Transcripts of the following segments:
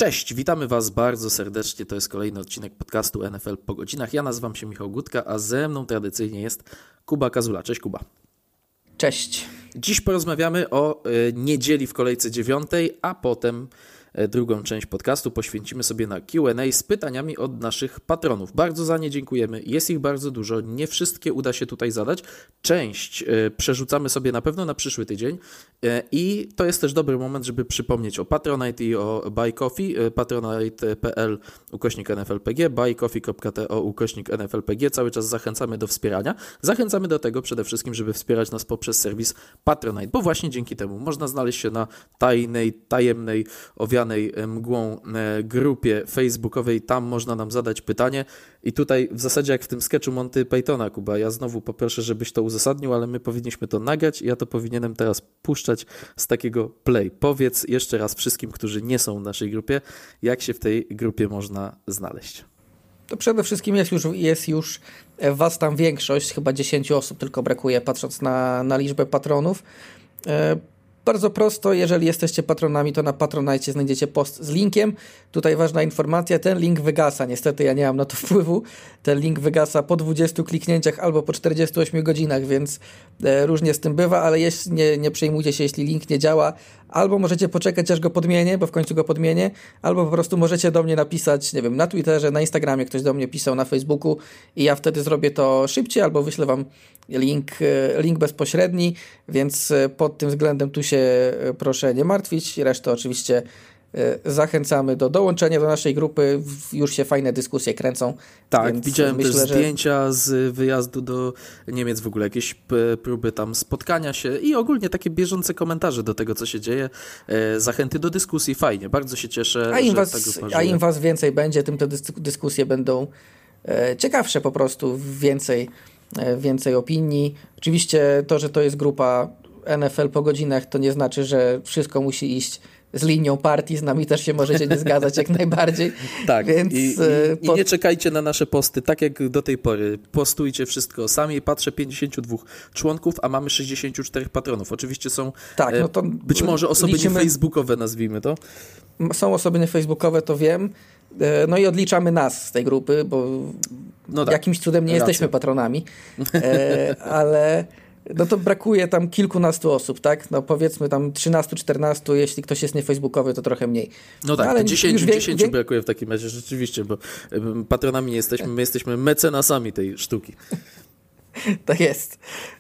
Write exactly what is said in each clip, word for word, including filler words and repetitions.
Cześć, witamy Was bardzo serdecznie. To jest kolejny odcinek podcastu N F L po godzinach. Ja nazywam się Michał Gutka, a ze mną tradycyjnie jest Kuba Kazula. Cześć Kuba. Cześć. Dziś porozmawiamy o y, niedzieli w kolejce dziewiątej, a potem y, drugą część podcastu poświęcimy sobie na Q and A z pytaniami od naszych patronów. Bardzo za nie dziękujemy. Jest ich bardzo dużo. Nie wszystkie uda się tutaj zadać. Część y, przerzucamy sobie na pewno na przyszły tydzień y, i to jest też dobry moment, żeby przypomnieć o Patronite i o Buy Coffee. Y, patronite kropka p l ukośnik N F L P G, buycoffee kropka to ukośnik N F L P G. Cały czas zachęcamy do wspierania. Zachęcamy do tego przede wszystkim, żeby wspierać nas poprzez serwis Patronite, bo właśnie dzięki temu można znaleźć się na tajnej, tajemnej, owianej mgłą grupie facebookowej. Tam można nam zadać pytanie i tutaj w zasadzie jak w tym sketchu Monty Pythona, Kuba, ja znowu poproszę, żebyś to uzasadnił, ale my powinniśmy to nagrać i ja to powinienem teraz puszczać z takiego play. Powiedz jeszcze raz wszystkim, którzy nie są w naszej grupie, jak się w tej grupie można znaleźć. To przede wszystkim jest już, jest już was tam większość, chyba dziesięć osób tylko brakuje, patrząc na, na liczbę patronów. E, bardzo prosto, jeżeli jesteście patronami, to na Patronite znajdziecie post z linkiem. Tutaj ważna informacja, ten link wygasa, niestety ja nie mam na to wpływu. Ten link wygasa po dwudziestu kliknięciach albo po czterdziestu ośmiu godzinach, więc e, różnie z tym bywa, ale jeśli, nie, nie przejmujcie się, jeśli link nie działa. Albo możecie poczekać, aż go podmienię, bo w końcu go podmienię, albo po prostu możecie do mnie napisać, nie wiem, na Twitterze, na Instagramie, ktoś do mnie pisał, na Facebooku i ja wtedy zrobię to szybciej, albo wyślę wam link, link bezpośredni, więc pod tym względem tu się proszę nie martwić. Resztę oczywiście zachęcamy do dołączenia do naszej grupy, już się fajne dyskusje kręcą. Tak, widziałem myślę, też zdjęcia że... z wyjazdu do Niemiec, w ogóle jakieś próby tam spotkania się i ogólnie takie bieżące komentarze do tego, co się dzieje, zachęty do dyskusji, fajnie, bardzo się cieszę, a im że was, ta grupa żyje. A im was więcej będzie, tym te dyskusje będą ciekawsze po prostu, więcej, więcej opinii. Oczywiście to, że to jest grupa N F L po godzinach, to nie znaczy, że wszystko musi iść z linią partii, z nami też się możecie nie zgadzać jak najbardziej. Tak, więc, i, i, pod... i nie czekajcie na nasze posty, tak jak do tej pory. Postujcie wszystko sami. Patrzę pięćdziesięciu dwóch członków, a mamy sześćdziesięciu czterech patronów. Oczywiście są tak, no to być może osoby liczymy... nie facebookowe, nazwijmy to. Są osoby nie facebookowe, to wiem. No i odliczamy nas z tej grupy, bo no tak, jakimś cudem nie racja. Jesteśmy patronami, ale... No to brakuje tam kilkunastu osób, tak? No powiedzmy tam trzynastu, czternastu, jeśli ktoś jest nie facebookowy, to trochę mniej. No tak, ale dziesięciu, wie, dziesięciu wie... brakuje w takim razie, rzeczywiście, bo patronami nie jesteśmy, my jesteśmy mecenasami tej sztuki. Tak jest.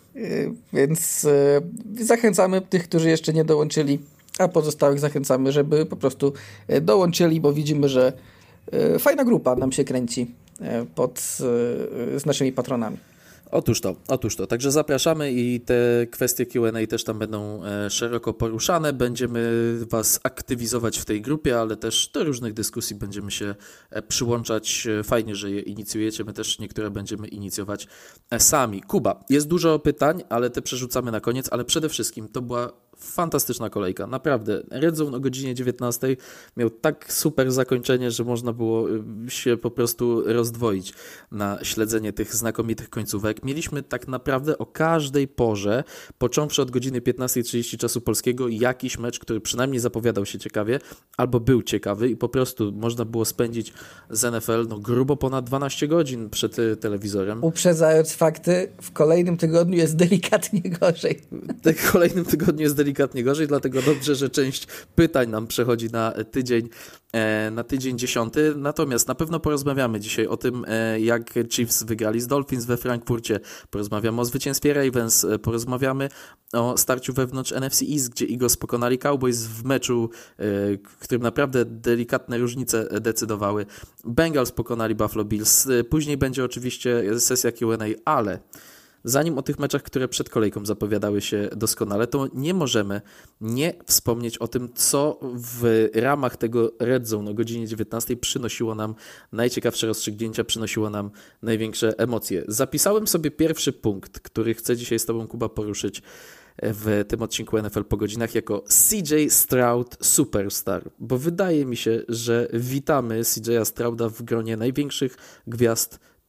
Więc zachęcamy tych, którzy jeszcze nie dołączyli, a pozostałych zachęcamy, żeby po prostu dołączyli, bo widzimy, że fajna grupa nam się kręci pod, z naszymi patronami. Otóż to, otóż to. Także zapraszamy i te kwestie Q and A też tam będą e, szeroko poruszane. Będziemy Was aktywizować w tej grupie, ale też do różnych dyskusji będziemy się e, przyłączać. Fajnie, że je inicjujecie. My też niektóre będziemy inicjować e, sami. Kuba, jest dużo pytań, ale te przerzucamy na koniec, ale przede wszystkim to była fantastyczna kolejka, naprawdę. Red Zone o godzinie dziewiętnastej miał tak super zakończenie, że można było się po prostu rozdwoić na śledzenie tych znakomitych końcówek. Mieliśmy tak naprawdę o każdej porze, począwszy od godziny piętnastej trzydzieści czasu polskiego, jakiś mecz, który przynajmniej zapowiadał się ciekawie, albo był ciekawy i po prostu można było spędzić z N F L no, grubo ponad dwanaście godzin przed telewizorem. Uprzedzając fakty, w kolejnym tygodniu jest delikatnie gorzej. W kolejnym tygodniu jest delikatnie gorzej, dlatego dobrze, że część pytań nam przechodzi na tydzień, na tydzień dziesiąty. Natomiast na pewno porozmawiamy dzisiaj o tym, jak Chiefs wygrali z Dolphins we Frankfurcie. Porozmawiamy o zwycięstwie Ravens, porozmawiamy o starciu wewnątrz N F C East, gdzie Eagles pokonali Cowboys w meczu, w którym naprawdę delikatne różnice decydowały. Bengals pokonali Buffalo Bills. Później będzie oczywiście sesja Q and A, ale zanim o tych meczach, które przed kolejką zapowiadały się doskonale, to nie możemy nie wspomnieć o tym, co w ramach tego Red Zone o godzinie dziewiętnastej przynosiło nam najciekawsze rozstrzygnięcia, przynosiło nam największe emocje. Zapisałem sobie pierwszy punkt, który chcę dzisiaj z Tobą, Kuba, poruszyć w tym odcinku N F L po godzinach jako C J Stroud Superstar, bo wydaje mi się, że witamy C J Strouda w gronie największych gwiazd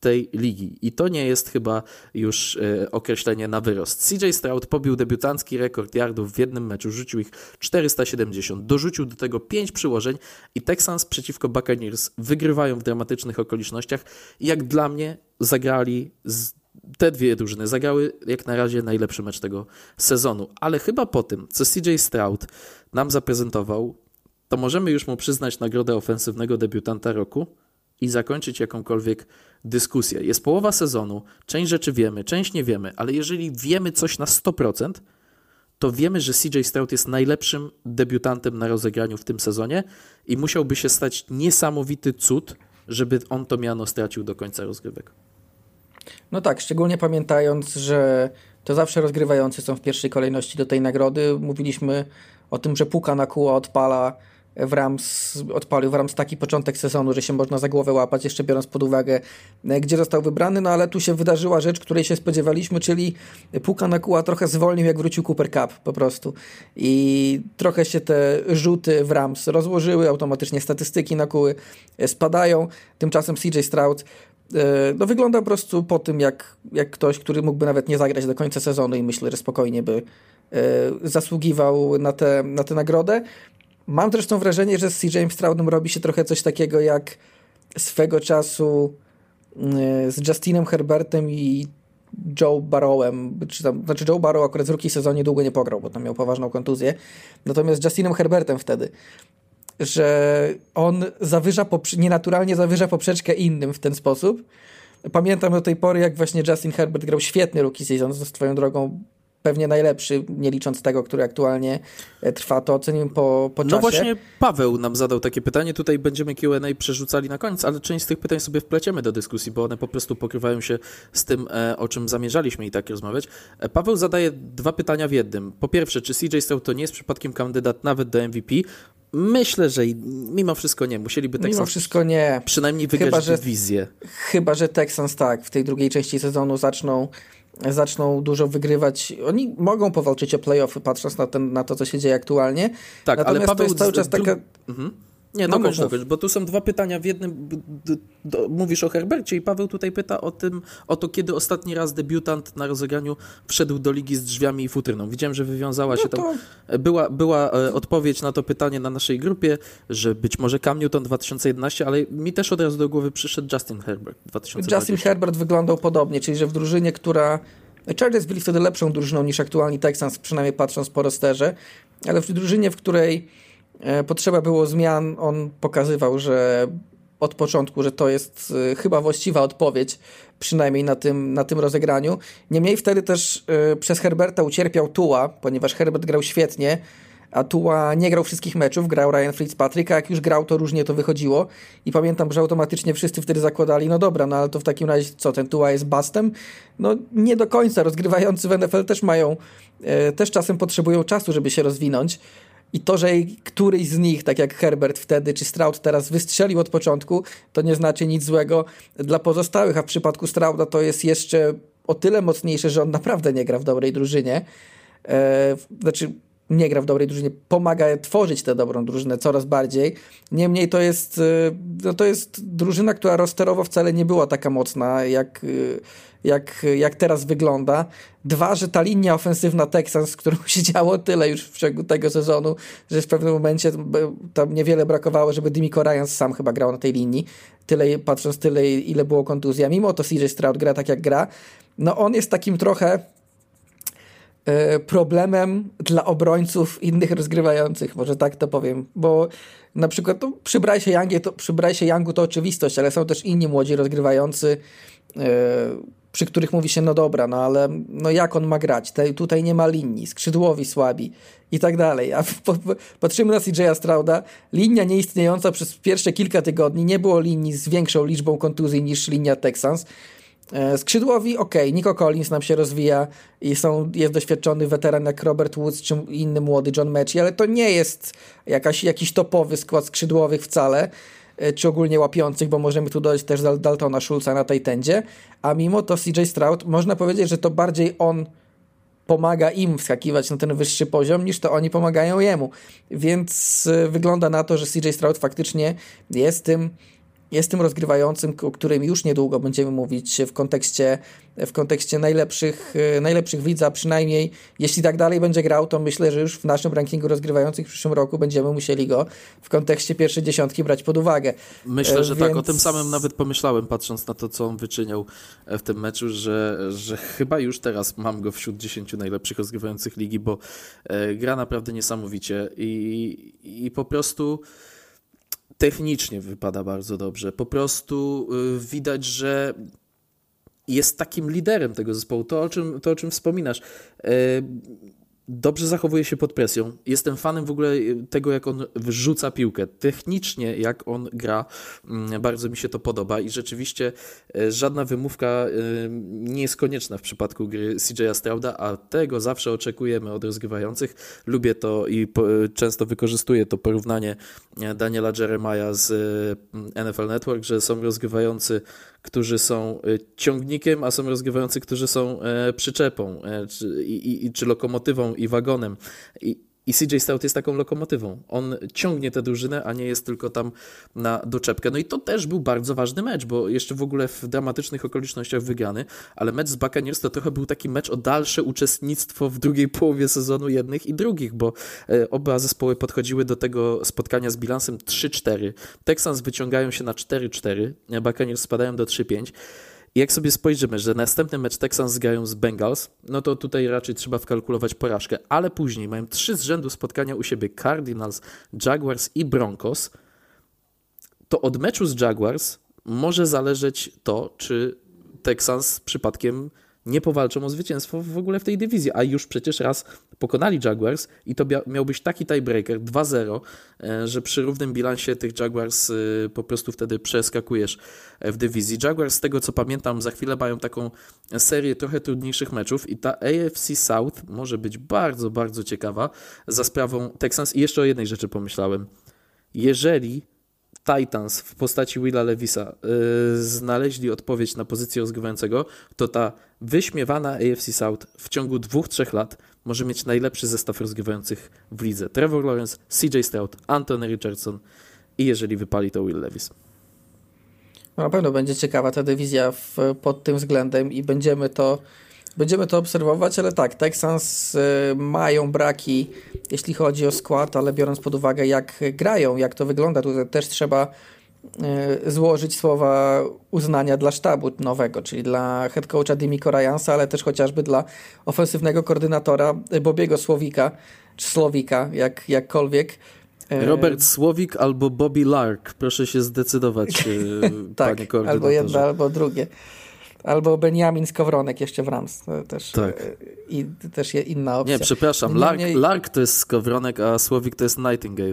tej ligi. I to nie jest chyba już e, określenie na wyrost. C J Stroud pobił debiutancki rekord yardów w jednym meczu, rzucił ich czterysta siedemdziesiąt, dorzucił do tego pięć przyłożeń i Texans przeciwko Buccaneers wygrywają w dramatycznych okolicznościach. Jak dla mnie zagrali z Te dwie drużyny zagrały jak na razie najlepszy mecz tego sezonu, ale chyba po tym, co C J Stroud nam zaprezentował, to możemy już mu przyznać nagrodę ofensywnego debiutanta roku i zakończyć jakąkolwiek dyskusję. Jest połowa sezonu, część rzeczy wiemy, część nie wiemy, ale jeżeli wiemy coś na sto procent, to wiemy, że C J Stroud jest najlepszym debiutantem na rozegraniu w tym sezonie i musiałby się stać niesamowity cud, żeby on to miano stracił do końca rozgrywek. No tak, szczególnie pamiętając, że to zawsze rozgrywający są w pierwszej kolejności do tej nagrody. Mówiliśmy o tym, że Puka Nacua odpala w Rams, odpalił w Rams taki początek sezonu, że się można za głowę łapać, jeszcze biorąc pod uwagę, gdzie został wybrany, no ale tu się wydarzyła rzecz, której się spodziewaliśmy, czyli Puka Nacua trochę zwolnił, jak wrócił Cooper Kupp po prostu. I trochę się te rzuty w Rams rozłożyły, automatycznie statystyki Nacuły spadają, tymczasem C J Stroud no wygląda po prostu po tym, jak, jak ktoś, który mógłby nawet nie zagrać do końca sezonu i myślę, że spokojnie by y, zasługiwał na tę na tę nagrodę. Mam zresztą wrażenie, że z C J Stroudem robi się trochę coś takiego jak swego czasu y, z Justinem Herbertem i Joe Burrowem, czy tam, znaczy Joe Burrow akurat w rookie sezonie długo nie pograł, bo tam miał poważną kontuzję, natomiast z Justinem Herbertem wtedy, że on zawyża, nienaturalnie zawyża poprzeczkę innym w ten sposób. Pamiętam do tej pory, jak właśnie Justin Herbert grał świetny rookie season, z swoją drogą pewnie najlepszy, nie licząc tego, który aktualnie trwa, to ocenimy po, po czasie. No właśnie Paweł nam zadał takie pytanie, tutaj będziemy Q and A przerzucali na koniec, ale część z tych pytań sobie wpleciemy do dyskusji, bo one po prostu pokrywają się z tym, o czym zamierzaliśmy i tak rozmawiać. Paweł zadaje dwa pytania w jednym. Po pierwsze, czy C J Stroud to nie jest przypadkiem kandydat nawet do M V P? Myślę, że mimo wszystko nie. Musieliby Texans mimo wszystko nie. przynajmniej wygrać chyba, że, dywizję. Chyba, że Texans tak, w tej drugiej części sezonu zaczną zaczną dużo wygrywać. Oni mogą powalczyć o playoffy, patrząc na, ten, na to, co się dzieje aktualnie. Tak, natomiast ale Paweł to jest cały czas taka... Mhm. Nie, no, dokończ, dokończ, bo tu są dwa pytania w jednym. D- d- mówisz o Herbercie i Paweł tutaj pyta o tym, o to, kiedy ostatni raz debiutant na rozegraniu wszedł do ligi z drzwiami i futryną. Widziałem, że wywiązała no się to... tam. Była, była e, odpowiedź na to pytanie na naszej grupie, że być może Cam Newton dwa tysiące jedenaście, ale mi też od razu do głowy przyszedł Justin Herbert dwa tysiące dwadzieścia. Justin Herbert wyglądał podobnie, czyli że w drużynie, która... Chargers byli wtedy lepszą drużyną niż aktualni Texans, przynajmniej patrząc po rosterze, ale w drużynie, w której e, potrzeba było zmian, on pokazywał, że od początku, że to jest e, chyba właściwa odpowiedź, przynajmniej na tym, na tym rozegraniu. Niemniej wtedy też e, przez Herberta ucierpiał Tua, ponieważ Herbert grał świetnie, a Tua nie grał wszystkich meczów, grał Ryan Fitzpatrick, a jak już grał, to różnie to wychodziło i pamiętam, że automatycznie wszyscy wtedy zakładali, no dobra, no ale to w takim razie co, ten Tua jest bustem? No nie do końca, rozgrywający w N F L też mają, e, też czasem potrzebują czasu, żeby się rozwinąć i to, że któryś z nich, tak jak Herbert wtedy, czy Stroud teraz wystrzelił od początku, to nie znaczy nic złego dla pozostałych, a w przypadku Strouda to jest jeszcze o tyle mocniejsze, że on naprawdę nie gra w dobrej drużynie, e, znaczy nie gra w dobrej drużynie, pomaga tworzyć tę dobrą drużynę coraz bardziej. Niemniej to jest, no to jest drużyna, która rosterowo wcale nie była taka mocna, jak, jak, jak teraz wygląda. Dwa, że ta linia ofensywna Texans, z którą się działo tyle już w ciągu tego sezonu, że w pewnym momencie tam niewiele brakowało, żeby D'Amico Ryans sam chyba grał na tej linii. Tyle, patrząc tyle, ile było kontuzji. A mimo to C J Stroud gra tak, jak gra. No on jest takim trochę problemem dla obrońców innych rozgrywających, może tak to powiem, bo na przykład no, przy Bryce'ie Youngie to, przy Bryce'ie Youngu to oczywistość, ale są też inni młodzi rozgrywający, yy, przy których mówi się, no dobra, no ale no jak on ma grać? Te, tutaj nie ma linii, skrzydłowi słabi i tak dalej. A po, po, patrzymy na C J Strouda, linia nieistniejąca przez pierwsze kilka tygodni, nie było linii z większą liczbą kontuzji niż linia Texans. Skrzydłowi, okej, okay, Nico Collins nam się rozwija i są, jest doświadczony weteran jak Robert Woods czy inny młody John Mechie, ale to nie jest jakaś, jakiś topowy skład skrzydłowych wcale, czy ogólnie łapiących, bo możemy tu dodać też Daltona Schulza na tej tędzie, a mimo to C J Stroud, można powiedzieć, że to bardziej on pomaga im wskakiwać na ten wyższy poziom, niż to oni pomagają jemu, więc wygląda na to, że C J Stroud faktycznie jest tym jest tym rozgrywającym, o którym już niedługo będziemy mówić w kontekście, w kontekście najlepszych, najlepszych w lidze, a przynajmniej jeśli tak dalej będzie grał, to myślę, że już w naszym rankingu rozgrywających w przyszłym roku będziemy musieli go w kontekście pierwszej dziesiątki brać pod uwagę. Myślę, że Więc... tak, o tym samym nawet pomyślałem, patrząc na to, co on wyczyniał w tym meczu, że, że chyba już teraz mam go wśród dziesięciu najlepszych rozgrywających ligi, bo gra naprawdę niesamowicie i, i po prostu technicznie wypada bardzo dobrze. Po prostu widać, że jest takim liderem tego zespołu. To, o czym, to, o czym wspominasz. Dobrze zachowuje się pod presją. Jestem fanem w ogóle tego, jak on wrzuca piłkę. Technicznie, jak on gra, bardzo mi się to podoba i rzeczywiście żadna wymówka nie jest konieczna w przypadku gry C J Strouda, a tego zawsze oczekujemy od rozgrywających. Lubię to i po, często wykorzystuję to porównanie Daniela Jeremiah z N F L Network, że są rozgrywający, którzy są ciągnikiem, a są rozgrywający, którzy są przyczepą czy, i, i, czy lokomotywą i wagonem. I, i C J Stroud jest taką lokomotywą. On ciągnie tę drużynę, a nie jest tylko tam na doczepkę. No i to też był bardzo ważny mecz, bo jeszcze w ogóle w dramatycznych okolicznościach wygrany, ale mecz z Buccaneers to trochę był taki mecz o dalsze uczestnictwo w drugiej połowie sezonu jednych i drugich, bo oba zespoły podchodziły do tego spotkania z bilansem trzy cztery. Texans wyciągają się na cztery cztery, Buccaneers spadają do trzy pięć. I jak sobie spojrzymy, że następny mecz Texans grają z Bengals, no to tutaj raczej trzeba wkalkulować porażkę, ale później mają trzy z rzędu spotkania u siebie Cardinals, Jaguars i Broncos, to od meczu z Jaguars może zależeć to, czy Texans przypadkiem nie powalczą o zwycięstwo w ogóle w tej dywizji, a już przecież raz pokonali Jaguars i to miał być taki tiebreaker dwa zero, że przy równym bilansie tych Jaguars po prostu wtedy przeskakujesz w dywizji. Jaguars, z tego co pamiętam, za chwilę mają taką serię trochę trudniejszych meczów i ta A F C South może być bardzo, bardzo ciekawa za sprawą Texans. I jeszcze o jednej rzeczy pomyślałem. Jeżeli Titans w postaci Willa Levisa yy, znaleźli odpowiedź na pozycję rozgrywającego, to ta wyśmiewana A F C South w ciągu dwóch, trzech lat może mieć najlepszy zestaw rozgrywających w lidze. Trevor Lawrence, C J Stroud, Anthony Richardson i jeżeli wypali, to Will Levis. No na pewno będzie ciekawa ta dywizja w, pod tym względem i będziemy to Będziemy to obserwować, ale tak, Texans y, mają braki, jeśli chodzi o skład, ale biorąc pod uwagę, jak grają, jak to wygląda, tutaj też trzeba y, złożyć słowa uznania dla sztabu nowego, czyli dla head coacha Demico Ryansa, ale też chociażby dla ofensywnego koordynatora Bobiego Słowika, czy Słowika, jak, jakkolwiek. Robert Słowik albo Bobby Lark, proszę się zdecydować, tak, panie koordynatorze. Albo jedno, albo drugie. Albo Benjamin Skowronek jeszcze w Rams. Też, tak. I też inna opcja. Nie, przepraszam. Nie, Lark, mniej... Lark to jest Skowronek, a Słowik to jest Nightingale.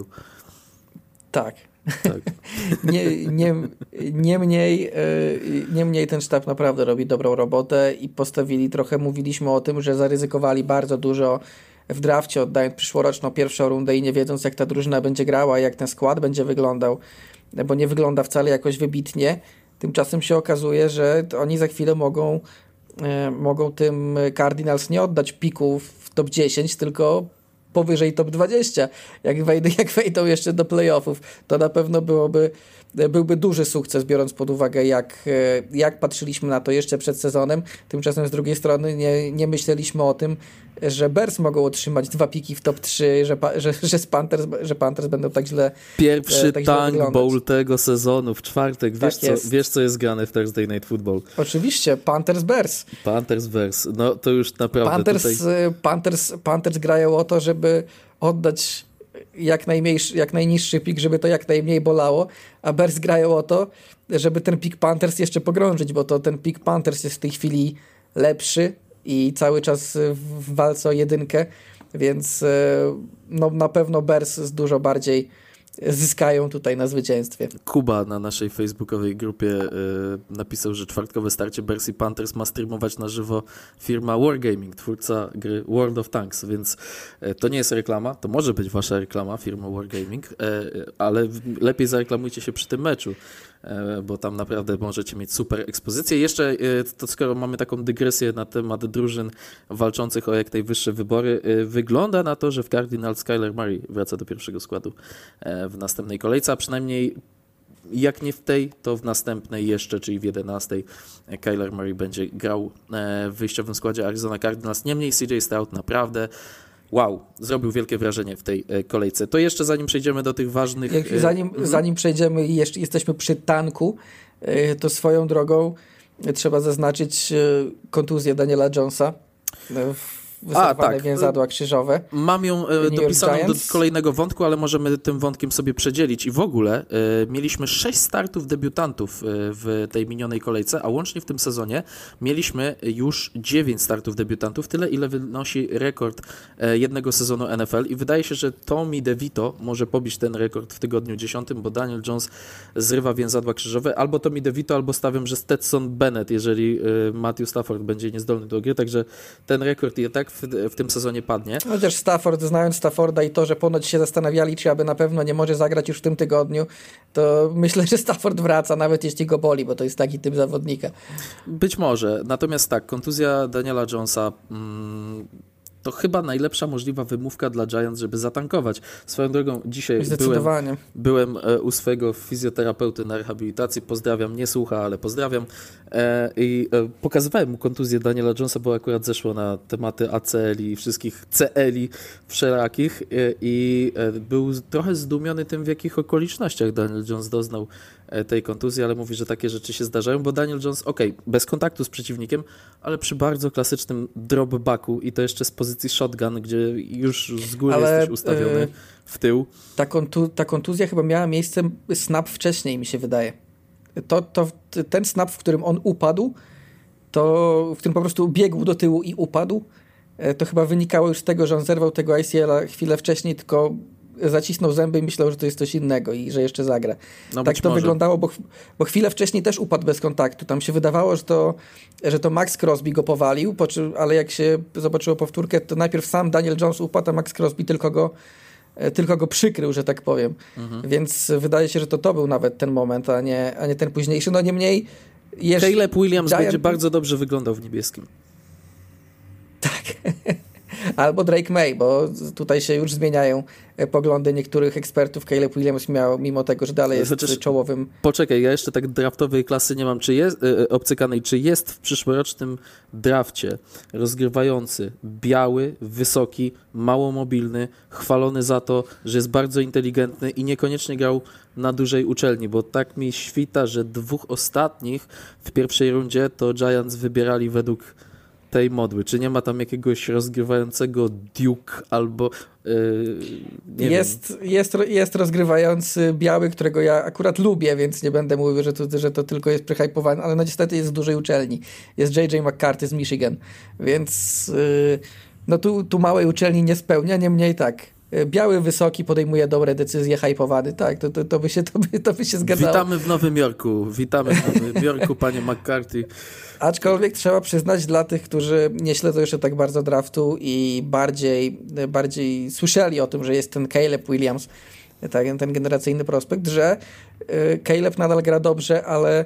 Tak. tak. nie, nie, nie, mniej, nie mniej ten sztab naprawdę robi dobrą robotę i postawili trochę, mówiliśmy o tym, że zaryzykowali bardzo dużo w drafcie, oddając przyszłoroczną pierwszą rundę i nie wiedząc, jak ta drużyna będzie grała, jak ten skład będzie wyglądał, bo nie wygląda wcale jakoś wybitnie. Tymczasem się okazuje, że oni za chwilę mogą, e, mogą tym Cardinals nie oddać piku w top dziesięć, tylko powyżej top dwadzieścia. Jak wejdą, jak wejdą jeszcze do playoffów, to na pewno byłoby, byłby duży sukces, biorąc pod uwagę, jak, jak patrzyliśmy na to jeszcze przed sezonem. Tymczasem z drugiej strony nie, nie myśleliśmy o tym, że Bears mogą otrzymać dwa piki w top trzy, że, że, że, Panthers, że Panthers będą tak źle Pierwszy tak tank źle bowl tego sezonu w czwartek. Wiesz, tak co, wiesz co jest grane w Thursday Night Football? Oczywiście, Panthers Bears. Panthers Bears. No to już naprawdę Panthers, tutaj... Panthers, Panthers grają o to, żeby oddać jak, najmniejszy, jak najniższy pik, żeby to jak najmniej bolało, a Bears grają o to, żeby ten pik Panthers jeszcze pogrążyć, bo to ten pik Panthers jest w tej chwili lepszy i cały czas w walce o jedynkę, więc no, na pewno Bears dużo bardziej zyskają tutaj na zwycięstwie. Kuba na naszej facebookowej grupie y, napisał, że czwartkowe starcie Bears i Panthers ma streamować na żywo firma Wargaming, twórca gry World of Tanks, więc y, to nie jest reklama, to może być wasza reklama, firma Wargaming, y, ale lepiej zareklamujcie się przy tym meczu, y, bo tam naprawdę możecie mieć super ekspozycję. Jeszcze y, to skoro mamy taką dygresję na temat drużyn walczących o jak najwyższe wybory, y, wygląda na to, że w Cardinals Kyler Murray wraca do pierwszego składu y, w następnej kolejce, a przynajmniej jak nie w tej, to w następnej jeszcze, czyli w jedenastej Kyler Murray będzie grał w wyjściowym składzie Arizona Cardinals. Niemniej C J Stroud naprawdę wow, zrobił wielkie wrażenie w tej kolejce. To jeszcze zanim przejdziemy do tych ważnych... Jak, zanim, mm. zanim przejdziemy i jeszcze jesteśmy przy tanku, to swoją drogą trzeba zaznaczyć kontuzję Daniela Jonesa. Wystartowane więzadła krzyżowe. Mam ją e, dopisaną do kolejnego wątku, ale możemy tym wątkiem sobie przedzielić. I w ogóle e, mieliśmy sześć startów debiutantów e, w tej minionej kolejce, a łącznie w tym sezonie mieliśmy już dziewięć startów debiutantów, tyle ile wynosi rekord e, jednego sezonu N F L i wydaje się, że Tommy DeVito może pobić ten rekord w tygodniu dziesiątym, bo Daniel Jones zrywa więzadła krzyżowe, albo Tommy DeVito, albo stawiam, że Stetson Bennett, jeżeli e, Matthew Stafford będzie niezdolny do gry, także ten rekord i tak W, w tym sezonie padnie. Chociaż Stafford, znając Stafforda i to, że ponoć się zastanawiali, czy aby na pewno nie może zagrać już w tym tygodniu, to myślę, że Stafford wraca, nawet jeśli go boli, bo to jest taki typ zawodnika. Być może. Natomiast tak, kontuzja Daniela Jonesa mm, to chyba najlepsza możliwa wymówka dla Giants, żeby zatankować. Swoją drogą dzisiaj byłem, byłem u swojego fizjoterapeuty na rehabilitacji. Pozdrawiam, nie słucha, ale pozdrawiam. I pokazywałem mu kontuzję Daniela Jonesa, bo akurat zeszło na tematy A C L i wszystkich C L i wszelakich i był trochę zdumiony tym, w jakich okolicznościach Daniel Jones doznał tej kontuzji, ale mówi, że takie rzeczy się zdarzają, bo Daniel Jones, okej, okay, bez kontaktu z przeciwnikiem, ale przy bardzo klasycznym dropbacku i to jeszcze z pozycji shotgun, gdzie już z góry ale, jesteś ustawiony yy, w tył. Ta, kontu- ta kontuzja chyba miała miejsce snap wcześniej, mi się wydaje. To, to ten snap, w którym on upadł, to w którym po prostu biegł do tyłu i upadł, to chyba wynikało już z tego, że on zerwał tego I C L-a chwilę wcześniej, tylko zacisnął zęby i myślał, że to jest coś innego i że jeszcze zagra. No tak to może wyglądało, bo, bo chwilę wcześniej też upadł bez kontaktu. Tam się wydawało, że to, że to Max Crosby go powalił, po czym, ale jak się zobaczyło powtórkę, to najpierw sam Daniel Jones upadł, a Max Crosby tylko go, tylko go przykrył, że tak powiem. Mhm. Więc wydaje się, że to to był nawet ten moment, a nie, a nie ten późniejszy. No niemniej... Jeszcze Caleb Williams Giant... będzie bardzo dobrze wyglądał w niebieskim. Tak. Albo Drake May, bo tutaj się już zmieniają poglądy niektórych ekspertów. Caleb Williams miał, mimo tego, że dalej jest Chociaż czołowym... Poczekaj, ja jeszcze tak draftowej klasy nie mam. Czy jest yy, obcykanej, czy jest w przyszłorocznym drafcie rozgrywający biały, wysoki, mało mobilny, chwalony za to, że jest bardzo inteligentny i niekoniecznie grał na dużej uczelni, bo tak mi świta, że dwóch ostatnich w pierwszej rundzie to Giants wybierali według tej modły. Czy nie ma tam jakiegoś rozgrywającego Duke albo yy, nie jest, wiem. Jest, jest rozgrywający biały, którego ja akurat lubię, więc nie będę mówił, że to, że to tylko jest przehypowany, ale no niestety jest z dużej uczelni. Jest J J McCarthy z Michigan, więc yy, no tu, tu małej uczelni nie spełnia, niemniej tak. Biały, wysoki, podejmuje dobre decyzje, hypowany. Tak, to, to, to, by się, to, by, to by się zgadzało. Witamy w Nowym Jorku. Witamy w Nowym Jorku, panie McCarthy. Aczkolwiek trzeba przyznać dla tych, którzy nie śledzą jeszcze tak bardzo draftu i bardziej, bardziej słyszeli o tym, że jest ten Caleb Williams, tak, ten generacyjny prospekt, że Caleb nadal gra dobrze, ale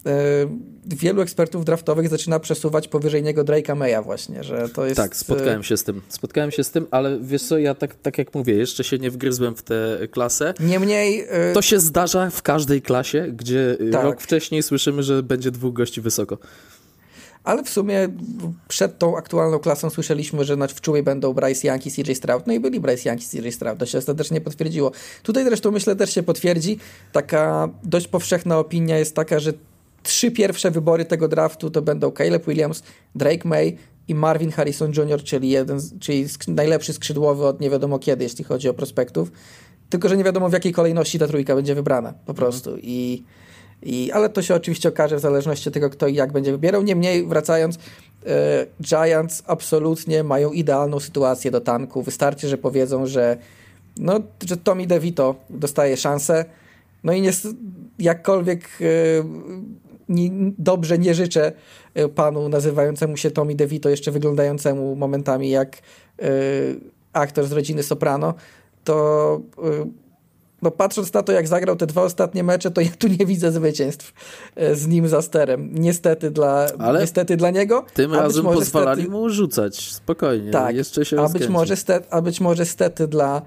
wielu ekspertów draftowych zaczyna przesuwać powyżej niego Drake'a Maya właśnie, że to jest... Tak, spotkałem się z tym, spotkałem się z tym, ale wiesz co, ja tak, tak jak mówię, jeszcze się nie wgryzłem w tę klasę. Niemniej... To się zdarza w każdej klasie, gdzie tak. rok wcześniej słyszymy, że będzie dwóch gości wysoko. Ale w sumie przed tą aktualną klasą słyszeliśmy, że w czułej będą Bryce Young i C J Stroud. No i byli Bryce Young i C J Stroud. To się ostatecznie potwierdziło. Tutaj zresztą myślę też się potwierdzi. Taka dość powszechna opinia jest taka, że trzy pierwsze wybory tego draftu to będą Caleb Williams, Drake May i Marvin Harrison junior, czyli jeden, czyli najlepszy skrzydłowy od nie wiadomo kiedy, jeśli chodzi o prospektów. Tylko że nie wiadomo w jakiej kolejności ta trójka będzie wybrana po prostu. Mm. I I, ale to się oczywiście okaże w zależności od tego, kto i jak będzie wybierał. Niemniej wracając, e, Giants absolutnie mają idealną sytuację do tanku. Wystarczy, że powiedzą, że, no, że Tommy DeVito dostaje szansę. No i nie, jakkolwiek e, nie, dobrze nie życzę panu nazywającemu się Tommy DeVito, jeszcze wyglądającemu momentami jak e, aktor z rodziny Soprano, to... E, No patrząc na to, jak zagrał te dwa ostatnie mecze, to ja tu nie widzę zwycięstw z nim za sterem. Niestety dla, Ale niestety dla niego. Tym razem pozwalali stety, mu rzucać spokojnie. Tak, jeszcze się a być, może stety, a być może stety dla,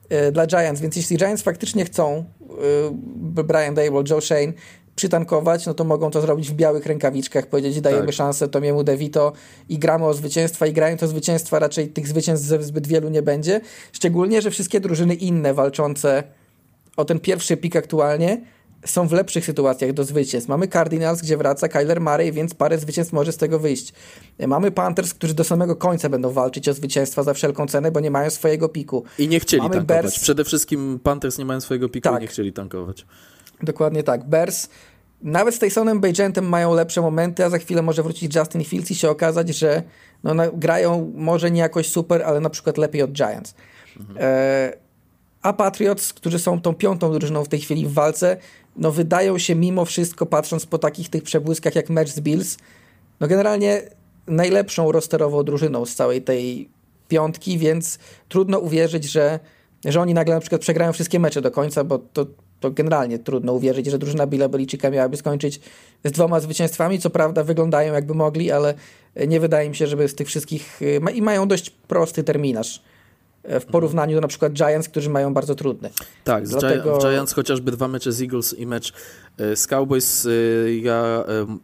dla Giants, więc jeśli Giants faktycznie chcą Brian Daboll, Joe Shane przytankować, no to mogą to zrobić w białych rękawiczkach, powiedzieć dajemy tak. szansę Tomiemu DeVito i gramy o zwycięstwa i grają to zwycięstwa, raczej tych zwycięstw zbyt wielu nie będzie, szczególnie, że wszystkie drużyny inne walczące o ten pierwszy pik aktualnie są w lepszych sytuacjach do zwycięstw. Mamy Cardinals, gdzie wraca Kyler Murray, więc parę zwycięstw może z tego wyjść. Mamy Panthers, którzy do samego końca będą walczyć o zwycięstwa za wszelką cenę, bo nie mają swojego piku. I nie chcieli Mamy tankować. Bears. Przede wszystkim Panthers nie mają swojego piku tak. i nie chcieli tankować. Dokładnie tak. Bears nawet z Tysonem Bagentem mają lepsze momenty, a za chwilę może wrócić Justin Fields i się okazać, że no, na, grają może nie jakoś super, ale na przykład lepiej od Giants. Mhm. E, a Patriots, którzy są tą piątą drużyną w tej chwili w walce, no wydają się mimo wszystko, patrząc po takich tych przebłyskach jak mecz z Bills, no generalnie najlepszą rosterową drużyną z całej tej piątki, więc trudno uwierzyć, że, że oni nagle na przykład przegrają wszystkie mecze do końca, bo to to generalnie trudno uwierzyć, że drużyna Billa Belichicka miałaby skończyć z dwoma zwycięstwami. Co prawda wyglądają jakby mogli, ale nie wydaje mi się, żeby z tych wszystkich... I mają dość prosty terminarz w porównaniu do na przykład Giants, którzy mają bardzo trudny. Tak, Dlatego... w Giants chociażby dwa mecze z Eagles i mecz z Cowboys. Ja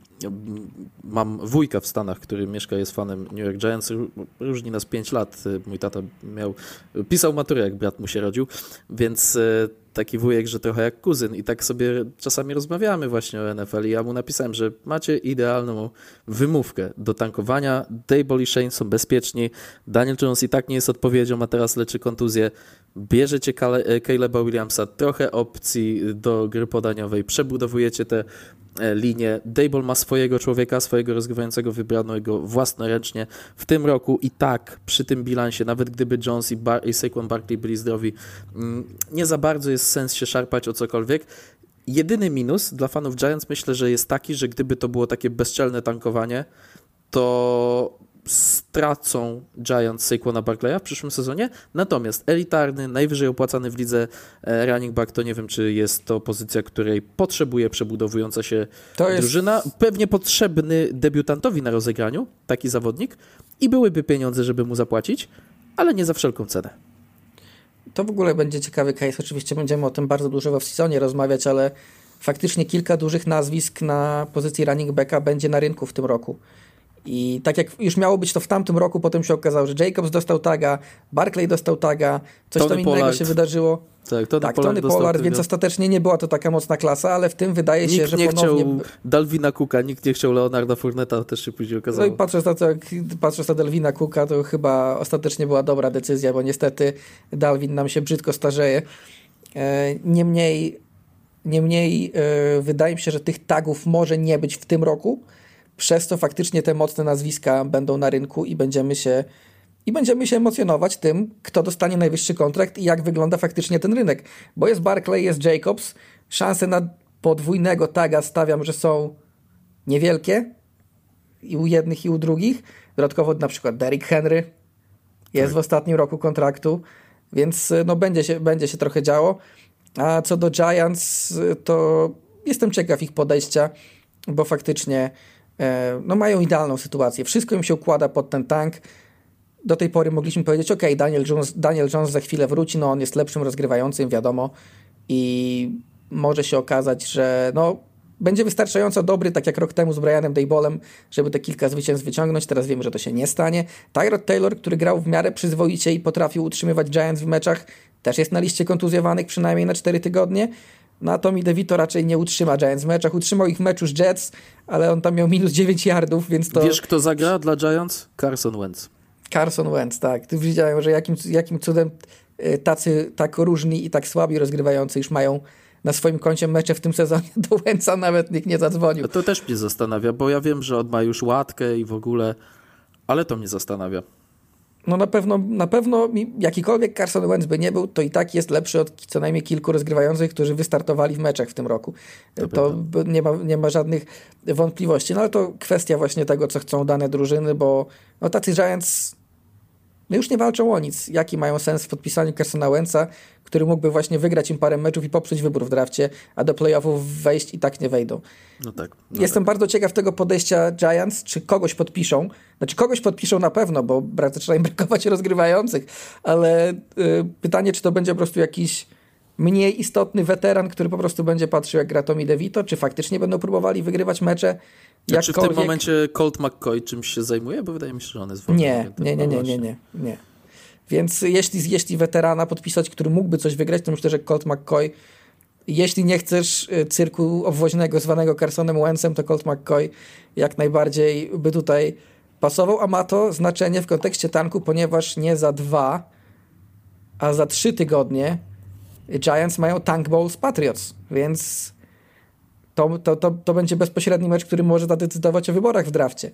mam wujka w Stanach, który mieszka, jest fanem New York Giants. Różni nas pięć lat. Mój tata miał, pisał maturę, jak brat mu się rodził, więc taki wujek, że trochę jak kuzyn i tak sobie czasami rozmawiamy właśnie o N F L i ja mu napisałem, że macie idealną wymówkę do tankowania. Daboll i Shane są bezpieczni. Daniel Jones i tak nie jest odpowiedzią, a teraz leczy kontuzję. Bierzecie Caleba Williamsa, trochę opcji do gry podaniowej, przebudowujecie te linię. Daboll ma swojego człowieka, swojego rozgrywającego wybranego własnoręcznie w tym roku i tak przy tym bilansie, nawet gdyby Jones i, Bar- i Saquon Barkley byli zdrowi, nie za bardzo jest sens się szarpać o cokolwiek. Jedyny minus dla fanów Giants myślę, że jest taki, że gdyby to było takie bezczelne tankowanie, to stracą Giants Saquona Barkleya w przyszłym sezonie, natomiast elitarny, najwyżej opłacany w lidze running back, to nie wiem, czy jest to pozycja, której potrzebuje przebudowująca się to drużyna. Jest... Pewnie potrzebny debiutantowi na rozegraniu, taki zawodnik i byłyby pieniądze, żeby mu zapłacić, ale nie za wszelką cenę. To w ogóle będzie ciekawy case, oczywiście będziemy o tym bardzo dużo w sezonie rozmawiać, ale faktycznie kilka dużych nazwisk na pozycji running backa będzie na rynku w tym roku. I tak jak już miało być to w tamtym roku, potem się okazało, że Jacobs dostał taga, Barkley dostał taga, coś Tony tam innego Pollard. się wydarzyło. Tak, Tony tak, Pollard, Tony Pollard więc ostatecznie nie była to taka mocna klasa, ale w tym wydaje nikt się, że nie ponownie... Nikt nie chciał Dalvina Cooka, nikt nie chciał Leonarda Fournetta, też się później okazało. No i patrząc na to, jak patrząc na Dalvina Cooka, to chyba ostatecznie była dobra decyzja, bo niestety Dalvin nam się brzydko starzeje. Niemniej, niemniej wydaje mi się, że tych tagów może nie być w tym roku, przez co faktycznie te mocne nazwiska będą na rynku i będziemy się i będziemy się emocjonować tym, kto dostanie najwyższy kontrakt i jak wygląda faktycznie ten rynek. Bo jest Barkley, jest Jacobs. Szanse na podwójnego taga stawiam, że są niewielkie i u jednych i u drugich. Dodatkowo na przykład Derrick Henry jest tak. w ostatnim roku kontraktu, więc no, będzie się, będzie się trochę działo. A co do Giants, to jestem ciekaw ich podejścia, bo faktycznie no mają idealną sytuację. Wszystko im się układa pod ten tank. Do tej pory mogliśmy powiedzieć, ok, Daniel Jones, Daniel Jones za chwilę wróci, no on jest lepszym rozgrywającym, wiadomo, i może się okazać, że no będzie wystarczająco dobry, tak jak rok temu z Brianem Dabollem, żeby te kilka zwycięstw wyciągnąć. Teraz wiemy, że to się nie stanie. Tyrod Taylor, który grał w miarę przyzwoicie i potrafił utrzymywać Giants w meczach, też jest na liście kontuzjowanych przynajmniej na cztery tygodnie. No a Tommy DeVito raczej nie utrzyma Giants w meczach. Utrzymał ich w meczu z Jets, ale on tam miał minus dziewięć yardów, więc to... Wiesz, kto zagra dla Giants? Carson Wentz. Carson Wentz, tak. Tu widziałem, że jakim, jakim cudem tacy tak różni i tak słabi rozgrywający już mają na swoim koncie mecze w tym sezonie. Do Wentza nawet nikt nie zadzwonił. To też mnie zastanawia, bo ja wiem, że on ma już łatkę i w ogóle, ale to mnie zastanawia. No na pewno, na pewno jakikolwiek Carson Wentz by nie był, to i tak jest lepszy od co najmniej kilku rozgrywających, którzy wystartowali w meczach w tym roku. To, to nie, ma, nie ma żadnych wątpliwości. No ale to kwestia właśnie tego, co chcą dane drużyny, bo no tacy Giants no już nie walczą o nic. Jaki mają sens w podpisaniu Carsona Wentza, który mógłby właśnie wygrać im parę meczów i popsuć wybór w drafcie, a do playoffów wejść i tak nie wejdą. No tak. No Jestem tak. bardzo ciekaw tego podejścia Giants, czy kogoś podpiszą. Znaczy kogoś podpiszą na pewno, bo zaczyna im brakować rozgrywających, ale y, pytanie, czy to będzie po prostu jakiś mniej istotny weteran, który po prostu będzie patrzył, jak gra Tommy DeVito, czy faktycznie będą próbowali wygrywać mecze. A czy w tym momencie Colt McCoy czymś się zajmuje? Bo wydaje mi się, że on jest wolny. Nie, nie, nie, nie, nie, nie, nie. Więc jeśli, jeśli weterana podpisać, który mógłby coś wygrać, to myślę, że Colt McCoy. Jeśli nie chcesz cyrku obwoźnego zwanego Carsonem Wentzem, to Colt McCoy jak najbardziej by tutaj pasował, a ma to znaczenie w kontekście tanku, ponieważ nie za dwa, a za trzy tygodnie Giants mają tank bowl z Patriots, więc to, to, to, to będzie bezpośredni mecz, który może zadecydować o wyborach w drafcie.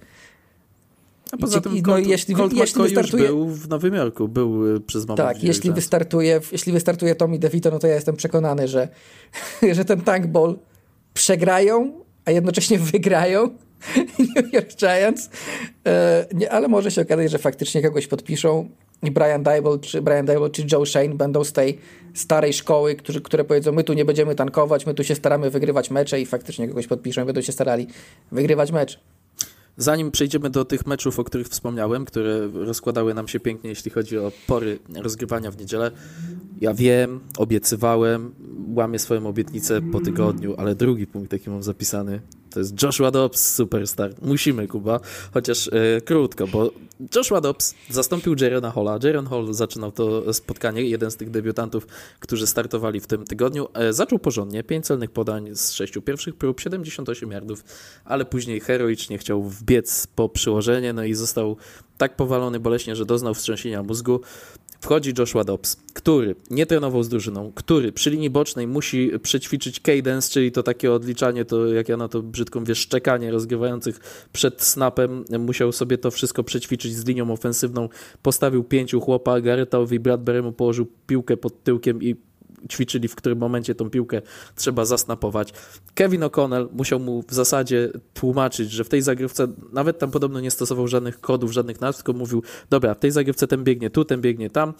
A poza tym I, Colt, no, jeśli, Colt jeśli McCoy wystartuje... już był w Nowym Jorku, był przez moment. Tak, jeśli wystartuje, jeśli wystartuje Tommy DeVito, no to ja jestem przekonany, że, że ten tank ball przegrają, a jednocześnie wygrają New York Giants, e, nie, ale może się okazać, że faktycznie kogoś podpiszą i Brian Daboll czy, Brian Daboll czy Joe Shane będą z tej starej szkoły, którzy, które powiedzą, my tu nie będziemy tankować, my tu się staramy wygrywać mecze i faktycznie kogoś podpiszą i będą się starali wygrywać mecz. Zanim przejdziemy do tych meczów, o których wspomniałem, które rozkładały nam się pięknie, jeśli chodzi o pory rozgrywania w niedzielę, ja wiem, obiecywałem, łamię swoją obietnicę po tygodniu, ale drugi punkt, jaki mam zapisany, to jest Joshua Dobbs, superstar. Musimy, Kuba, chociaż e, krótko, bo Joshua Dobbs zastąpił Jarena Halla. Jaren Hall zaczynał to spotkanie, jeden z tych debiutantów, którzy startowali w tym tygodniu. E, zaczął porządnie, pięć celnych podań z sześciu pierwszych prób, siedemdziesiąt osiem yardów, ale później heroicznie chciał wbiec po przyłożenie, no i został tak powalony boleśnie, że doznał wstrząsienia mózgu. Wchodzi Joshua Dobbs, który nie trenował z drużyną, który przy linii bocznej musi przećwiczyć cadence, czyli to takie odliczanie, to jak ja na to brzydko mówię, szczekanie rozgrywających przed snapem. Musiał sobie to wszystko przećwiczyć z linią ofensywną. Postawił pięciu chłopa, Garrettowi Bradbury'emu położył piłkę pod tyłkiem i ćwiczyli, w którym momencie tą piłkę trzeba zasnapować. Kevin O'Connell musiał mu w zasadzie tłumaczyć, że w tej zagrywce nawet tam podobno nie stosował żadnych kodów, żadnych nazw, tylko mówił, dobra, w tej zagrywce ten biegnie tu, ten biegnie tam,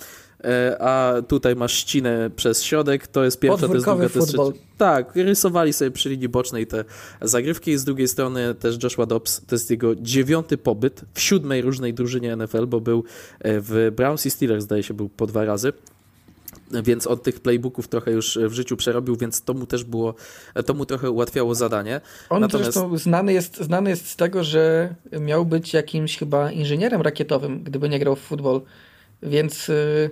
a tutaj masz ścinę przez środek, to jest pierwsza, to jest druga, to jest trzecia. Tak, rysowali sobie przy linii bocznej te zagrywki i z drugiej strony też Joshua Dobbs, to jest jego dziewiąty pobyt w siódmej różnej drużynie N F L, bo był w Browns i Steelers, zdaje się, był po dwa razy. Więc od tych playbooków trochę już w życiu przerobił, więc to mu też było, to mu trochę ułatwiało zadanie. On Natomiast... zresztą znany jest, znany jest z tego, że miał być jakimś chyba inżynierem rakietowym, gdyby nie grał w futbol, więc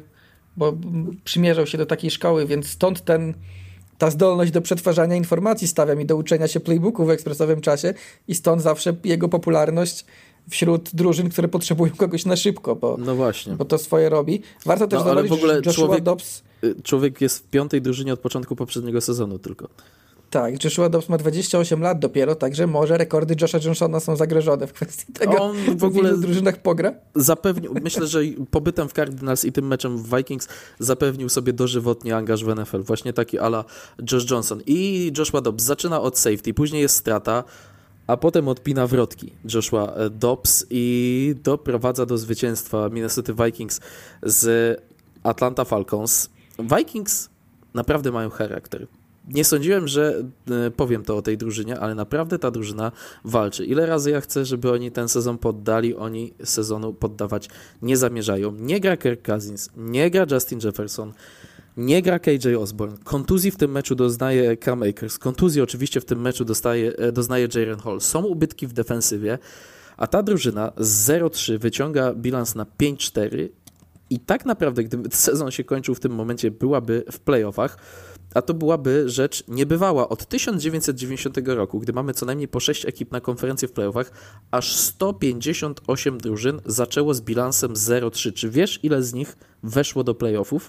bo przymierzał się do takiej szkoły, więc stąd ten, ta zdolność do przetwarzania informacji stawia mi do uczenia się playbooków w ekspresowym czasie i stąd zawsze jego popularność wśród drużyn, które potrzebują kogoś na szybko, bo, no właśnie. bo to swoje robi. Warto też no, zauważyć, w ogóle że Joshua człowiek, Dobbs... Człowiek jest w piątej drużynie od początku poprzedniego sezonu tylko. Tak, Joshua Dobbs ma dwadzieścia osiem lat dopiero, także może rekordy Josha Johnsona są zagrożone w kwestii tego, on w ogóle w drużynach pogra. Zapewnił, myślę, że pobytem w Cardinals i tym meczem w Vikings zapewnił sobie dożywotnie angaż w N F L. Właśnie taki ala Josh Johnson. I Joshua Dobbs zaczyna od safety, później jest strata, a potem odpina wrotki Joshua Dobbs i doprowadza do zwycięstwa Minnesota Vikings z Atlanta Falcons. Vikings naprawdę mają charakter. Nie sądziłem, że powiem to o tej drużynie, ale naprawdę ta drużyna walczy. Ile razy ja chcę, żeby oni ten sezon poddali, oni sezonu poddawać nie zamierzają. Nie gra Kirk Cousins, nie gra Justin Jefferson, nie gra K J Osborne. Kontuzji w tym meczu doznaje Cam Akers. Kontuzji oczywiście w tym meczu dostaje, doznaje Jaren Hall. Są ubytki w defensywie, a ta drużyna z zero trzy wyciąga bilans na pięć cztery i tak naprawdę, gdyby sezon się kończył w tym momencie, byłaby w playoffach, a to byłaby rzecz niebywała. Od tysiąc dziewięćset dziewięćdziesiątego roku, gdy mamy co najmniej po sześć ekip na konferencję w playoffach, aż sto pięćdziesiąt osiem drużyn zaczęło z bilansem zero trzy. Czy wiesz, ile z nich weszło do playoffów?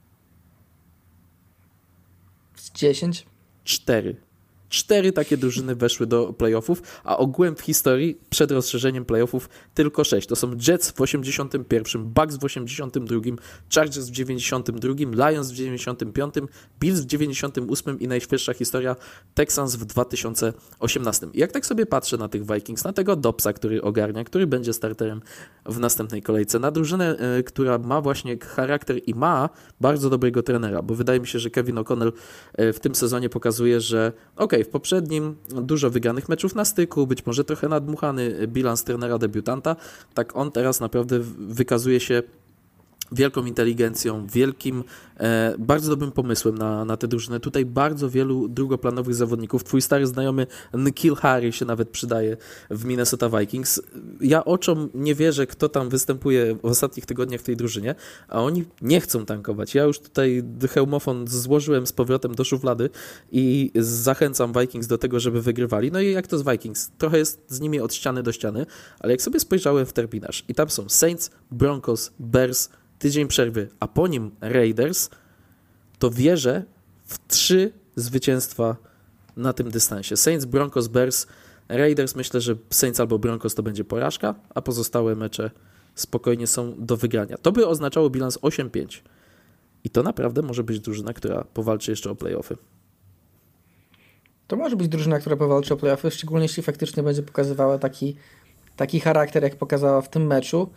dziesięć? Cztery. Cztery takie drużyny weszły do playoffów, a ogółem w historii przed rozszerzeniem playoffów tylko sześć. To są Jets w osiemdziesiątym pierwszym, Bucks w osiemdziesiątym drugim, Chargers w dziewięćdziesiątym drugim, Lions w dziewięćdziesiątym piątym, Bills w dziewięćdziesiątym ósmym i najświeższa historia Texans w dwa tysiące osiemnastym. I jak tak sobie patrzę na tych Vikings, na tego Dobbsa, który ogarnia, który będzie starterem w następnej kolejce. Na drużynę, która ma właśnie charakter i ma bardzo dobrego trenera, bo wydaje mi się, że Kevin O'Connell w tym sezonie pokazuje, że okej, okay, w poprzednim dużo wygranych meczów na styku, być może trochę nadmuchany bilans trenera debiutanta, tak on teraz naprawdę wykazuje się wielką inteligencją, wielkim, e, bardzo dobrym pomysłem na, na tę drużynę. Tutaj bardzo wielu drugoplanowych zawodników. Twój stary znajomy N'Keal Harry się nawet przydaje w Minnesota Vikings. Ja oczom nie wierzę, kto tam występuje w ostatnich tygodniach w tej drużynie, a oni nie chcą tankować. Ja już tutaj hełmofon złożyłem z powrotem do szuflady i zachęcam Vikings do tego, żeby wygrywali. No i jak to z Vikings? Trochę jest z nimi od ściany do ściany, ale jak sobie spojrzałem w terminarz i tam są Saints, Broncos, Bears, tydzień przerwy, a po nim Raiders, to wierzę w trzy zwycięstwa na tym dystansie. Saints, Broncos, Bears, Raiders. Myślę, że Saints albo Broncos to będzie porażka, a pozostałe mecze spokojnie są do wygrania. To by oznaczało bilans osiem pięć. I to naprawdę może być drużyna, która powalczy jeszcze o playoffy. To może być drużyna, która powalczy o playoffy, szczególnie jeśli faktycznie będzie pokazywała taki, taki charakter, jak pokazała w tym meczu,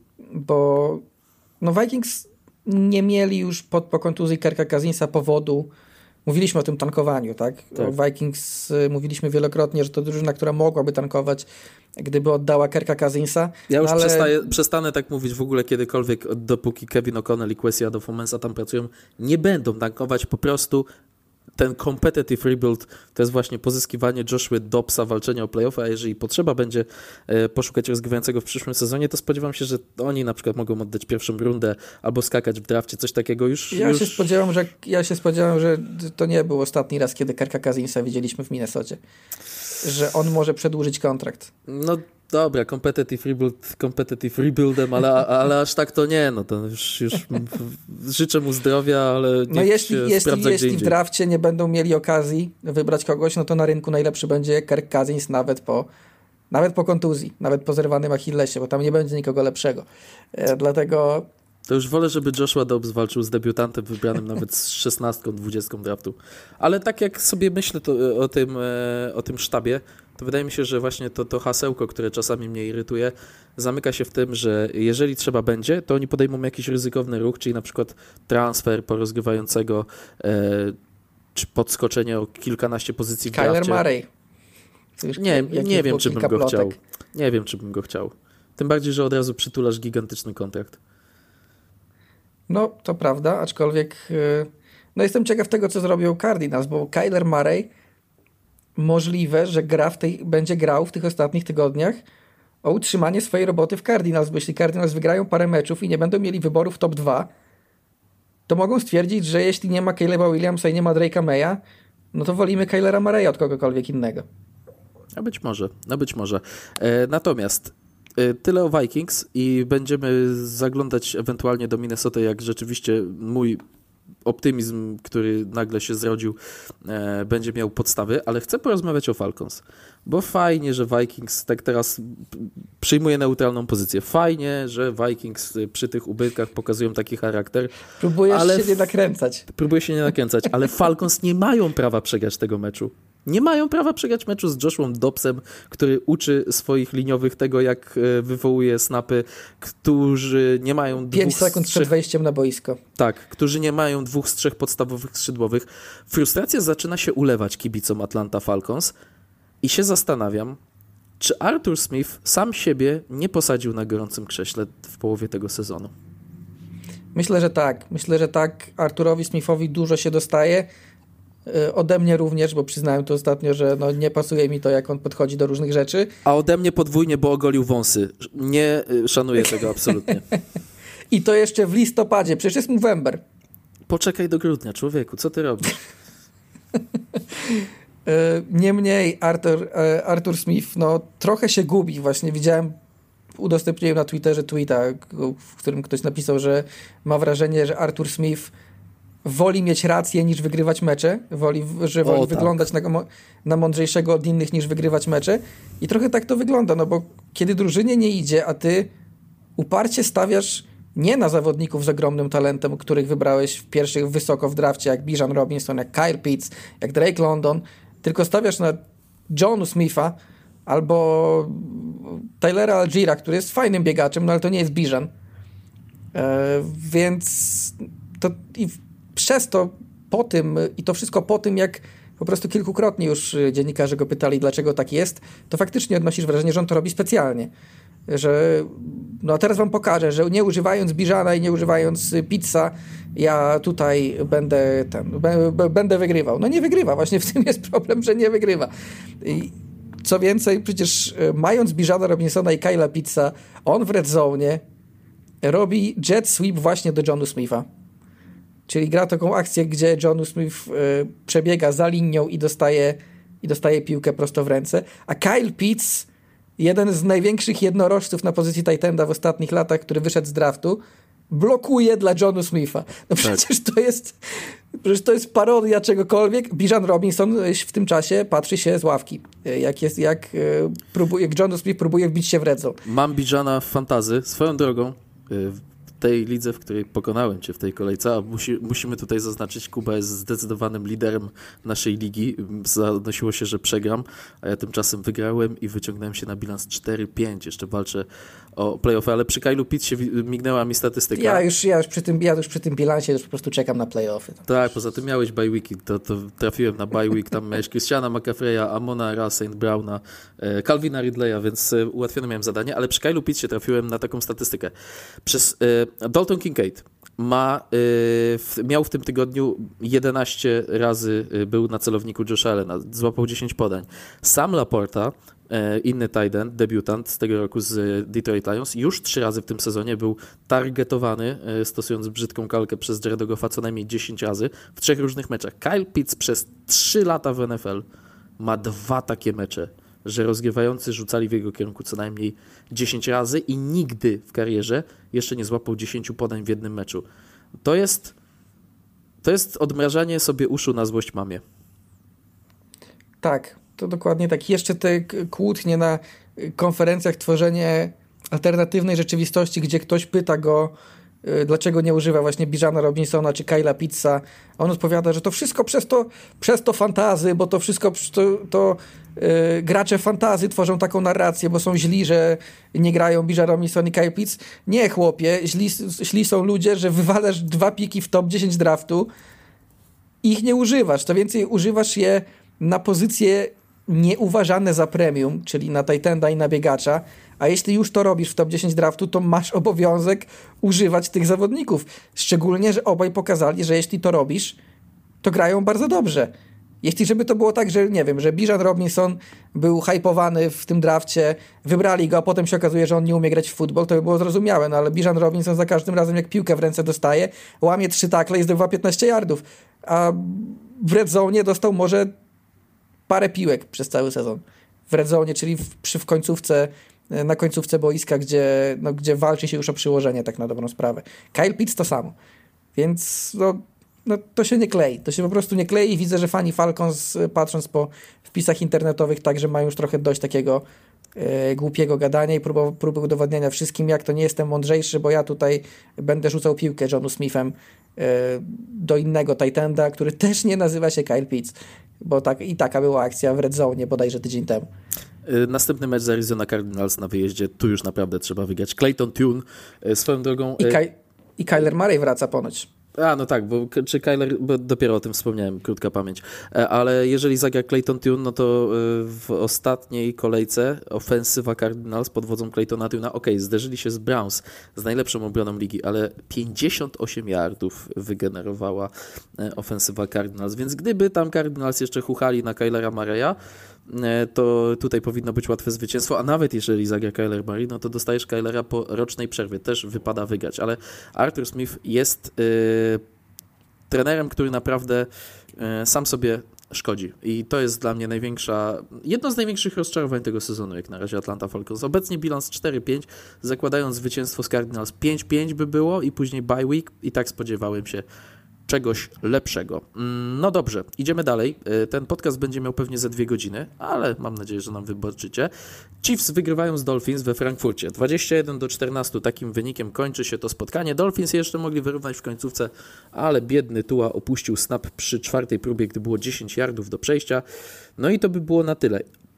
bo no Vikings nie mieli już po, po kontuzji Kirka Cousinsa powodu. Mówiliśmy o tym tankowaniu, tak? tak. O Vikings y, mówiliśmy wielokrotnie, że to drużyna, która mogłaby tankować, gdyby oddała Kirka Cousinsa. Ja już ale... przestaję, przestanę tak mówić w ogóle kiedykolwiek, dopóki Kevin O'Connell i Kwesi Adolfo-Mensah tam pracują. Nie będą tankować, po prostu ten competitive rebuild to jest właśnie pozyskiwanie Joshua Dobbsa, walczenie o playoffy, a jeżeli potrzeba będzie poszukać rozgrywającego w przyszłym sezonie, to spodziewam się, że oni na przykład mogą oddać pierwszą rundę albo skakać w drafcie, coś takiego już. Ja, już... Się, spodziewam, że, ja się spodziewam, że to nie był ostatni raz, kiedy Kirka Cousinsa widzieliśmy w Minnesocie. Że on może przedłużyć kontrakt. No dobra, competitive rebuild, competitive rebuildem, ale, ale aż tak to nie, no to już, już życzę mu zdrowia, ale niech no jeśli, się jeśli, sprawdza jeśli gdzie w indziej. drafcie nie będą mieli okazji wybrać kogoś, no to na rynku najlepszy będzie Kirk Cousins nawet po, nawet po kontuzji, nawet po zerwanym Achillesie, bo tam nie będzie nikogo lepszego. E, dlatego... To już wolę, żeby Joshua Dobbs walczył z debiutantem wybranym nawet z szesnastką, dwudziestką draftu. Ale tak jak sobie myślę to, o, tym, o tym sztabie, to wydaje mi się, że właśnie to, to hasełko, które czasami mnie irytuje, zamyka się w tym, że jeżeli trzeba będzie, to oni podejmą jakiś ryzykowny ruch, czyli na przykład transfer porozgrywającego, e, czy podskoczenie o kilkanaście pozycji w Kyler drafcie. Murray. Nie, nie wiem, czy bym go plotek. chciał. Nie wiem, czy bym go chciał. Tym bardziej, że od razu przytulasz gigantyczny kontrakt. No, to prawda, aczkolwiek no jestem ciekaw tego, co zrobią Cardinals, bo Kyler Murray możliwe, że gra w tej, będzie grał w tych ostatnich tygodniach o utrzymanie swojej roboty w Cardinals, bo jeśli Cardinals wygrają parę meczów i nie będą mieli wyborów top dwa, to mogą stwierdzić, że jeśli nie ma Caleba Williamsa i nie ma Drake'a Maya, no to wolimy Kylera Murraya od kogokolwiek innego. A być może, no być może. E, natomiast e, tyle o Vikings i będziemy zaglądać ewentualnie do Minnesota, jak rzeczywiście mój optymizm, który nagle się zrodził, e, będzie miał podstawy, ale chcę porozmawiać o Falcons, bo fajnie, że Vikings tak teraz przyjmuje neutralną pozycję. Fajnie, że Vikings przy tych ubytkach pokazują taki charakter. Próbujesz ale się nie nakręcać. Próbuję się nie nakręcać, ale Falcons nie mają prawa przegrać tego meczu. Nie mają prawa przegrać meczu z Joshuą Dobbsem, który uczy swoich liniowych tego, jak wywołuje snapy, którzy nie mają dwóch... Pięć sekund trzech... przed wejściem na boisko. Tak, którzy nie mają dwóch z trzech podstawowych skrzydłowych. Frustracja zaczyna się ulewać kibicom Atlanta Falcons i się zastanawiam, czy Arthur Smith sam siebie nie posadził na gorącym krześle w połowie tego sezonu. Myślę, że tak. Myślę, że tak. Arturowi Smithowi dużo się dostaje. Ode mnie również, bo przyznałem to ostatnio, że no nie pasuje mi to, jak on podchodzi do różnych rzeczy. A ode mnie podwójnie, bo ogolił wąsy. Nie szanuję tego absolutnie. I to jeszcze w listopadzie, przecież jest November. Poczekaj do grudnia, człowieku, co ty robisz? Niemniej Arthur, Arthur Smith no, trochę się gubi. Właśnie widziałem, udostępniłem na Twitterze tweeta, w którym ktoś napisał, że ma wrażenie, że Arthur Smith woli mieć rację niż wygrywać mecze, woli, że woli o, wyglądać tak. na, na mądrzejszego od innych niż wygrywać mecze i trochę tak to wygląda, no bo kiedy drużynie nie idzie, a ty uparcie stawiasz nie na zawodników z ogromnym talentem, których wybrałeś w pierwszych wysoko w drafcie, jak Bijan Robinson, jak Kyle Pitts, jak Drake London, tylko stawiasz na Johnu Smitha, albo Tylera Algiera, który jest fajnym biegaczem, no ale to nie jest Bijan. E, więc to i przez to po tym, i to wszystko po tym, jak po prostu kilkukrotnie już dziennikarze go pytali, dlaczego tak jest, to faktycznie odnosisz wrażenie, że on to robi specjalnie. Że, no a teraz wam pokażę, że nie używając Bijana i nie używając pizza, ja tutaj będę ten, b- b- będę wygrywał. No nie wygrywa, właśnie w tym jest problem, że nie wygrywa. I co więcej, przecież mając Bijana Robinsona i Kyla Pittsa, on w red zone robi jet sweep właśnie do Johnu Smitha. Czyli gra taką akcję, gdzie John Smith y, przebiega za linią i dostaje, i dostaje piłkę prosto w ręce, a Kyle Pitts, jeden z największych jednorożców na pozycji tight enda w ostatnich latach, który wyszedł z draftu, blokuje dla Johnu Smitha. No przecież tak. to jest przecież to jest parodia czegokolwiek. Bijan Robinson w tym czasie patrzy się z ławki, jak jest, jak, próbuje, jak John Smith próbuje wbić się w red zone. Mam Bijana w fantazy. Swoją drogą, w tej lidze, w której pokonałem cię w tej kolejce, a musi, musimy tutaj zaznaczyć, Kuba jest zdecydowanym liderem naszej ligi. Zanosiło się, że przegram, a ja tymczasem wygrałem i wyciągnąłem się na bilans cztery pięć. Jeszcze walczę o playoffy, ale przy Kylu Pitts się mignęła mi statystyka. Ja już, ja już, przy, tym, ja już przy tym bilansie już po prostu czekam na playoffy. Tak, poza tym miałeś bye weeki, to, to trafiłem na bye week, tam miałeś Christiana McCaffrey'a, Amona Ra, Saint Browna, Calvina Ridleya, więc ułatwione miałem zadanie, ale przy Kylu Pittsie trafiłem na taką statystykę. Przez Dalton Kincaid ma, y, miał w tym tygodniu jedenaście razy był na celowniku Josha Allena, złapał dziesięć podań. Sam Laporta, y, inny tight end, debiutant z tego roku z Detroit Lions, już trzy razy w tym sezonie był targetowany, y, stosując brzydką kalkę przez Jareda Goffa co najmniej dziesięć razy w trzech różnych meczach. Kyle Pitts przez trzy lata w N F L ma dwa takie mecze, że rozgrywający rzucali w jego kierunku co najmniej dziesięć razy i nigdy w karierze jeszcze nie złapał dziesięć podań w jednym meczu. To jest, to jest odmrażanie sobie uszu na złość mamie. Tak, to dokładnie tak. Jeszcze te kłótnie na konferencjach, tworzenie alternatywnej rzeczywistości, gdzie ktoś pyta go, dlaczego nie używa właśnie Bijana Robinsona czy Kyla Pittsa. On odpowiada, że to wszystko przez to, przez to fantazy, bo to wszystko to, to yy, gracze fantazy tworzą taką narrację, bo są źli, że nie grają Bijan Robinson i Kyle Pitts. Nie, chłopie, źli, źli są ludzie, że wywalasz dwa piki w top dziesięć draftu i ich nie używasz. Co więcej, używasz je na pozycje nieuważane za premium, czyli na tight enda i na biegacza, a jeśli już to robisz w top dziesięć draftu, to masz obowiązek używać tych zawodników. Szczególnie, że obaj pokazali, że jeśli to robisz, to grają bardzo dobrze. Jeśli żeby to było tak, że nie wiem, że Bijan Robinson był hypowany w tym drafcie, wybrali go, a potem się okazuje, że on nie umie grać w futbol, to by było zrozumiałe, no ale Bijan Robinson za każdym razem, jak piłkę w ręce dostaje, łamie trzy takle i zdobywa piętnaście yardów, a w red zone dostał może parę piłek przez cały sezon. W red zone, czyli w, przy, w końcówce, na końcówce boiska, gdzie, no, gdzie walczy się już o przyłożenie, tak na dobrą sprawę. Kyle Pitts to samo. Więc no, no, to się nie klei. To się po prostu nie klei. Widzę, że fani Falcons, patrząc po wpisach internetowych, także mają już trochę dość takiego e, głupiego gadania i próby, próby udowodnienia wszystkim, jak to nie jestem mądrzejszy, bo ja tutaj będę rzucał piłkę Johnu Smithem e, do innego tight enda, który też nie nazywa się Kyle Pitts. Bo tak, i taka była akcja w red zone bodajże tydzień temu. Następny mecz z Arizona Cardinals na wyjeździe, tu już naprawdę trzeba wygrać. Clayton Tune swoją drogą... I, Ky- i Kyler Murray wraca ponoć. A, no tak, bo czy Kyler, bo dopiero o tym wspomniałem, krótka pamięć. Ale jeżeli zagra Clayton Tune, no to w ostatniej kolejce ofensywa Cardinals pod wodzą Claytona Tune'a, okej, okay, zderzyli się z Browns, z najlepszą obroną ligi, ale pięćdziesiąt osiem yardów wygenerowała ofensywa Cardinals, więc gdyby tam Cardinals jeszcze chuchali na Kylera Murray'a, to tutaj powinno być łatwe zwycięstwo, a nawet jeżeli zagra Kyler Murray, no to dostajesz Kylera po rocznej przerwie, też wypada wygrać, ale Arthur Smith jest yy, trenerem, który naprawdę yy, sam sobie szkodzi i to jest dla mnie największa, jedno z największych rozczarowań tego sezonu, jak na razie Atlanta Falcons. Obecnie bilans cztery pięć, zakładając zwycięstwo z Cardinals pięć pięć by było i później bye week i tak spodziewałem się czegoś lepszego. No dobrze, idziemy dalej. Ten podcast będzie miał pewnie ze dwie godziny, ale mam nadzieję, że nam wybaczycie. Chiefs wygrywają z Dolphins we Frankfurcie. dwadzieścia jeden do czternastu, takim wynikiem kończy się to spotkanie. Dolphins jeszcze mogli wyrównać w końcówce, ale biedny Tua opuścił snap przy czwartej próbie, gdy było dziesięć yardów do przejścia. No i to by było na tyle.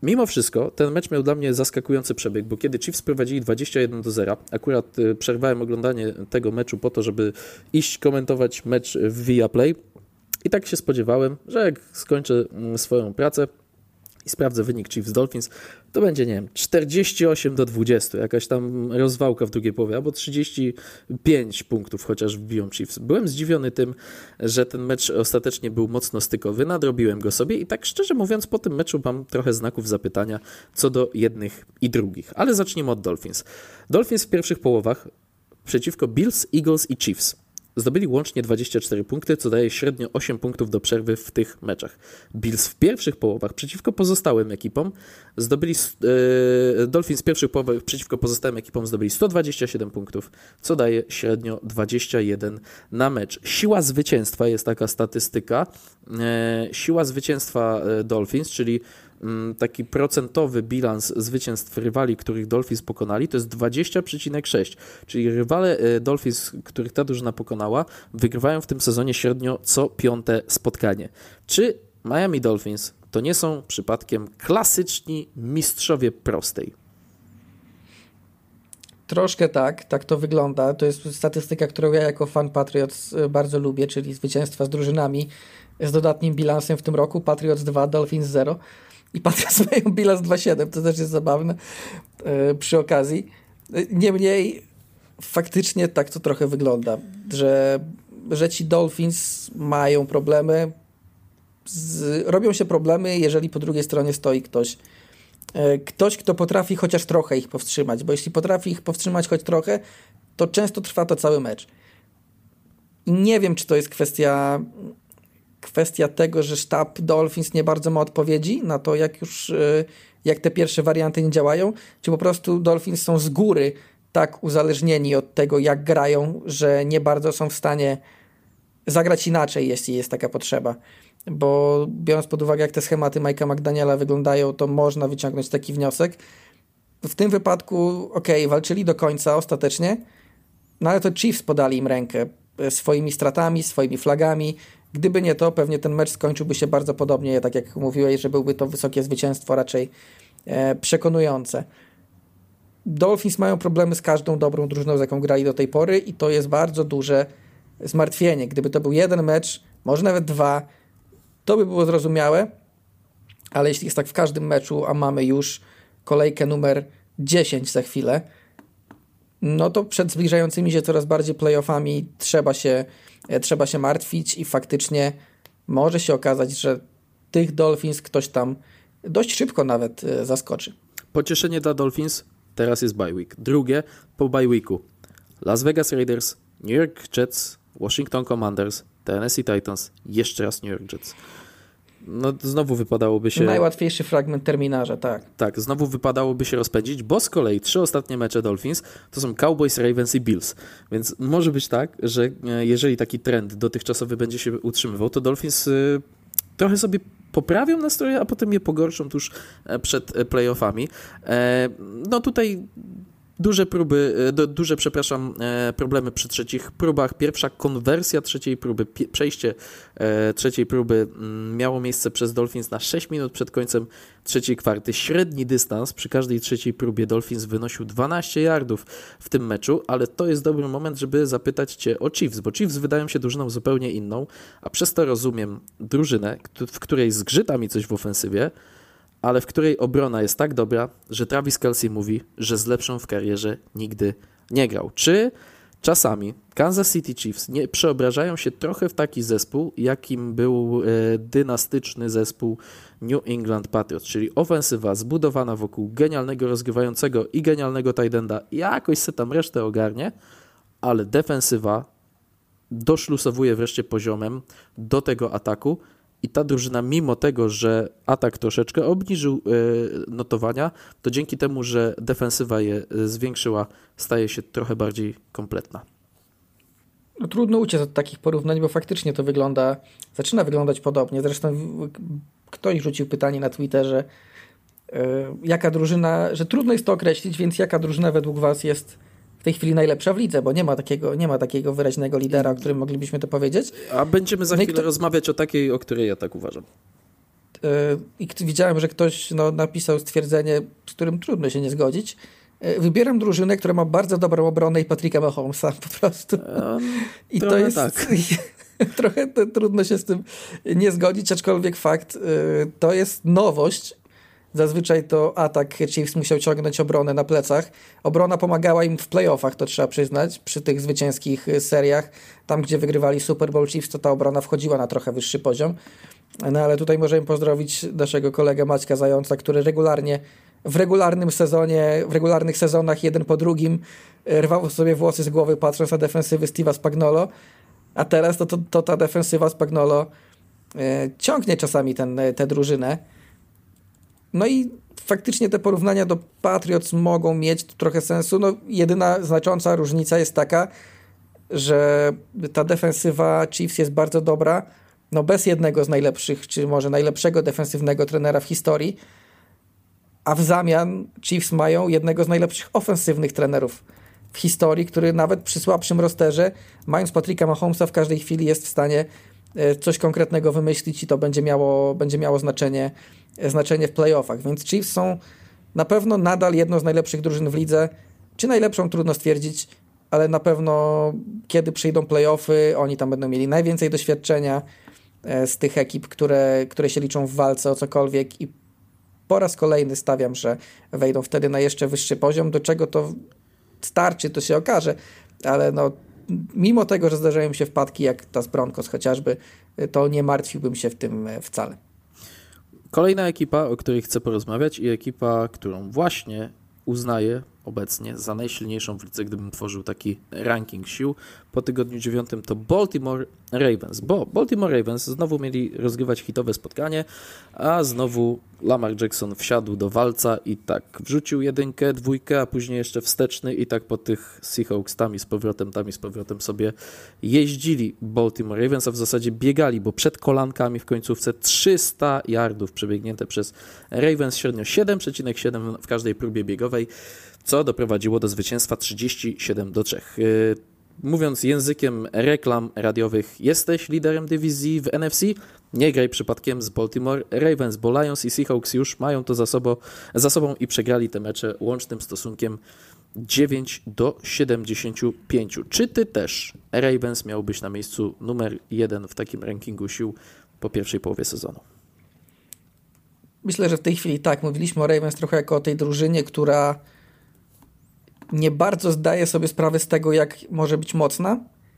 Mimo wszystko ten mecz miał dla mnie zaskakujący przebieg, bo kiedy Chiefs prowadzili dwadzieścia jeden do zera, akurat przerwałem oglądanie tego meczu po to, żeby iść komentować mecz w Viaplay i tak się spodziewałem, że jak skończę swoją pracę i sprawdzę wynik Chiefs Dolphins, to będzie, nie wiem, czterdzieści osiem do dwudziestu, jakaś tam rozwałka w drugiej połowie, albo trzydzieści pięć punktów chociaż wbiją Chiefs. Byłem zdziwiony tym, że ten mecz ostatecznie był mocno stykowy, nadrobiłem go sobie i tak szczerze mówiąc po tym meczu mam trochę znaków zapytania co do jednych i drugich. Ale zacznijmy od Dolphins. Dolphins w pierwszych połowach przeciwko Bills, Eagles i Chiefs zdobyli łącznie dwadzieścia cztery punkty, co daje średnio osiem punktów do przerwy w tych meczach. Bills w pierwszych połowach przeciwko pozostałym ekipom zdobyli, e, Dolphins w pierwszych połowach przeciwko pozostałym ekipom zdobyli sto dwadzieścia siedem punktów, co daje średnio dwadzieścia jeden na mecz. Siła zwycięstwa jest taka statystyka. E, siła zwycięstwa Dolphins, czyli taki procentowy bilans zwycięstw rywali, których Dolphins pokonali, to jest dwadzieścia przecinek sześć, czyli rywale Dolphins, których ta drużyna pokonała, wygrywają w tym sezonie średnio co piąte spotkanie. Czy Miami Dolphins to nie są przypadkiem klasyczni mistrzowie prostej? Troszkę tak, tak to wygląda. To jest statystyka, którą ja jako fan Patriots bardzo lubię, czyli zwycięstwa z drużynami z dodatnim bilansem w tym roku. Patriots dwa, Dolphins zero. I Patriots mają bilans dwa siedem, to też jest zabawne yy, przy okazji. Niemniej faktycznie tak to trochę wygląda, że, że ci Dolphins mają problemy, z, robią się problemy, jeżeli po drugiej stronie stoi ktoś, yy, ktoś, kto potrafi chociaż trochę ich powstrzymać, bo jeśli potrafi ich powstrzymać choć trochę, to często trwa to cały mecz. I nie wiem, czy to jest kwestia... kwestia tego, że sztab Dolphins nie bardzo ma odpowiedzi na to, jak już jak te pierwsze warianty nie działają, czy po prostu Dolphins są z góry tak uzależnieni od tego, jak grają, że nie bardzo są w stanie zagrać inaczej, jeśli jest taka potrzeba. Bo biorąc pod uwagę, jak te schematy Mike'a McDaniela wyglądają, to można wyciągnąć taki wniosek. W tym wypadku, okej, okay, walczyli do końca ostatecznie, no ale to Chiefs podali im rękę swoimi stratami, swoimi flagami. Gdyby nie to, pewnie ten mecz skończyłby się bardzo podobnie, tak jak mówiłeś, że byłby to wysokie zwycięstwo raczej e, przekonujące. Dolphins mają problemy z każdą dobrą drużyną, z jaką grali do tej pory i to jest bardzo duże zmartwienie. Gdyby to był jeden mecz, może nawet dwa, to by było zrozumiałe, ale jeśli jest tak w każdym meczu, a mamy już kolejkę numer dziesięć za chwilę, no to przed zbliżającymi się coraz bardziej playoffami trzeba się, trzeba się martwić i faktycznie może się okazać, że tych Dolphins ktoś tam dość szybko nawet zaskoczy. Pocieszenie dla Dolphins, teraz jest bye week. Drugie po bye weeku. Las Vegas Raiders, New York Jets, Washington Commanders, Tennessee Titans, jeszcze raz New York Jets. No znowu wypadałoby się... Najłatwiejszy fragment terminarza, tak. Tak, znowu wypadałoby się rozpędzić, bo z kolei trzy ostatnie mecze Dolphins to są Cowboys, Ravens i Bills. Więc może być tak, że jeżeli taki trend dotychczasowy będzie się utrzymywał, to Dolphins y, trochę sobie poprawią nastroje, a potem je pogorszą tuż przed playoffami. E, no tutaj... Duże próby, duże, przepraszam, problemy przy trzecich próbach. Pierwsza konwersja trzeciej próby, przejście trzeciej próby miało miejsce przez Dolphins na sześć minut przed końcem trzeciej kwarty. Średni dystans przy każdej trzeciej próbie Dolphins wynosił dwanaście yardów w tym meczu, ale to jest dobry moment, żeby zapytać Cię o Chiefs, bo Chiefs wydają się drużyną zupełnie inną, a przez to rozumiem drużynę, w której zgrzyta mi coś w ofensywie, ale w której obrona jest tak dobra, że Travis Kelce mówi, że z lepszą w karierze nigdy nie grał. Czy czasami Kansas City Chiefs nie przeobrażają się trochę w taki zespół, jakim był e, dynastyczny zespół New England Patriots, czyli ofensywa zbudowana wokół genialnego rozgrywającego i genialnego tight enda, jakoś se tam resztę ogarnie, ale defensywa doszlusowuje wreszcie poziomem do tego ataku. I ta drużyna, mimo tego, że atak troszeczkę obniżył notowania, to dzięki temu, że defensywa je zwiększyła, staje się trochę bardziej kompletna. No, trudno uciec od takich porównań, bo faktycznie to wygląda, zaczyna wyglądać podobnie. Zresztą ktoś rzucił pytanie na Twitterze, jaka drużyna, że trudno jest to określić, więc jaka drużyna według Was jest w tej chwili najlepsza w lidze, bo nie ma takiego, nie ma takiego wyraźnego lidera, o którym moglibyśmy to powiedzieć. A będziemy za no chwilę kto... rozmawiać o takiej, o której ja tak uważam. i widziałem, że ktoś no, napisał stwierdzenie, z którym trudno się nie zgodzić. Wybieram drużynę, która ma bardzo dobrą obronę i Patricka Mahomesa po prostu. Um, I to jest... Tak. Trochę to, trudno się z tym nie zgodzić, aczkolwiek fakt, to jest nowość. Zazwyczaj to atak Chiefs musiał ciągnąć obronę na plecach. Obrona pomagała im w playoffach, to trzeba przyznać, przy tych zwycięskich seriach. Tam, gdzie wygrywali Super Bowl Chiefs, to ta obrona wchodziła na trochę wyższy poziom. No ale tutaj możemy pozdrowić naszego kolegę Maćka Zająca, który regularnie, w regularnym sezonie, w regularnych sezonach jeden po drugim rwał sobie włosy z głowy, patrząc na defensywy Steve'a Spagnuolo. A teraz to, to, to ta defensywa Spagnuolo e, ciągnie czasami tę drużynę. No i faktycznie te porównania do Patriots mogą mieć trochę sensu. No, jedyna znacząca różnica jest taka, że ta defensywa Chiefs jest bardzo dobra, no bez jednego z najlepszych, czy może najlepszego defensywnego trenera w historii, a w zamian Chiefs mają jednego z najlepszych ofensywnych trenerów w historii, który nawet przy słabszym rosterze, mając Patricka Mahomesa, w każdej chwili jest w stanie coś konkretnego wymyślić i to będzie miało, będzie miało znaczenie, znaczenie w playoffach. Więc Chiefs są na pewno nadal jedną z najlepszych drużyn w lidze. Czy najlepszą, trudno stwierdzić, ale na pewno kiedy przyjdą playoffy, oni tam będą mieli najwięcej doświadczenia z tych ekip, które, które się liczą w walce o cokolwiek i po raz kolejny stawiam, że wejdą wtedy na jeszcze wyższy poziom, do czego to starczy, to się okaże, ale no mimo tego, że zdarzają się wpadki jak ta z Broncos chociażby, to nie martwiłbym się w tym wcale. Kolejna ekipa, o której chcę porozmawiać i ekipa, którą właśnie uznaję obecnie za najsilniejszą w lidze, gdybym tworzył taki ranking sił po tygodniu dziewiątym, to Baltimore Ravens, bo Baltimore Ravens znowu mieli rozgrywać hitowe spotkanie, a znowu Lamar Jackson wsiadł do walca i tak wrzucił jedynkę, dwójkę, a później jeszcze wsteczny i tak po tych Seahawks tam i z powrotem, tam i z powrotem sobie jeździli Baltimore Ravens, a w zasadzie biegali, bo przed kolankami w końcówce trzysta yardów przebiegnięte przez Ravens, średnio siedem przecinek siedem w każdej próbie biegowej, co doprowadziło do zwycięstwa trzydzieści siedem do trzech. Mówiąc językiem reklam radiowych, jesteś liderem dywizji w N F C? Nie graj przypadkiem z Baltimore Ravens, bo Lions i Seahawks już mają to za sobą, za sobą i przegrali te mecze łącznym stosunkiem dziewięć do siedemdziesięciu pięciu. Czy ty też, Ravens, miałbyś na miejscu numer jeden w takim rankingu sił po pierwszej połowie sezonu? Myślę, że w tej chwili tak. Mówiliśmy o Ravens trochę jako o tej drużynie, która nie bardzo zdaje sobie sprawę z tego, jak może być mocna.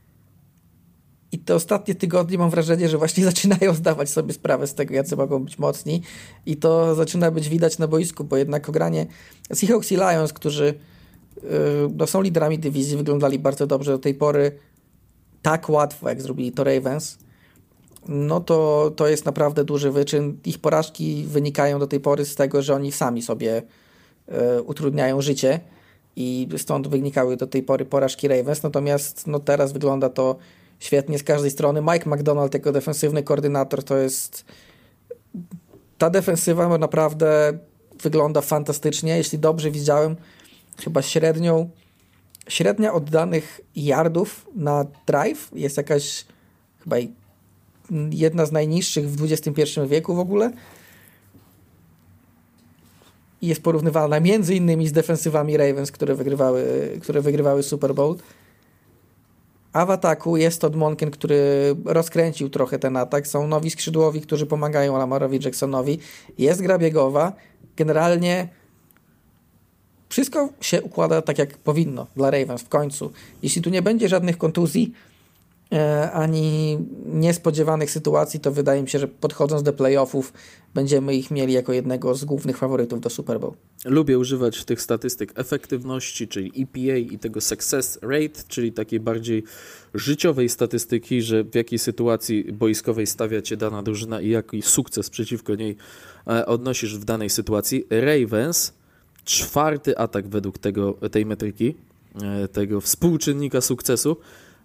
I te ostatnie tygodnie mam wrażenie, że właśnie zaczynają zdawać sobie sprawę z tego, jacy mogą być mocni. I to zaczyna być widać na boisku, bo jednak ogranie Seahawks i Lions, którzy yy, no, są liderami dywizji, wyglądali bardzo dobrze do tej pory, tak łatwo, jak zrobili to Ravens, no to, to jest naprawdę duży wyczyn. Ich porażki wynikają do tej pory z tego, że oni sami sobie yy, utrudniają życie. I stąd wynikały do tej pory porażki Ravens, natomiast no teraz wygląda to świetnie z każdej strony. Mike McDonald jako defensywny koordynator to jest... Ta defensywa naprawdę wygląda fantastycznie. Jeśli dobrze widziałem, chyba średnią średnia oddanych yardów na drive jest jakaś chyba jedna z najniższych w dwudziestym pierwszym wieku w ogóle. I jest porównywalna między innymi z defensywami Ravens, które wygrywały, które wygrywały Super Bowl. A w ataku jest Todd Monken, który rozkręcił trochę ten atak. Są nowi skrzydłowi, którzy pomagają Lamarowi Jacksonowi. Jest gra biegowa. Generalnie wszystko się układa tak, jak powinno dla Ravens w końcu. Jeśli tu nie będzie żadnych kontuzji e, ani niespodziewanych sytuacji, to wydaje mi się, że podchodząc do playoffów będziemy ich mieli jako jednego z głównych faworytów do Super Bowl. Lubię używać tych statystyk efektywności, czyli E P A i tego success rate, czyli takiej bardziej życiowej statystyki, że w jakiej sytuacji boiskowej stawia cię dana drużyna i jaki sukces przeciwko niej odnosisz w danej sytuacji. Ravens, czwarty atak według tego, tej metryki, tego współczynnika sukcesu,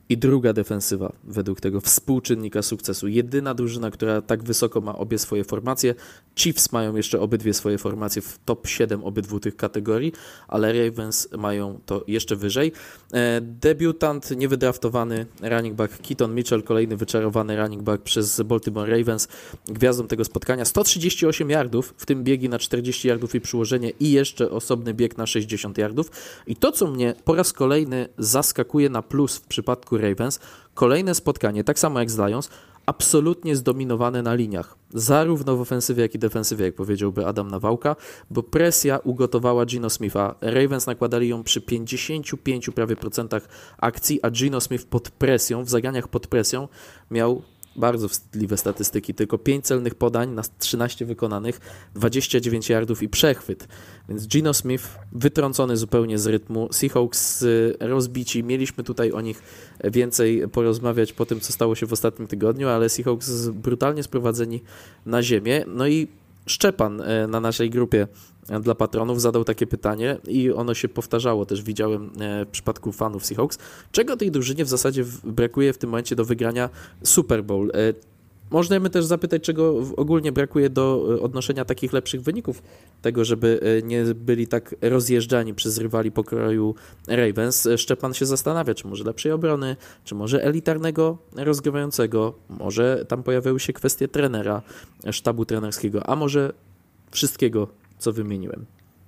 i druga defensywa według tego współczynnika sukcesu. Jedyna drużyna, która tak wysoko ma obie swoje formacje. Chiefs mają jeszcze obydwie swoje formacje w top siedem obydwu tych kategorii, ale Ravens mają to jeszcze wyżej. E, debiutant, niewydraftowany running back Keaton Mitchell, kolejny wyczarowany running back przez Baltimore Ravens, gwiazdą tego spotkania. sto trzydzieści osiem yardów, w tym biegi na czterdzieści yardów i przyłożenie i jeszcze osobny bieg na sześćdziesiąt yardów. I to, co mnie po raz kolejny zaskakuje na plus w przypadku Ravens, kolejne spotkanie, tak samo jak z Lions, absolutnie zdominowane na liniach, zarówno w ofensywie, jak i defensywie, jak powiedziałby Adam Nawałka, bo presja ugotowała Geno Smitha. Ravens nakładali ją przy pięćdziesięciu pięciu prawie procentach akcji, a Geno Smith pod presją, w zagraniach pod presją miał bardzo wstydliwe statystyki, tylko pięć celnych podań na trzynaście wykonanych, dwadzieścia dziewięć yardów i przechwyt. Więc Geno Smith wytrącony zupełnie z rytmu. Seahawks rozbici, mieliśmy tutaj o nich więcej porozmawiać po tym, co stało się w ostatnim tygodniu, ale Seahawks brutalnie sprowadzeni na ziemię. No i Szczepan na naszej grupie dla patronów zadał takie pytanie i ono się powtarzało, też widziałem w przypadku fanów Seahawks. Czego tej drużynie w zasadzie brakuje w tym momencie do wygrania Super Bowl? Możemy też zapytać, czego ogólnie brakuje do odnoszenia takich lepszych wyników, tego, żeby nie byli tak rozjeżdżani przez rywali pokroju Ravens. Szczepan się zastanawia, czy może lepszej obrony, czy może elitarnego rozgrywającego, może tam pojawiały się kwestie trenera, sztabu trenerskiego, a może wszystkiego, co wymieniłem.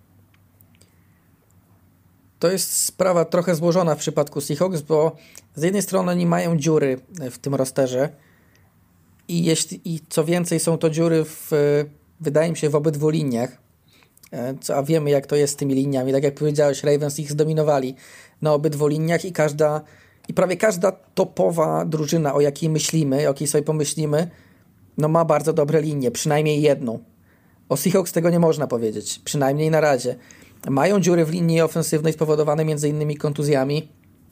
To jest sprawa trochę złożona w przypadku Seahawks, bo z jednej strony oni mają dziury w tym rosterze i, jeśli, i co więcej są to dziury w, wydaje mi się, w obydwu liniach, co, a wiemy jak to jest z tymi liniami. Tak jak powiedziałeś, Ravens ich zdominowali na obydwu liniach i każda i prawie każda topowa drużyna, o jakiej myślimy, o jakiej sobie pomyślimy, no ma bardzo dobre linie, przynajmniej jedną. O Seahawks tego nie można powiedzieć, przynajmniej na razie. Mają dziury w linii ofensywnej spowodowane między innymi kontuzjami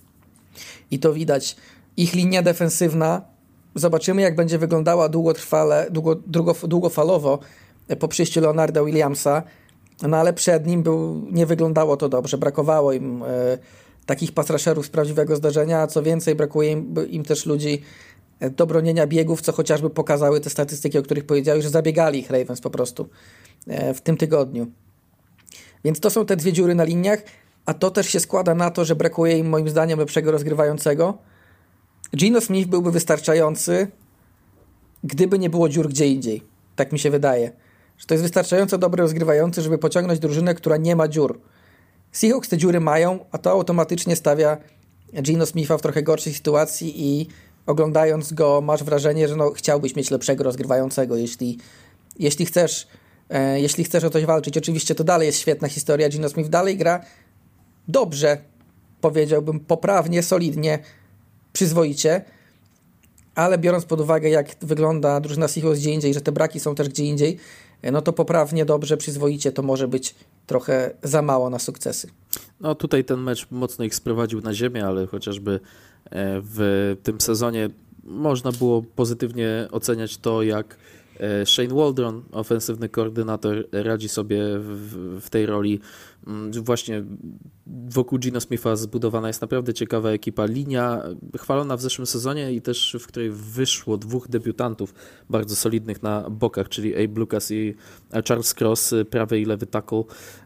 i to widać. Ich linia defensywna, zobaczymy jak będzie wyglądała długotrwale, długo, długo, długofalowo po przyjściu Leonarda Williamsa, no ale przed nim był, nie wyglądało to dobrze, brakowało im e, takich pass rusherów z prawdziwego zdarzenia, a co więcej brakuje im, im też ludzi do bronienia biegów, co chociażby pokazały te statystyki, o których powiedziałeś, że zabiegali ich Ravens po prostu e, w tym tygodniu. Więc to są te dwie dziury na liniach, a to też się składa na to, że brakuje im moim zdaniem lepszego rozgrywającego. Geno Smith byłby wystarczający, gdyby nie było dziur gdzie indziej. Tak mi się wydaje. Że to jest wystarczająco dobry rozgrywający, żeby pociągnąć drużynę, która nie ma dziur. Seahawks te dziury mają, a to automatycznie stawia Geno Smitha w trochę gorszej sytuacji i oglądając go masz wrażenie, że no, chciałbyś mieć lepszego rozgrywającego, jeśli, jeśli chcesz e, jeśli chcesz o coś walczyć. Oczywiście to dalej jest świetna historia. Geno Smith dalej gra dobrze, powiedziałbym poprawnie, solidnie, przyzwoicie, ale biorąc pod uwagę jak wygląda drużyna Seahawks gdzie indziej, że te braki są też gdzie indziej, no to poprawnie, dobrze, przyzwoicie to może być trochę za mało na sukcesy. No tutaj ten mecz mocno ich sprowadził na ziemię, ale chociażby w tym sezonie można było pozytywnie oceniać to, jak Shane Waldron, ofensywny koordynator, radzi sobie w, w tej roli. Właśnie wokół Geno Smitha zbudowana jest naprawdę ciekawa ekipa. Linia chwalona w zeszłym sezonie i też w której wyszło dwóch debiutantów bardzo solidnych na bokach, czyli Abe Lucas i Charles Cross, prawy i lewy tackle.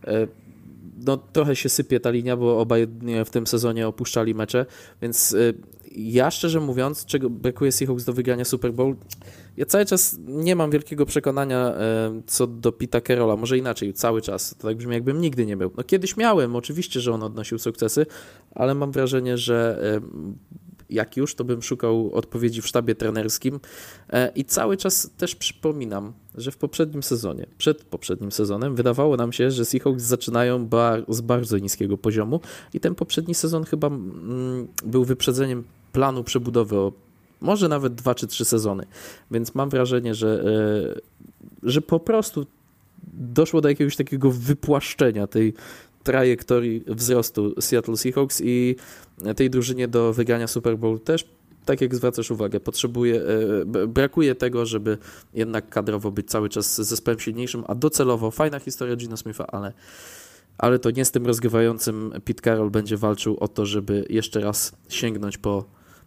No, trochę się sypie ta linia, bo obaj w tym sezonie opuszczali mecze, więc ja szczerze mówiąc, czego brakuje Seahawks do wygrania Super Bowl, ja cały czas nie mam wielkiego przekonania co do Pita Carrolla, może inaczej, cały czas, to tak brzmi jakbym nigdy nie miał. No kiedyś miałem, oczywiście, że on odnosił sukcesy, ale mam wrażenie, że jak już, to bym szukał odpowiedzi w sztabie trenerskim i cały czas też przypominam, że w poprzednim sezonie, przed poprzednim sezonem wydawało nam się, że Seahawks zaczynają bar- z bardzo niskiego poziomu i ten poprzedni sezon chyba mm, był wyprzedzeniem planu przebudowy o może nawet dwa czy trzy sezony, więc mam wrażenie, że, e, że po prostu doszło do jakiegoś takiego wypłaszczenia tej trajektorii wzrostu Seattle Seahawks i tej drużynie do wygrania Super Bowl też, tak jak zwracasz uwagę, potrzebuje, e, brakuje tego, żeby jednak kadrowo być cały czas zespołem silniejszym, a docelowo fajna historia Geno Smitha, ale, ale to nie z tym rozgrywającym Pete Carroll będzie walczył o to, żeby jeszcze raz sięgnąć po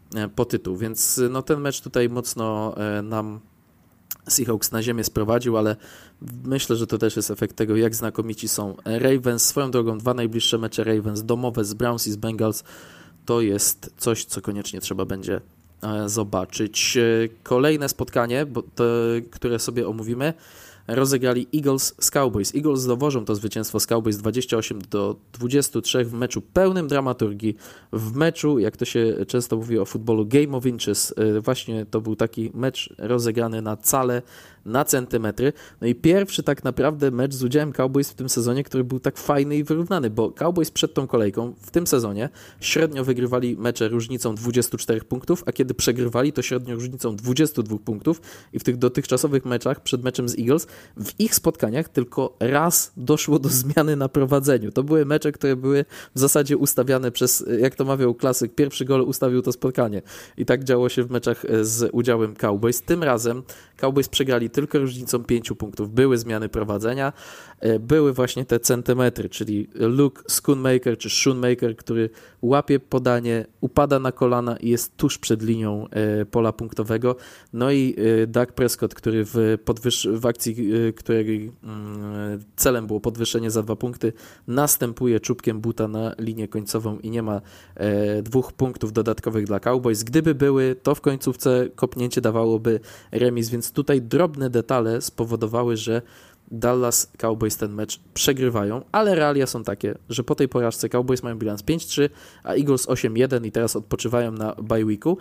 po tytuł, więc no ten mecz tutaj mocno nam Seahawks na ziemię sprowadził, ale myślę, że to też jest efekt tego, jak znakomici są Ravens. Swoją drogą dwa najbliższe mecze Ravens, domowe z Browns i z Bengals, to jest coś, co koniecznie trzeba będzie zobaczyć. Kolejne spotkanie, bo to, które sobie omówimy, rozegrali Eagles z Cowboys. Eagles dowożą to zwycięstwo z Cowboys dwadzieścia osiem do dwudziestu trzech w meczu pełnym dramaturgii, w meczu, jak to się często mówi o futbolu, game of inches. Właśnie to był taki mecz rozegrany na cale, na centymetry. No i pierwszy tak naprawdę mecz z udziałem Cowboys w tym sezonie, który był tak fajny i wyrównany, bo Cowboys przed tą kolejką w tym sezonie średnio wygrywali mecze różnicą dwudziestu czterech punktów, a kiedy przegrywali, to średnio różnicą dwudziestu dwóch punktów i w tych dotychczasowych meczach przed meczem z Eagles w ich spotkaniach tylko raz doszło do zmiany na prowadzeniu. To były mecze, które były w zasadzie ustawiane przez, jak to mawiał klasyk, pierwszy gol ustawił to spotkanie. I tak działo się w meczach z udziałem Cowboys. Tym razem Cowboys przegrali tylko różnicą pięciu punktów. Były zmiany prowadzenia, były właśnie te centymetry, czyli Luke Schoonmaker czy Schoonmaker, który łapie podanie, upada na kolana i jest tuż przed linią pola punktowego. No i Dak Prescott, który w, podwyż- w akcji, której celem było podwyższenie za dwa punkty, następuje czubkiem buta na linię końcową i nie ma dwóch punktów dodatkowych dla Cowboys. Gdyby były, to w końcówce kopnięcie dawałoby remis, więc tutaj drobne detale spowodowały, że Dallas Cowboys ten mecz przegrywają, ale realia są takie, że po tej porażce Cowboys mają bilans pięć trzy, a Eagles osiem jeden i teraz odpoczywają na bye weeku.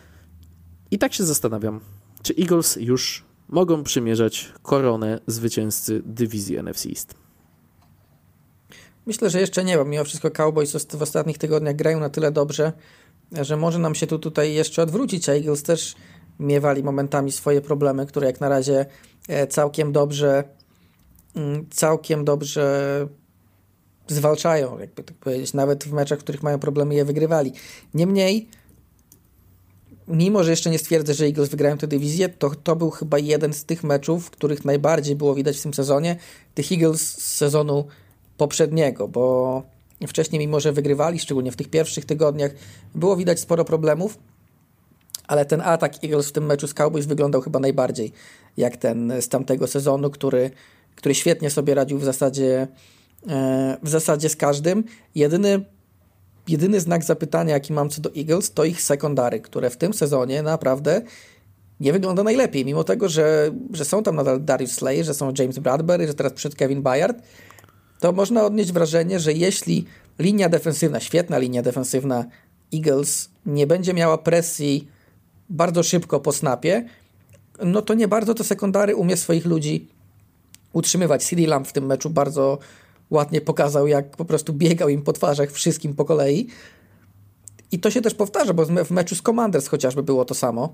I tak się zastanawiam, czy Eagles już mogą przymierzać koronę zwycięzcy dywizji N F C East. Myślę, że jeszcze nie, bo mimo wszystko Cowboys w ostatnich tygodniach grają na tyle dobrze, że może nam się tu tutaj jeszcze odwrócić, a Eagles też miewali momentami swoje problemy, które jak na razie całkiem dobrze całkiem dobrze zwalczają, jakby tak powiedzieć, nawet w meczach, w których mają problemy, je wygrywali. Niemniej, mimo że jeszcze nie stwierdzę, że Eagles wygrają tę dywizję, to to był chyba jeden z tych meczów, w których najbardziej było widać w tym sezonie tych Eagles z sezonu poprzedniego, bo wcześniej, mimo że wygrywali, szczególnie w tych pierwszych tygodniach, było widać sporo problemów, ale ten atak Eagles w tym meczu z Cowboys wyglądał chyba najbardziej jak ten z tamtego sezonu, który, który świetnie sobie radził w zasadzie, w zasadzie z każdym. Jedyny, jedyny znak zapytania, jaki mam co do Eagles, to ich secondary, które w tym sezonie naprawdę nie wygląda najlepiej, mimo tego, że, że są tam nadal Darius Slay, że są James Bradbury, że teraz przyszedł Kevin Byard, to można odnieść wrażenie, że jeśli linia defensywna, świetna linia defensywna Eagles nie będzie miała presji bardzo szybko po snapie, no to nie bardzo to sekundary umie swoich ludzi utrzymywać. CeeDee Lamb w tym meczu bardzo ładnie pokazał, jak po prostu biegał im po twarzach wszystkim po kolei. I to się też powtarza, bo w meczu z Commanders chociażby było to samo.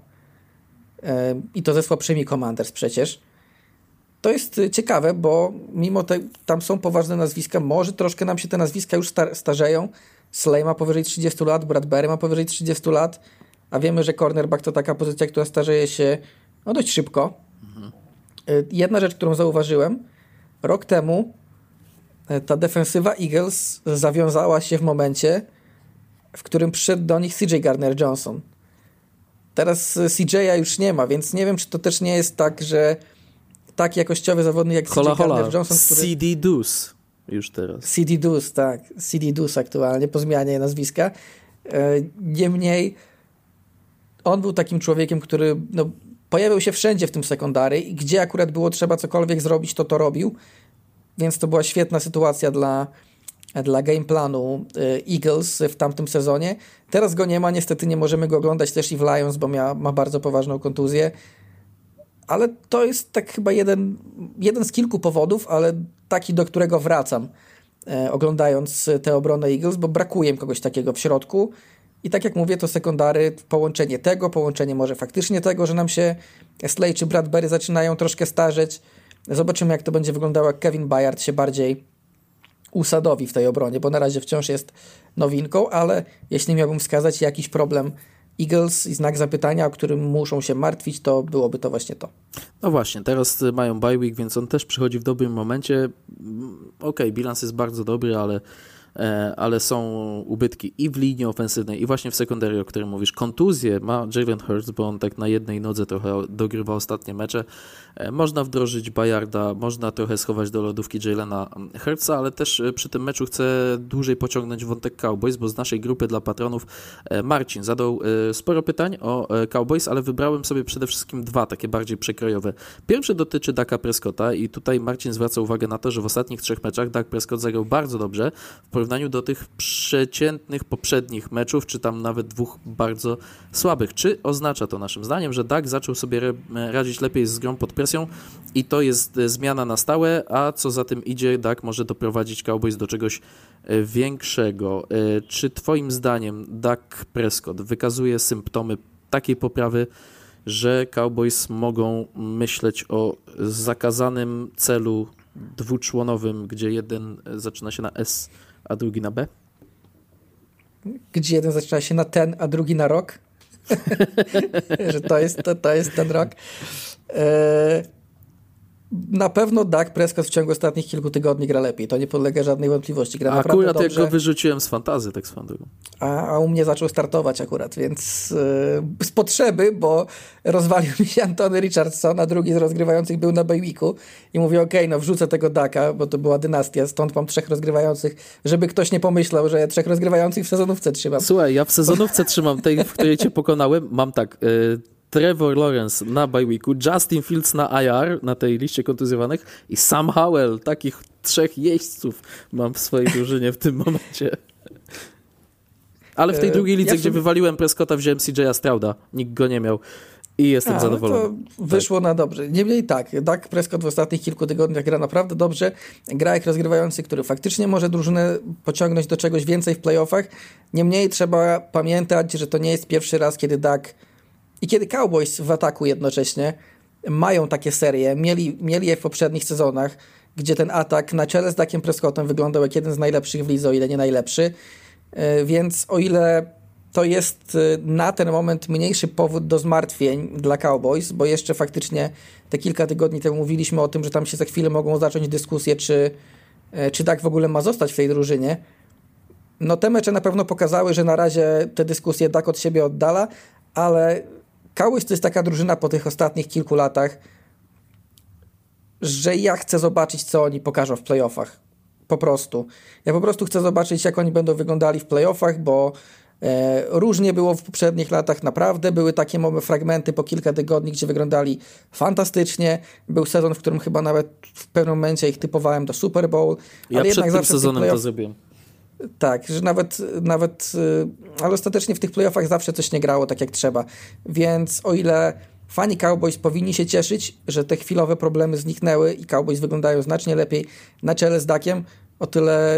I to ze słabszymi Commanders przecież. To jest ciekawe, bo mimo te, tam są poważne nazwiska, może troszkę nam się te nazwiska już star- starzeją. Slay ma powyżej trzydziestu lat, Bradbury ma powyżej trzydziestu lat, a wiemy, że cornerback to taka pozycja, która starzeje się no dość szybko. Mhm. Jedna rzecz, którą zauważyłem, rok temu ta defensywa Eagles zawiązała się w momencie, w którym przyszedł do nich C J Gardner-Johnson. Teraz C J już nie ma, więc nie wiem, czy to też nie jest tak, że tak jakościowy zawodnik jak hola, C J Gardner-Johnson, który... C D Deuce już teraz. C D Deuce, tak. C D Deuce aktualnie, po zmianie nazwiska. Niemniej on był takim człowiekiem, który no, pojawiał się wszędzie w tym secondary i gdzie akurat było trzeba cokolwiek zrobić, to to robił. Więc to była świetna sytuacja dla, dla game planu Eagles w tamtym sezonie. Teraz go nie ma, niestety nie możemy go oglądać też i w Lions, bo mia, ma bardzo poważną kontuzję. Ale to jest tak chyba jeden, jeden z kilku powodów, ale taki, do którego wracam e, oglądając tę obronę Eagles, bo brakuje im kogoś takiego w środku. I tak jak mówię, to sekundary, połączenie tego, połączenie może faktycznie tego, że nam się Slay czy Bradbury zaczynają troszkę starzeć. Zobaczymy, jak to będzie wyglądało, jak Kevin Byard się bardziej usadowi w tej obronie, bo na razie wciąż jest nowinką, ale jeśli miałbym wskazać jakiś problem Eagles i znak zapytania, o którym muszą się martwić, to byłoby to właśnie to. No właśnie, teraz mają bye week, więc on też przychodzi w dobrym momencie. Okej, okay, bilans jest bardzo dobry, ale ale są ubytki i w linii ofensywnej, i właśnie w secondary, o którym mówisz. Kontuzję ma Jalen Hurts, bo on tak na jednej nodze trochę dogrywa ostatnie mecze. Można wdrożyć Bayarda, można trochę schować do lodówki Jalena Hurtsa, ale też przy tym meczu chcę dłużej pociągnąć wątek Cowboys, bo z naszej grupy dla patronów Marcin zadał sporo pytań o Cowboys, ale wybrałem sobie przede wszystkim dwa, takie bardziej przekrojowe. Pierwszy dotyczy Daka Prescotta i tutaj Marcin zwraca uwagę na to, że w ostatnich trzech meczach Dak Prescott zagrał bardzo dobrze w porównaniu do tych przeciętnych poprzednich meczów, czy tam nawet dwóch bardzo słabych. Czy oznacza to naszym zdaniem, że Dak zaczął sobie radzić lepiej z grą pod presją i to jest zmiana na stałe, a co za tym idzie, Dak może doprowadzić Cowboys do czegoś większego. Czy twoim zdaniem Dak Prescott wykazuje symptomy takiej poprawy, że Cowboys mogą myśleć o zakazanym celu dwuczłonowym, gdzie jeden zaczyna się na S, a drugi na B? Gdzie jeden zaczyna się na ten, a drugi na rok? Że to jest, to, to jest ten rok. Eee, na pewno Dak Prescott w ciągu ostatnich kilku tygodni gra lepiej. To nie podlega żadnej wątpliwości. Gra a naprawdę akurat dobrze. jak go wyrzuciłem z fantazy, tak swoją drogą. A, a u mnie zaczął startować akurat, więc yy, z potrzeby, bo rozwalił mi się Anthony Richardson, a drugi z rozgrywających był na bye weeku i mówię, okej, okay, no wrzucę tego Daka, bo to była dynastia, stąd mam trzech rozgrywających, żeby ktoś nie pomyślał, że ja trzech rozgrywających w sezonówce trzymam. Słuchaj, ja w sezonówce trzymam tej, w której cię pokonałem, mam tak... Yy... Trevor Lawrence na bye weeku, Justin Fields na I R, na tej liście kontuzjowanych i Sam Howell, takich trzech jeźdźców mam w swojej drużynie w tym momencie. Ale w tej drugiej lidze, ja w gdzie wywaliłem Prescotta, wziąłem C J Strouda, nikt go nie miał i jestem A, zadowolony. To wyszło tak na dobrze. Niemniej tak, Dak Prescott w ostatnich kilku tygodniach gra naprawdę dobrze. Gra jak rozgrywający, który faktycznie może drużynę pociągnąć do czegoś więcej w playoffach. Niemniej trzeba pamiętać, że to nie jest pierwszy raz, kiedy Dak i kiedy Cowboys w ataku jednocześnie mają takie serie, mieli, mieli je w poprzednich sezonach, gdzie ten atak na czele z Dakiem Prescottem wyglądał jak jeden z najlepszych w lidze, o ile nie najlepszy. Więc o ile to jest na ten moment mniejszy powód do zmartwień dla Cowboys, bo jeszcze faktycznie te kilka tygodni temu mówiliśmy o tym, że tam się za chwilę mogą zacząć dyskusje, czy, czy Dak w ogóle ma zostać w tej drużynie. No te mecze na pewno pokazały, że na razie te dyskusje Dak od siebie oddala, ale Cowboys to jest taka drużyna po tych ostatnich kilku latach, że ja chcę zobaczyć, co oni pokażą w playoffach. Po prostu. Ja po prostu chcę zobaczyć, jak oni będą wyglądali w playoffach, bo e, różnie było w poprzednich latach, naprawdę. Były takie małe fragmenty po kilka tygodni, gdzie wyglądali fantastycznie. Był sezon, w którym chyba nawet w pewnym momencie ich typowałem do Super Bowl. Ja ale przed jednak tym sezonem playoff... to zrobiłem. Tak, że nawet, nawet, ale ostatecznie w tych playoffach zawsze coś nie grało tak jak trzeba. Więc o ile fani Cowboys powinni się cieszyć, że te chwilowe problemy zniknęły i Cowboys wyglądają znacznie lepiej na czele z Dakiem, o tyle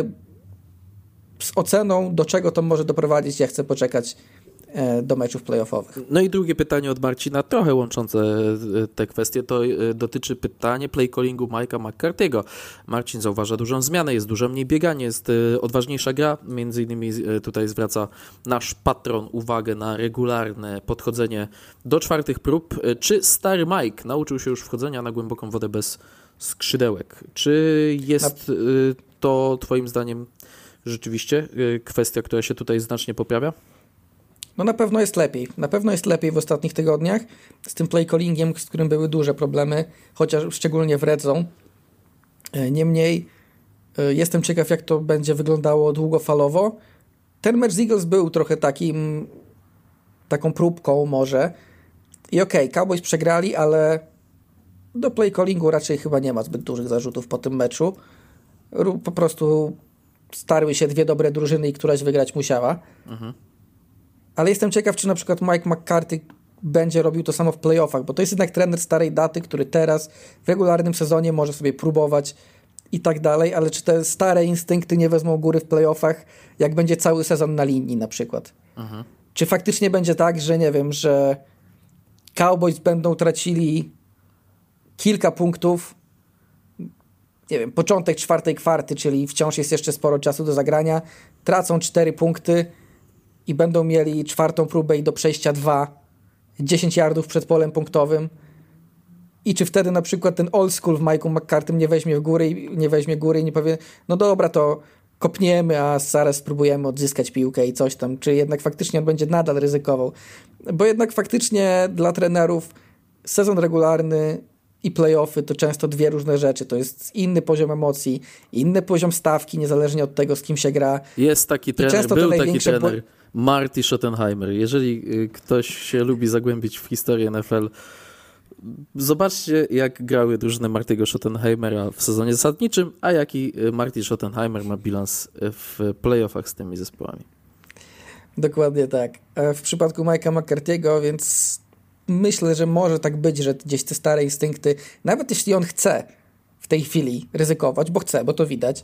z oceną, do czego to może doprowadzić, ja chcę poczekać do meczów playoffowych. No i drugie pytanie od Marcina, trochę łączące te kwestie, to dotyczy pytanie play callingu Mike'a McCarthy'ego. Marcin zauważa dużą zmianę, jest dużo mniej biegania, jest odważniejsza gra, między innymi tutaj zwraca nasz patron uwagę na regularne podchodzenie do czwartych prób. Czy stary Mike nauczył się już wchodzenia na głęboką wodę bez skrzydełek? Czy jest to twoim zdaniem rzeczywiście kwestia, która się tutaj znacznie poprawia? No na pewno jest lepiej. Na pewno jest lepiej w ostatnich tygodniach z tym play callingiem, z którym były duże problemy, chociaż szczególnie w red zone. Niemniej jestem ciekaw, jak to będzie wyglądało długofalowo. Ten mecz z Eagles był trochę takim taką próbką może. I okej, okay, Cowboys przegrali, ale do play callingu raczej chyba nie ma zbyt dużych zarzutów po tym meczu. Po prostu starły się dwie dobre drużyny i któraś wygrać musiała. Mhm. Ale jestem ciekaw, czy na przykład Mike McCarthy będzie robił to samo w playoffach, bo to jest jednak trener starej daty, który teraz w regularnym sezonie może sobie próbować i tak dalej, ale czy te stare instynkty nie wezmą góry w playoffach, jak będzie cały sezon na linii na przykład? Mhm. Czy faktycznie będzie tak, że nie wiem, że Cowboys będą tracili kilka punktów, nie wiem, początek czwartej kwarty, czyli wciąż jest jeszcze sporo czasu do zagrania, tracą cztery punkty i będą mieli czwartą próbę i do przejścia dwa, dziesięć yardów przed polem punktowym. I czy wtedy na przykład ten old school w Mike'u McCarthym nie weźmie w góry i nie weźmie góry i nie powie, no dobra, to kopniemy, a zaraz spróbujemy odzyskać piłkę i coś tam, czy jednak faktycznie on będzie nadal ryzykował. Bo jednak faktycznie dla trenerów sezon regularny i play-offy to często dwie różne rzeczy. To jest inny poziom emocji, inny poziom stawki, niezależnie od tego, z kim się gra. Jest taki trener, był taki trener, Marty Schottenheimer. Jeżeli ktoś się lubi zagłębić w historię N F L, zobaczcie, jak grały drużyny Marty'ego Schottenheimera w sezonie zasadniczym, a jaki Marty Schottenheimer ma bilans w playoffach z tymi zespołami. Dokładnie tak. W przypadku Mike'a McCarthy'ego, więc myślę, że może tak być, że gdzieś te stare instynkty, nawet jeśli on chce w tej chwili ryzykować, bo chce, bo to widać,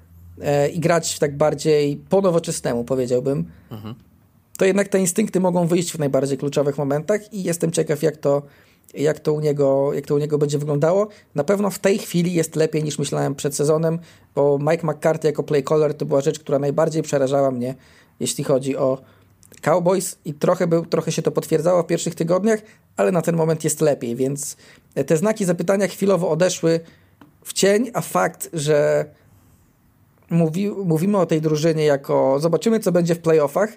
e, i grać tak bardziej po nowoczesnemu, powiedziałbym, mhm. to jednak te instynkty mogą wyjść w najbardziej kluczowych momentach i jestem ciekaw, jak to, jak to u niego, jak to u niego będzie wyglądało. Na pewno w tej chwili jest lepiej niż myślałem przed sezonem, bo Mike McCarthy jako play caller to była rzecz, która najbardziej przerażała mnie, jeśli chodzi o Cowboys i trochę, był, trochę się to potwierdzało w pierwszych tygodniach, ale na ten moment jest lepiej, więc te znaki zapytania chwilowo odeszły w cień, a fakt, że mówi, mówimy o tej drużynie jako zobaczymy, co będzie w playoffach,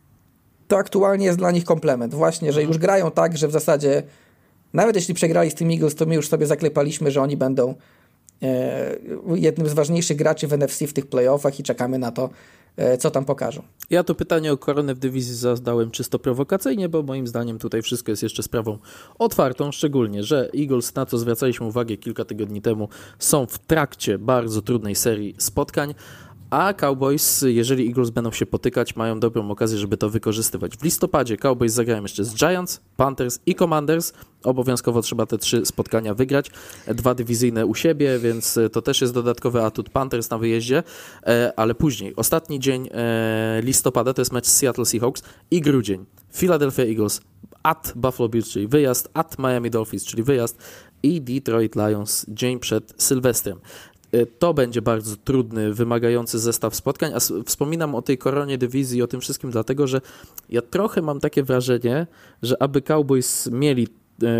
to aktualnie jest dla nich komplement. Właśnie, że już grają tak, że w zasadzie nawet jeśli przegrali z tym Eagles, to my już sobie zaklepaliśmy, że oni będą e, jednym z ważniejszych graczy w N F C w tych playoffach i czekamy na to, co tam pokażą. Ja to pytanie o koronę w dywizji zadałem czysto prowokacyjnie, bo moim zdaniem tutaj wszystko jest jeszcze sprawą otwartą, szczególnie, że Eagles, na co zwracaliśmy uwagę kilka tygodni temu, są w trakcie bardzo trudnej serii spotkań, a Cowboys, jeżeli Eagles będą się potykać, mają dobrą okazję, żeby to wykorzystywać. W listopadzie Cowboys zagrają jeszcze z Giants, Panthers i Commanders. Obowiązkowo trzeba te trzy spotkania wygrać. Dwa dywizyjne u siebie, więc to też jest dodatkowy atut. Panthers na wyjeździe, ale później, ostatni dzień listopada, to jest mecz z Seattle Seahawks i grudzień. Philadelphia Eagles at Buffalo Bills, czyli wyjazd, at Miami Dolphins, czyli wyjazd i Detroit Lions dzień przed Sylwestrem. To będzie bardzo trudny, wymagający zestaw spotkań, a wspominam o tej koronie dywizji, o tym wszystkim dlatego, że ja trochę mam takie wrażenie, że aby Cowboys mieli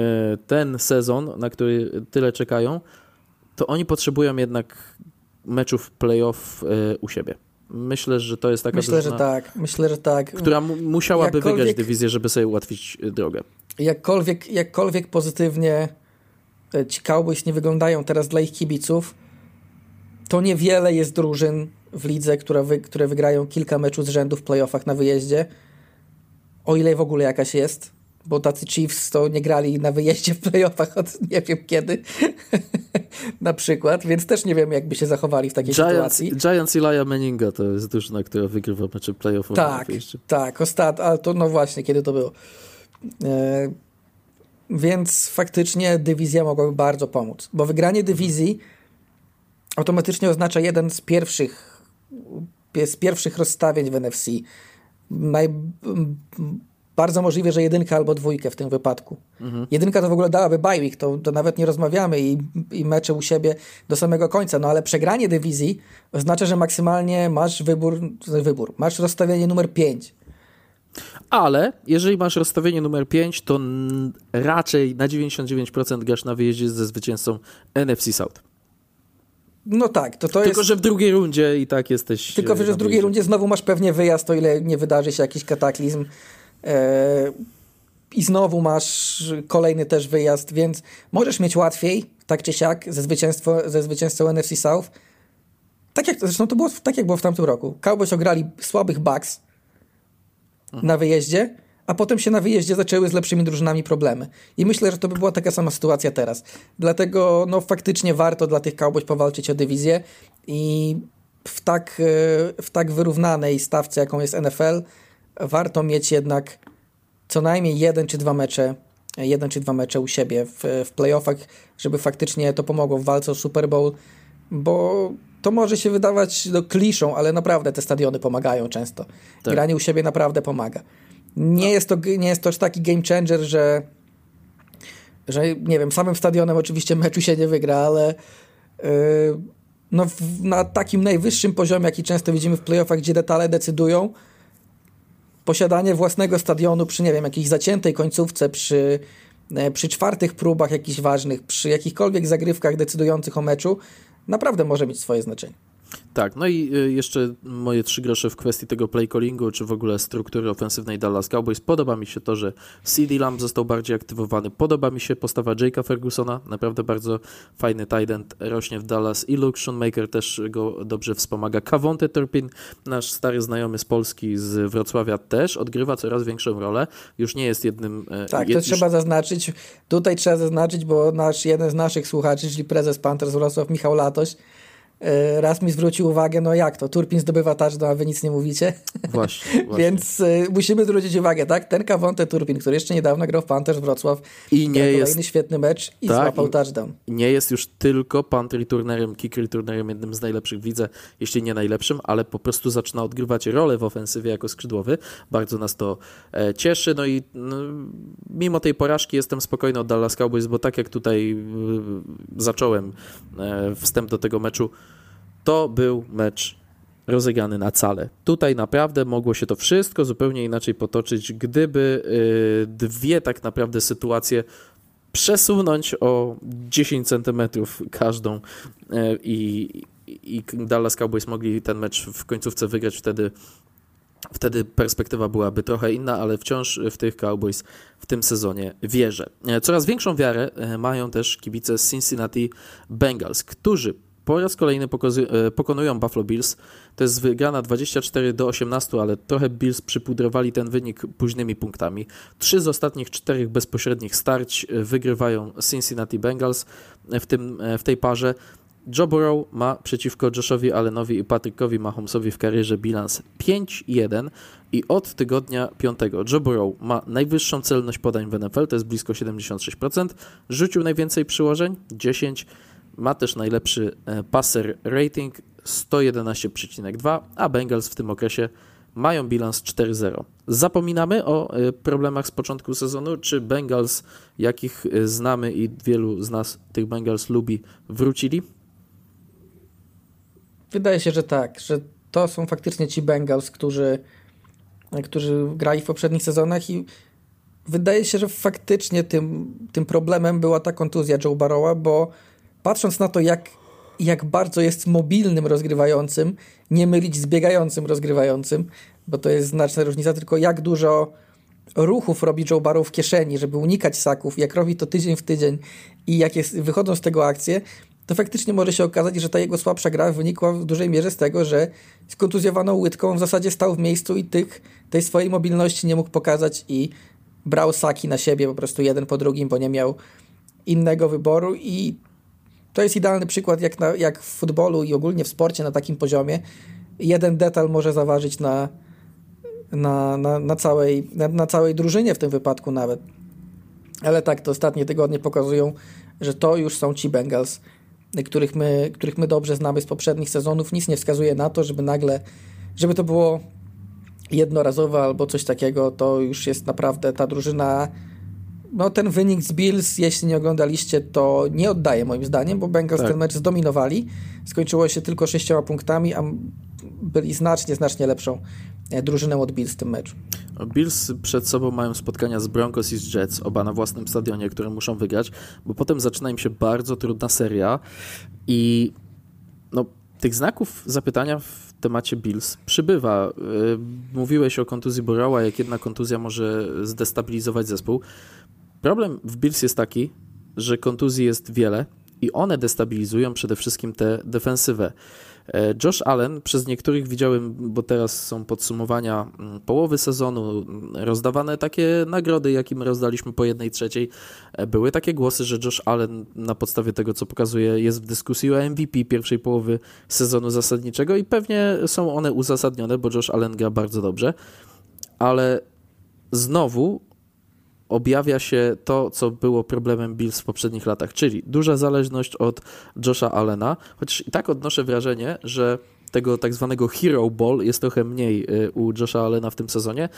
ten sezon, na który tyle czekają, to oni potrzebują jednak meczów playoff u siebie. Myślę, że to jest taka Myślę, że tak. Myślę, że tak. Która mu- musiałaby jakkolwiek, wygrać dywizję, żeby sobie ułatwić drogę. Jakkolwiek, jakkolwiek pozytywnie ci Cowboys nie wyglądają teraz dla ich kibiców, to niewiele jest drużyn w lidze, które, wy, które wygrają kilka meczów z rzędu w playoffach na wyjeździe. O ile w ogóle jakaś jest, bo tacy Chiefs to nie grali na wyjeździe w playoffach od nie wiem kiedy na przykład, więc też nie wiem, jakby się zachowali w takiej Giants, sytuacji. Giants i Elijah Manninga to jest drużyna, która wygrywa mecze playoffowe. Tak, tak, ostat, ale to no właśnie, kiedy to było. E, więc faktycznie dywizja mogłaby bardzo pomóc, bo wygranie dywizji automatycznie oznacza jeden z pierwszych z pierwszych rozstawień w N F C. Naj, bardzo możliwe, że jedynka albo dwójkę w tym wypadku. Mhm. Jedynka to w ogóle dałaby bye week, to, to nawet nie rozmawiamy i, i mecze u siebie do samego końca, no ale przegranie dywizji oznacza, że maksymalnie masz wybór, wybór masz rozstawienie numer pięć. Ale jeżeli masz rozstawienie numer pięć, to n- raczej na dziewięćdziesiąt dziewięć procent grasz na wyjeździe ze zwycięzcą N F C South. No tak, to to Tylko, jest... że w drugiej rundzie i tak jesteś... Tylko, że w drugiej rundzie znowu masz pewnie wyjazd, o ile nie wydarzy się jakiś kataklizm. Yy, I znowu masz kolejny też wyjazd, więc możesz mieć łatwiej, tak czy siak, ze, zwycięstwo, ze zwycięzcą N F C South. Tak jak, zresztą to było tak, jak było w tamtym roku. Cowboys ograli słabych Bucks mhm. na wyjeździe, a potem się na wyjeździe zaczęły z lepszymi drużynami problemy. I myślę, że to by była taka sama sytuacja teraz. Dlatego no faktycznie warto dla tych Cowboys powalczyć o dywizję i w tak, w tak wyrównanej stawce, jaką jest N F L, warto mieć jednak co najmniej jeden czy dwa mecze, jeden czy dwa mecze u siebie w, w playoffach, żeby faktycznie to pomogło w walce o Super Bowl, bo to może się wydawać no, kliszą, ale naprawdę te stadiony pomagają często. Tak. Granie u siebie naprawdę pomaga. Nie jest to, nie jest to taki game changer, że, że nie wiem, samym stadionem oczywiście meczu się nie wygra, ale yy, no w, na takim najwyższym poziomie, jaki często widzimy w playoffach, gdzie detale decydują, posiadanie własnego stadionu przy, nie wiem, jakiejś zaciętej końcówce, przy, przy czwartych próbach jakichś ważnych, przy jakichkolwiek zagrywkach decydujących o meczu, naprawdę może mieć swoje znaczenie. Tak, no i jeszcze moje trzy grosze w kwestii tego play callingu, czy w ogóle struktury ofensywnej Dallas Cowboys. Podoba mi się to, że CeeDee Lamb został bardziej aktywowany. Podoba mi się postawa Jake'a Fergusona, naprawdę bardzo fajny tight end rośnie w Dallas i Luke Schoonmaker też go dobrze wspomaga. Kavonte Turpin, nasz stary znajomy z Polski, z Wrocławia, też odgrywa coraz większą rolę. Już nie jest jednym... Tak, to jed... trzeba zaznaczyć. Tutaj trzeba zaznaczyć, bo nasz, jeden z naszych słuchaczy, czyli prezes Panthers Wrocław, Michał Latoś, raz mi zwrócił uwagę, no jak to, Turpin zdobywa touchdown, a wy nic nie mówicie. Właśnie, właśnie. Więc y, musimy zwrócić uwagę, tak? Ten Kavonte Turpin, który jeszcze niedawno grał w Panthers Wrocław, i nie jest kolejny świetny mecz i tak, złapał touchdown. Nie jest już tylko punt returnerem, kick returnerem, jednym z najlepszych w lidze, jeśli nie najlepszym, ale po prostu zaczyna odgrywać rolę w ofensywie jako skrzydłowy. Bardzo nas to e, cieszy. No i no, mimo tej porażki jestem spokojny od Dallas Cowboys, bo tak jak tutaj y, zacząłem e, wstęp do tego meczu, to był mecz rozegrany na cale. Tutaj naprawdę mogło się to wszystko zupełnie inaczej potoczyć, gdyby y, dwie tak naprawdę sytuacje przesunąć o dziesięć centymetrów każdą y, i, i Dallas Cowboys mogli ten mecz w końcówce wygrać. Wtedy, wtedy perspektywa byłaby trochę inna, ale wciąż w tych Cowboys w tym sezonie wierzę. Coraz większą wiarę mają też kibice z Cincinnati Bengals, którzy po raz kolejny pokonują Buffalo Bills. To jest wygrana dwadzieścia cztery do osiemnastu, ale trochę Bills przypudrowali ten wynik późnymi punktami. Trzy z ostatnich czterech bezpośrednich starć wygrywają Cincinnati Bengals w, tym, w tej parze. Joe Burrow ma przeciwko Joshowi Allenowi i Patrickowi Mahomesowi w karierze bilans pięć jeden i od tygodnia piątego Joe Burrow ma najwyższą celność podań w N F L, to jest blisko siedemdziesiąt sześć procent. Rzucił najwięcej przyłożeń, dziesięć. Ma też najlepszy passer rating sto jedenaście przecinek dwa, a Bengals w tym okresie mają bilans cztery zero. Zapominamy o problemach z początku sezonu, czy Bengals, jakich znamy i wielu z nas tych Bengals lubi, wrócili? Wydaje się, że tak, że to są faktycznie ci Bengals, którzy, którzy grali w poprzednich sezonach i wydaje się, że faktycznie tym, tym problemem była ta kontuzja Joe Burrowa, bo patrząc na to, jak, jak bardzo jest mobilnym rozgrywającym, nie mylić z biegającym rozgrywającym, bo to jest znaczna różnica, tylko jak dużo ruchów robi Joe Burrow w kieszeni, żeby unikać saków, jak robi to tydzień w tydzień i jak jest, wychodzą z tego akcje, to faktycznie może się okazać, że ta jego słabsza gra wynikła w dużej mierze z tego, że skontuzjowaną łydką w zasadzie stał w miejscu i tych, tej swojej mobilności nie mógł pokazać i brał saki na siebie po prostu jeden po drugim, bo nie miał innego wyboru i to jest idealny przykład, jak, na, jak w futbolu i ogólnie w sporcie na takim poziomie jeden detal może zaważyć na, na, na, na, całej, na, na całej drużynie w tym wypadku nawet. Ale tak, to ostatnie tygodnie pokazują, że to już są ci Bengals, których my, których my dobrze znamy z poprzednich sezonów. Nic nie wskazuje na to, żeby nagle, żeby to było jednorazowe albo coś takiego. To już jest naprawdę ta drużyna. No ten wynik z Bills, jeśli nie oglądaliście, to nie oddaje moim zdaniem, bo Bengals tak. ten mecz zdominowali. Skończyło się tylko sześcioma punktami, a byli znacznie, znacznie lepszą drużyną od Bills w tym meczu. Bills przed sobą mają spotkania z Broncos i z Jets, oba na własnym stadionie, które muszą wygrać, bo potem zaczyna im się bardzo trudna seria i no, tych znaków zapytania w temacie Bills przybywa. Mówiłeś o kontuzji Burrowa, jak jedna kontuzja może zdestabilizować zespół. Problem w Bills jest taki, że kontuzji jest wiele i one destabilizują przede wszystkim tę defensywę. Josh Allen, przez niektórych widziałem, bo teraz są podsumowania połowy sezonu, rozdawane takie nagrody, jakim rozdaliśmy po jednej trzeciej. Były takie głosy, że Josh Allen na podstawie tego, co pokazuje, jest w dyskusji o M V P pierwszej połowy sezonu zasadniczego i pewnie są one uzasadnione, bo Josh Allen gra bardzo dobrze, ale znowu objawia się to, co było problemem Bills w poprzednich latach, czyli duża zależność od Josha Allena, chociaż i tak odnoszę wrażenie, że tego tak zwanego hero ball jest trochę mniej u Josha Allena w tym sezonie.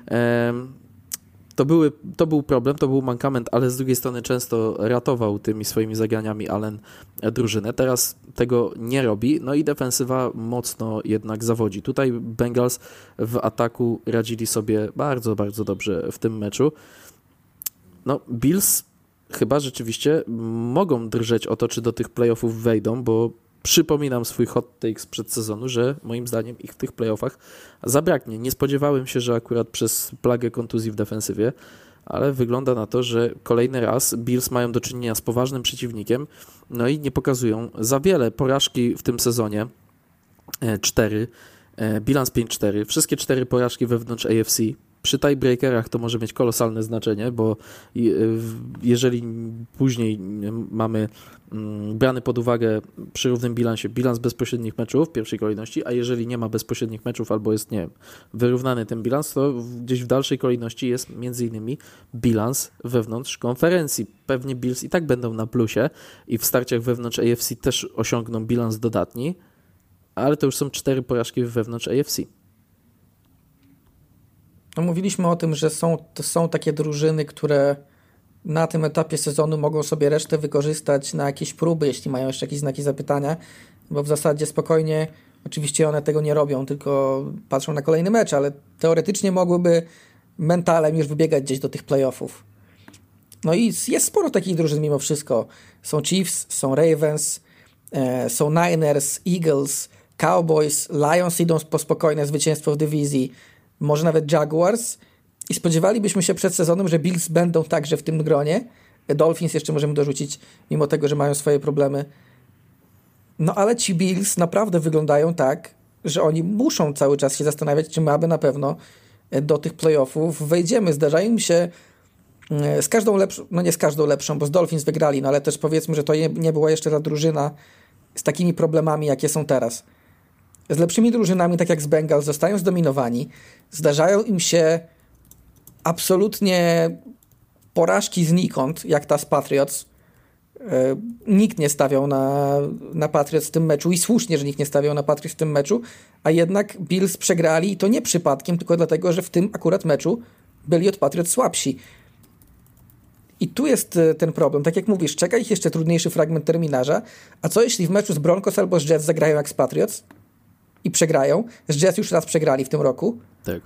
To, były, to był problem, to był mankament, ale z drugiej strony często ratował tymi swoimi zagraniami Allen drużynę. Teraz tego nie robi, no i defensywa mocno jednak zawodzi. Tutaj Bengals w ataku radzili sobie bardzo, bardzo dobrze w tym meczu. No, Bills chyba rzeczywiście mogą drżeć o to, czy do tych playoffów wejdą, bo przypominam swój hot take sprzed sezonu, że moim zdaniem ich w tych playoffach zabraknie. Nie spodziewałem się, że akurat przez plagę kontuzji w defensywie, ale wygląda na to, że kolejny raz Bills mają do czynienia z poważnym przeciwnikiem, no i nie pokazują za wiele. Porażki w tym sezonie, cztery, bilans pięć cztery, wszystkie cztery porażki wewnątrz A F C. Przy tiebreakerach to może mieć kolosalne znaczenie, bo jeżeli później mamy brany pod uwagę przy równym bilansie bilans bezpośrednich meczów w pierwszej kolejności, a jeżeli nie ma bezpośrednich meczów albo jest, nie wiem, wyrównany ten bilans, to gdzieś w dalszej kolejności jest między innymi bilans wewnątrz konferencji. Pewnie Bills i tak będą na plusie i w starciach wewnątrz A F C też osiągną bilans dodatni, ale to już są cztery porażki wewnątrz A F C. No, mówiliśmy o tym, że są, to są takie drużyny, które na tym etapie sezonu mogą sobie resztę wykorzystać na jakieś próby, jeśli mają jeszcze jakieś znaki zapytania, bo w zasadzie spokojnie, oczywiście one tego nie robią, tylko patrzą na kolejny mecz, ale teoretycznie mogłyby mentalem już wybiegać gdzieś do tych playoffów. No i jest sporo takich drużyn mimo wszystko. Są Chiefs, są Ravens, e, są Niners, Eagles, Cowboys, Lions idą po spokojne zwycięstwo w dywizji, może nawet Jaguars i spodziewalibyśmy się przed sezonem, że Bills będą także w tym gronie. Dolphins jeszcze możemy dorzucić, mimo tego, że mają swoje problemy. No ale ci Bills naprawdę wyglądają tak, że oni muszą cały czas się zastanawiać, czy my aby na pewno do tych playoffów wejdziemy. Zdarzają mi się z każdą lepszą, no nie z każdą lepszą, bo z Dolphins wygrali, no ale też powiedzmy, że to nie, nie była jeszcze ta drużyna z takimi problemami, jakie są teraz. Z lepszymi drużynami, tak jak z Bengals, zostają zdominowani. Zdarzają im się absolutnie porażki znikąd, jak ta z Patriots. Yy, nikt nie stawiał na, na Patriots w tym meczu i słusznie, że nikt nie stawiał na Patriots w tym meczu, a jednak Bills przegrali i to nie przypadkiem, tylko dlatego, że w tym akurat meczu byli od Patriots słabsi. I tu jest ten problem. Tak jak mówisz, czeka ich jeszcze trudniejszy fragment terminarza, a co jeśli w meczu z Broncos albo z Jets zagrają jak z Patriots i przegrają? Z Jets już raz przegrali w tym roku. Tak.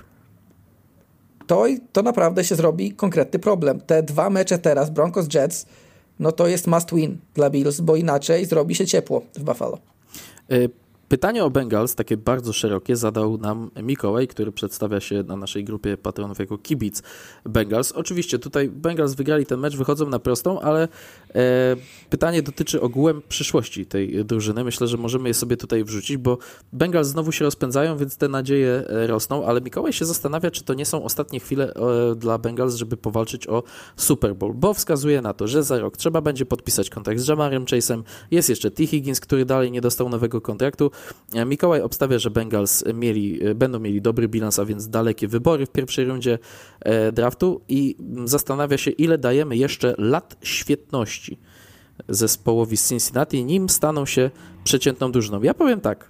To, to naprawdę się zrobi konkretny problem. Te dwa mecze teraz, Broncos Jets, no to jest must win dla Bills, bo inaczej zrobi się ciepło w Buffalo. Y- Pytanie o Bengals, takie bardzo szerokie, zadał nam Mikołaj, który przedstawia się na naszej grupie patronów jako kibic Bengals. Oczywiście tutaj Bengals wygrali ten mecz, wychodzą na prostą, ale e, pytanie dotyczy ogółem przyszłości tej drużyny. Myślę, że możemy je sobie tutaj wrzucić, bo Bengals znowu się rozpędzają, więc te nadzieje rosną, ale Mikołaj się zastanawia, czy to nie są ostatnie chwile e, dla Bengals, żeby powalczyć o Super Bowl, bo wskazuje na to, że za rok trzeba będzie podpisać kontrakt z Jamarem Chase'em, jest jeszcze T. Higgins, który dalej nie dostał nowego kontraktu. Mikołaj obstawia, że Bengals mieli, będą mieli dobry bilans, a więc dalekie wybory w pierwszej rundzie draftu i zastanawia się, ile dajemy jeszcze lat świetności zespołowi z Cincinnati, nim staną się przeciętną drużyną. Ja powiem tak,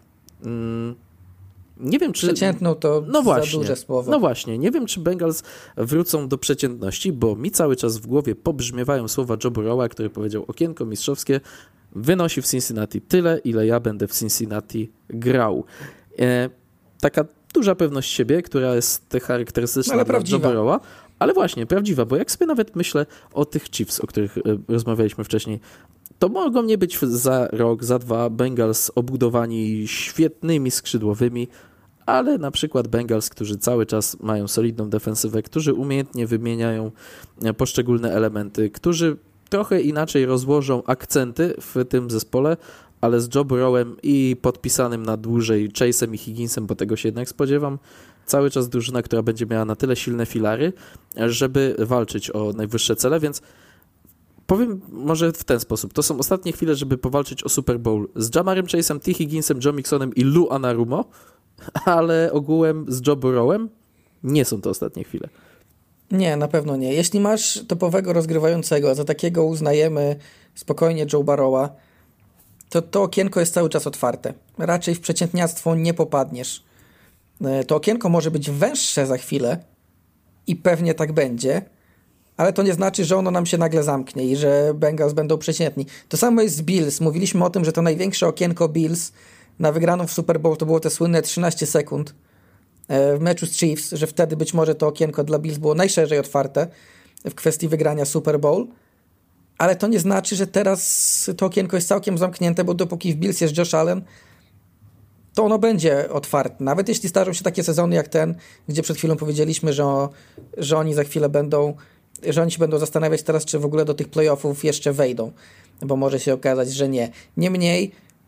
nie wiem, czy... Przeciętną to no właśnie, za duże słowo. No właśnie, nie wiem, czy Bengals wrócą do przeciętności, bo mi cały czas w głowie pobrzmiewają słowa Joe Burrowa, który powiedział: okienko mistrzowskie wynosi w Cincinnati tyle, ile ja będę w Cincinnati grał. E, taka duża pewność siebie, która jest charakterystyczna ale dla Joe Burrowa, ale właśnie, prawdziwa, bo jak sobie nawet myślę o tych Chiefs, o których e, rozmawialiśmy wcześniej, to mogą nie być za rok, za dwa Bengals obudowani świetnymi skrzydłowymi, ale na przykład Bengals, którzy cały czas mają solidną defensywę, którzy umiejętnie wymieniają poszczególne elementy, którzy trochę inaczej rozłożą akcenty w tym zespole, ale z Joe Burrowem i podpisanym na dłużej Chase'em i Higginsem, bo tego się jednak spodziewam, cały czas drużyna, która będzie miała na tyle silne filary, żeby walczyć o najwyższe cele, więc powiem może w ten sposób. To są ostatnie chwile, żeby powalczyć o Super Bowl z Jamarem Chase'em, T. Higginsem, Joe Mixonem i Lou Anarumo, ale ogółem z Joe Burrowem nie są to ostatnie chwile. Nie, na pewno nie. Jeśli masz topowego rozgrywającego, a za takiego uznajemy spokojnie Joe Burrowa, to to okienko jest cały czas otwarte. Raczej w przeciętniactwo nie popadniesz. To okienko może być węższe za chwilę i pewnie tak będzie, ale to nie znaczy, że ono nam się nagle zamknie i że Bengals będą przeciętni. To samo jest z Bills. Mówiliśmy o tym, że to największe okienko Bills na wygraną w Super Bowl to było te słynne trzynaście sekund w meczu z Chiefs, że wtedy być może to okienko dla Bills było najszerzej otwarte w kwestii wygrania Super Bowl. ale to nie znaczy, że teraz to okienko jest całkiem zamknięte, bo dopóki w Bills jest Josh Allen, to ono będzie otwarte. Nawet jeśli zdarzą się takie sezony jak ten, gdzie przed chwilą powiedzieliśmy, że, o, że oni za chwilę będą, że oni się będą zastanawiać teraz, czy w ogóle do tych playoffów jeszcze wejdą, bo może się okazać, że nie. Niemniej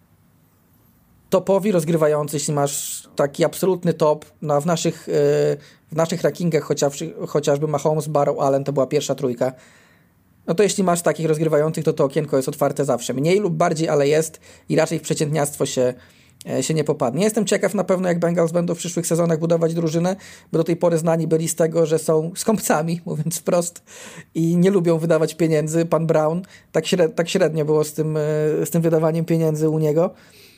topowi rozgrywający, jeśli masz taki absolutny top, no w naszych, yy, w naszych rankingach chociażby, chociażby Mahomes, Barrow, Allen to była pierwsza trójka, no to jeśli masz takich rozgrywających, to to okienko jest otwarte zawsze. Mniej lub bardziej, ale jest i raczej w przeciętniactwo się, się nie popadnie. Jestem ciekaw na pewno, jak Bengals będą w przyszłych sezonach budować drużynę, bo do tej pory znani byli z tego, że są skąpcami, mówiąc wprost, i nie lubią wydawać pieniędzy. Pan Brown, tak, śred, tak średnio było z tym, z tym wydawaniem pieniędzy u niego.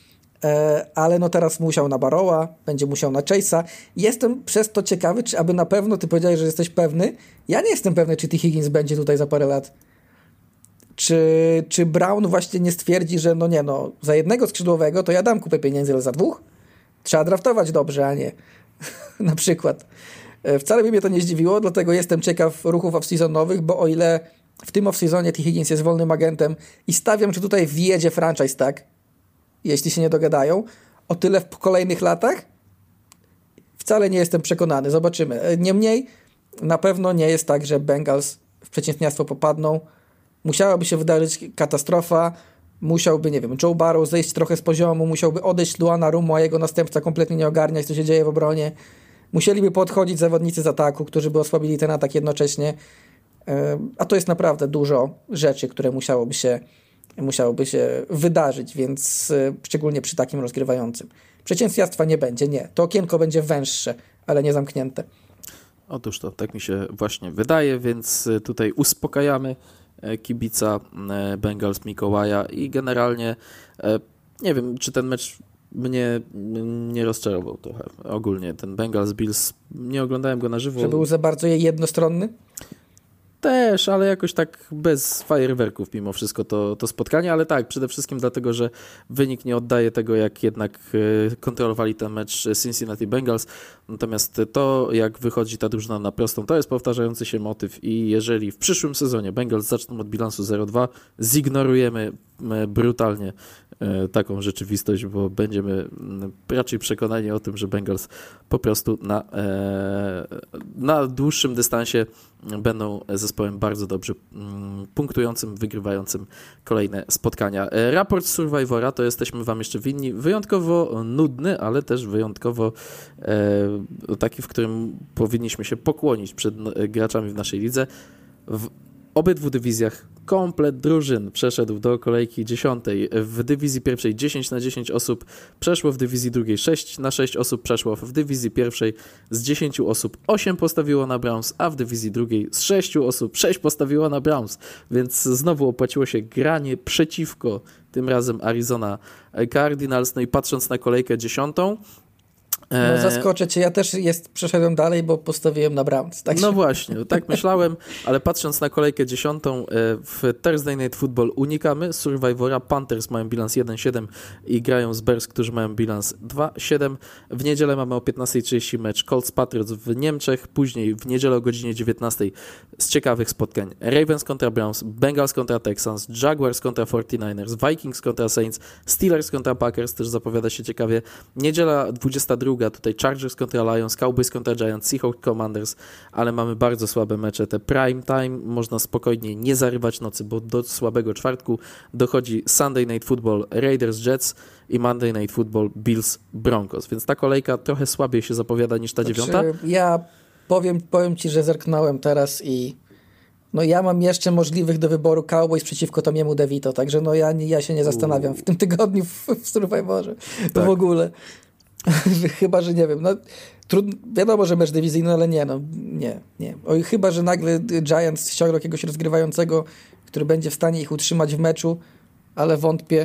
Ale no teraz musiał na Barrowa, będzie musiał na Chase'a. Jestem przez to ciekawy, czy aby na pewno, ty powiedziałeś, że jesteś pewny. Ja nie jestem pewny, czy T. Higgins będzie tutaj za parę lat. Czy, czy Brown właśnie nie stwierdzi, że no nie no, za jednego skrzydłowego to ja dam kupę pieniędzy, ale za dwóch? Trzeba draftować dobrze, a nie na przykład. Wcale by mnie to nie zdziwiło, dlatego jestem ciekaw ruchów off-seasonowych, bo o ile w tym off-seasonie T. Higgins jest wolnym agentem i stawiam, że tutaj wjedzie franchise, tak? Jeśli się nie dogadają, o tyle w kolejnych latach wcale nie jestem przekonany. Zobaczymy. Niemniej na pewno nie jest tak, że Bengals w przeciętniactwo popadną. Musiałaby się wydarzyć katastrofa, musiałby, nie wiem, Joe Burrow zejść trochę z poziomu, musiałby odejść Luana Rumo, a jego następca kompletnie nie ogarniać, co się dzieje w obronie. Musieliby podchodzić zawodnicy z ataku, którzy by osłabili ten atak jednocześnie. A to jest naprawdę dużo rzeczy, które musiałoby się musiałoby się wydarzyć, więc y, szczególnie przy takim rozgrywającym. Przeciętniactwa nie będzie, nie. To okienko będzie węższe, ale nie zamknięte. Otóż to, tak mi się właśnie wydaje, więc tutaj uspokajamy kibica Bengals Mikołaja i generalnie nie wiem, czy ten mecz mnie nie rozczarował trochę. Ogólnie ten Bengals Bills, nie oglądałem go na żywo. Że był za bardzo jednostronny? Też, ale jakoś tak bez fajerwerków mimo wszystko to, to spotkanie, ale tak, przede wszystkim dlatego, że wynik nie oddaje tego, jak jednak kontrolowali ten mecz Cincinnati Bengals, natomiast to, jak wychodzi ta drużyna na prostą, to jest powtarzający się motyw i jeżeli w przyszłym sezonie Bengals zaczną od bilansu zero dwa, zignorujemy brutalnie taką rzeczywistość, bo będziemy raczej przekonani o tym, że Bengals po prostu na, na dłuższym dystansie będą zespołem bardzo dobrze punktującym, wygrywającym kolejne spotkania. Raport Survivora to jesteśmy wam jeszcze winni. Wyjątkowo nudny, ale też wyjątkowo e, taki, w którym powinniśmy się pokłonić przed graczami w naszej lidze. W obydwu dywizjach komplet drużyn przeszedł do kolejki dziesiątej. W dywizji pierwszej dziesięć na dziesięć osób przeszło, w dywizji drugiej sześć na sześć osób przeszło, w dywizji pierwszej z dziesięciu osób osiem postawiło na Browns, a w dywizji drugiej z sześciu osób sześć postawiło na Browns, więc znowu opłaciło się granie przeciwko tym razem Arizona Cardinals. No i patrząc na kolejkę dziesiątą, no zaskoczę cię, ja też jest, przeszedłem dalej, bo postawiłem na Browns. Tak no się... właśnie, tak myślałem, ale patrząc na kolejkę dziesiątą, w Thursday Night Football unikamy Survivora. Panthers mają bilans jeden siedem i grają z Bears, którzy mają bilans dwa siedem. W niedzielę mamy o piętnasta trzydzieści mecz Colts Patriots w Niemczech, później w niedzielę o godzinie dziewiętnastej z ciekawych spotkań Ravens kontra Browns, Bengals kontra Texans, Jaguars kontra forty-niners, Vikings kontra Saints, Steelers kontra Packers, też zapowiada się ciekawie. Niedziela dwudziesta druga, tutaj Chargers kontra Lions, Cowboys kontra Giants, Seahawks Commanders, ale mamy bardzo słabe mecze. Te prime time można spokojnie nie zarywać nocy, bo do słabego czwartku dochodzi Sunday Night Football Raiders Jets i Monday Night Football Bills Broncos, więc ta kolejka trochę słabiej się zapowiada niż ta znaczy, dziewiąta. Ja powiem, powiem ci, że zerknąłem teraz i no ja mam jeszcze możliwych do wyboru Cowboys przeciwko Tomiemu DeVito, także no ja, ja się nie zastanawiam w tym tygodniu w, w Survivorze tak. W ogóle. Chyba, że nie wiem, no trudno, wiadomo, że mecz dywizyjny, ale nie, no nie, nie. Oj, chyba, że nagle Giants ściągną jakiegoś rozgrywającego, który będzie w stanie ich utrzymać w meczu, ale wątpię,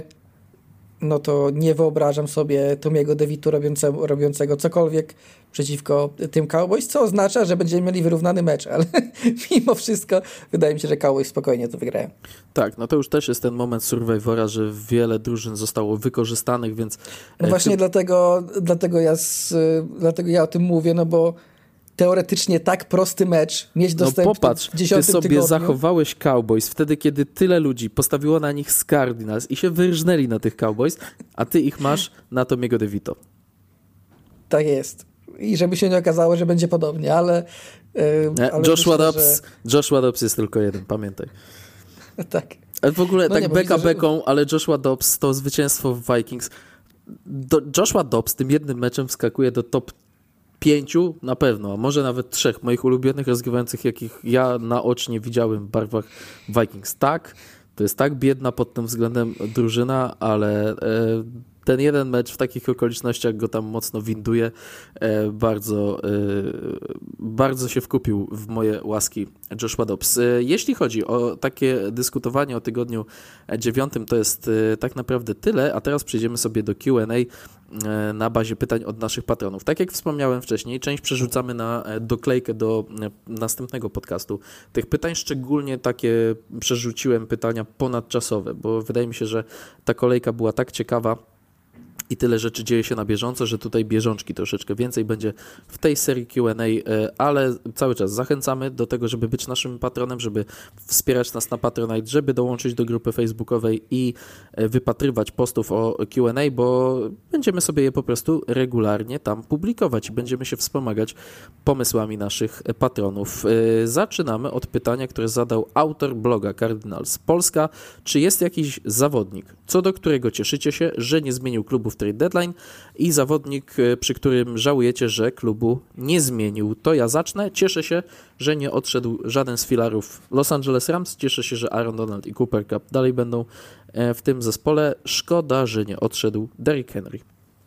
no to nie wyobrażam sobie Tomiego DeVito robiącego, robiącego cokolwiek przeciwko tym Cowboys, co oznacza, że będziemy mieli wyrównany mecz, ale mimo wszystko wydaje mi się, że Cowboys spokojnie to wygrają. Tak, no to już też jest ten moment Survivora, że wiele drużyn zostało wykorzystanych, więc... No właśnie ty... dlatego, dlatego, ja z, dlatego ja o tym mówię, no bo teoretycznie tak prosty mecz mieć dostępny no popatrz, w dziesiątym ty sobie tygodniu. zachowałeś Cowboys wtedy, kiedy tyle ludzi postawiło na nich z Cardinals i się wyrżnęli na tych Cowboys, a ty ich masz na Tomiego DeVito. Tak jest. I żeby się nie okazało, że będzie podobnie, ale... Yy, ale Joshua myślę, Dobbs, że... Joshua Dobbs jest tylko jeden, pamiętaj. Tak. Ale w ogóle no tak nie, beka widzę, beką, że... ale Joshua Dobbs to zwycięstwo w Vikings. Do, Joshua Dobbs tym jednym meczem wskakuje do top pięciu na pewno, a może nawet trzech moich ulubionych rozgrywających, jakich ja naocznie widziałem w barwach Vikings. Tak, to jest tak biedna pod tym względem drużyna, ale e, ten jeden mecz w takich okolicznościach go tam mocno winduje. E, bardzo, e, bardzo się wkupił w moje łaski Joshua Dobbs. E, jeśli chodzi o takie dyskutowanie o tygodniu dziewiątym, to jest e, tak naprawdę tyle, a teraz przejdziemy sobie do Q and A e, na bazie pytań od naszych patronów. Tak jak wspomniałem wcześniej, część przerzucamy na doklejkę do e, następnego podcastu. Tych pytań szczególnie takie przerzuciłem pytania ponadczasowe, bo wydaje mi się, że ta kolejka była tak ciekawa, i tyle rzeczy dzieje się na bieżąco, że tutaj bieżączki troszeczkę więcej będzie w tej serii Q and A, ale cały czas zachęcamy do tego, żeby być naszym patronem, żeby wspierać nas na Patronite, żeby dołączyć do grupy facebookowej i wypatrywać postów o Q and A, bo będziemy sobie je po prostu regularnie tam publikować i będziemy się wspomagać pomysłami naszych patronów. Zaczynamy od pytania, które zadał autor bloga Cardinals Polska. Czy jest jakiś zawodnik, co do którego cieszycie się, że nie zmienił klubu w trade deadline i zawodnik, przy którym żałujecie, że klubu nie zmienił? To ja zacznę. Cieszę się, że nie odszedł żaden z filarów Los Angeles Rams. Cieszę się, że Aaron Donald i Cooper Kupp dalej będą w tym zespole. Szkoda, że nie odszedł Derrick Henry.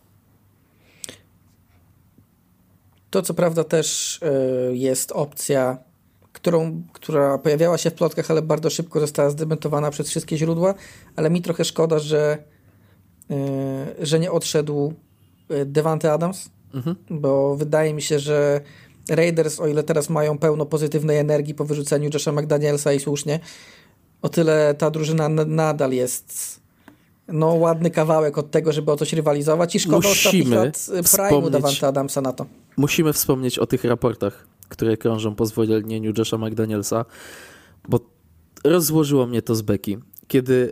To co prawda też y, jest opcja, którą, która pojawiała się w plotkach, ale bardzo szybko została zdementowana przez wszystkie źródła, ale mi trochę szkoda, że że nie odszedł Davante Adams, mhm. bo wydaje mi się, że Raiders, o ile teraz mają pełno pozytywnej energii po wyrzuceniu Josha McDanielsa i słusznie, o tyle ta drużyna nadal jest no ładny kawałek od tego, żeby o coś rywalizować i szkoda ostatnich lat prime'u Davante Adamsa na to. Musimy wspomnieć o tych raportach, które krążą po zwolnieniu Josha McDanielsa, bo rozłożyło mnie to z beki, kiedy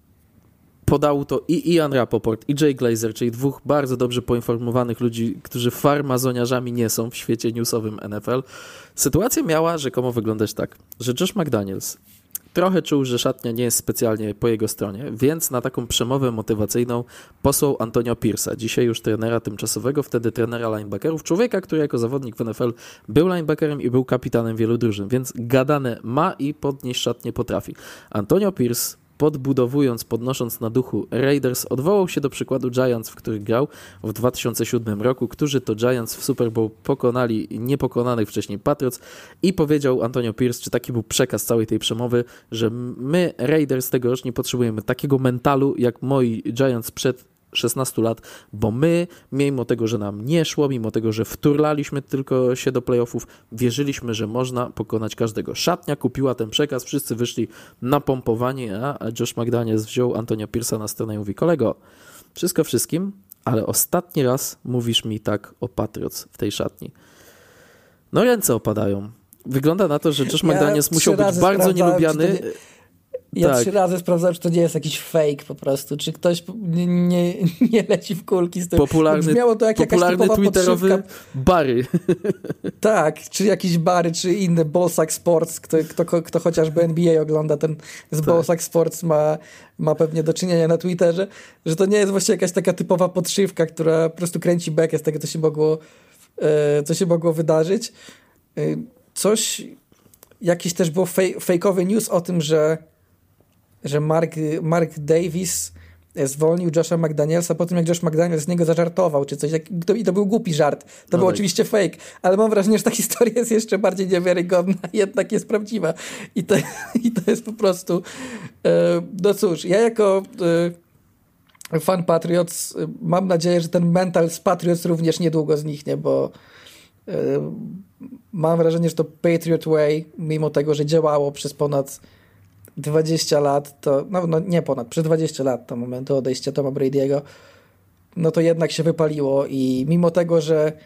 podał to i Ian Rapoport, i Jay Glazer, czyli dwóch bardzo dobrze poinformowanych ludzi, którzy farmazoniarzami nie są w świecie newsowym N F L. Sytuacja miała rzekomo wyglądać tak, że Josh McDaniels trochę czuł, że szatnia nie jest specjalnie po jego stronie, więc na taką przemowę motywacyjną posłał Antonio Pierce'a, dzisiaj już trenera tymczasowego, wtedy trenera linebackerów, człowieka, który jako zawodnik w N F L był linebackerem i był kapitanem wielu drużyn, więc gadane ma i podnieść szatnię potrafi. Antonio Pierce, podbudowując, podnosząc na duchu Raiders, odwołał się do przykładu Giants, w których grał w dwa tysiące siódmym roku, którzy to Giants w Super Bowl pokonali niepokonanych wcześniej Patriots i powiedział Antonio Pierce, czy taki był przekaz całej tej przemowy, że my Raiders tegorocznie nie potrzebujemy takiego mentalu jak moi Giants przed szesnastu lat, bo my, mimo tego, że nam nie szło, mimo tego, że wturlaliśmy tylko się do playoffów, wierzyliśmy, że można pokonać każdego. Szatnia kupiła ten przekaz, wszyscy wyszli na pompowanie, a Josh McDaniels wziął Antonia Pierce'a na stronę i mówi: kolego, wszystko wszystkim, ale ostatni raz mówisz mi tak o Patriots w tej szatni. No ręce opadają. Wygląda na to, że Josh ja McDaniels musiał być bardzo nielubiany. Ja tak. trzy razy sprawdzałem, czy to nie jest jakiś fake po prostu, czy ktoś nie, nie, nie leci w kulki z tym. Popularny, brzmiało to jak popularny jakaś twitterowy podszywka. Bary. Tak, czy jakiś Bary, czy inny Ballsack Sports, kto, kto, kto chociażby N B A ogląda, ten z tak. Ballsack Sports ma, ma pewnie do czynienia na Twitterze, że to nie jest właściwie jakaś taka typowa podszywka, która po prostu kręci bekę z tego, co się mogło, co się mogło wydarzyć. Coś, jakiś też był fej, fejkowy news o tym, że że Mark, Mark Davis zwolnił Josha McDanielsa po tym, jak Josh McDaniels z niego zażartował, czy coś. I to był głupi żart. To no był tak. oczywiście fake, ale mam wrażenie, że ta historia jest jeszcze bardziej niewiarygodna, jednak jest prawdziwa. I to, i to jest po prostu... No cóż, ja jako fan Patriots mam nadzieję, że ten mental z Patriots również niedługo zniknie, bo mam wrażenie, że to Patriot Way, mimo tego, że działało przez ponad dwadzieścia lat, to no, no nie ponad, przez dwadzieścia lat do momentu odejścia Toma Brady'ego, no to jednak się wypaliło i mimo tego, że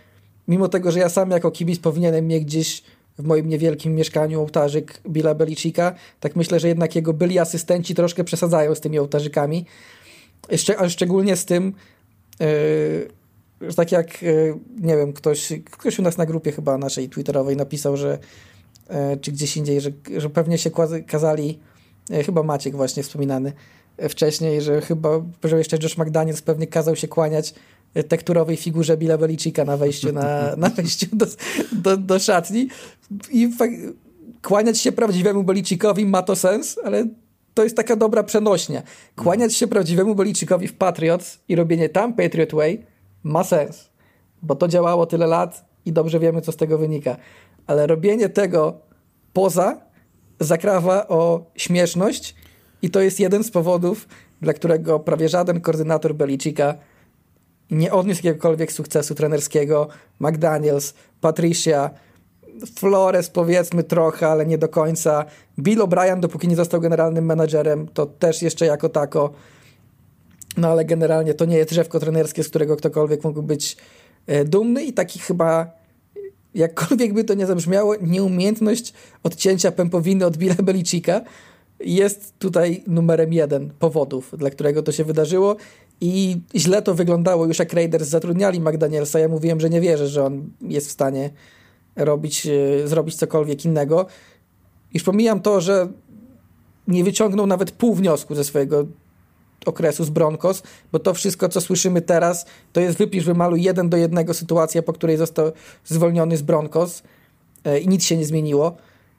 mimo tego, że ja sam jako kibic powinienem mieć gdzieś w moim niewielkim mieszkaniu ołtarzyk Billa Belichicka, tak myślę, że jednak jego byli asystenci troszkę przesadzają z tymi ołtarzykami. Jeszcze, a szczególnie z tym, yy, że tak jak, yy, nie wiem, ktoś, ktoś u nas na grupie chyba naszej twitterowej napisał, że yy, czy gdzieś indziej, że, że pewnie się kazali, yy, chyba Maciek właśnie wspominany yy, wcześniej, że chyba, że jeszcze Josh McDaniels pewnie kazał się kłaniać tekturowej figurze Billa Belichicka na wejściu, na, na wejściu do, do, do szatni i fak- kłaniać się prawdziwemu Belichickowi ma to sens, ale to jest taka dobra przenośnia. Kłaniać się prawdziwemu Belichickowi w Patriots i robienie tam Patriot Way ma sens, bo to działało tyle lat i dobrze wiemy, co z tego wynika. Ale robienie tego poza zakrawa o śmieszność i to jest jeden z powodów, dla którego prawie żaden koordynator Belichicka nie odniósł jakiegokolwiek sukcesu trenerskiego. McDaniels, Patricia, Flores powiedzmy trochę, ale nie do końca. Bill O'Brien, dopóki nie został generalnym menadżerem, to też jeszcze jako tako. No ale generalnie to nie jest drzewko trenerskie, z którego ktokolwiek mógł być e, dumny i taki chyba, jakkolwiek by to nie zabrzmiało, nieumiejętność odcięcia pępowiny od Billa Belichicka jest tutaj numerem jeden powodów, dla którego to się wydarzyło. I źle to wyglądało już jak Raiders zatrudniali McDanielsa. Ja mówiłem, że nie wierzę, że on jest w stanie robić, zrobić cokolwiek innego. Już pomijam to, że nie wyciągnął nawet pół wniosku ze swojego okresu z Broncos, bo to wszystko, co słyszymy teraz, to jest wypisz, wymaluj jeden do jednego sytuacja, po której został zwolniony z Broncos i nic się nie zmieniło.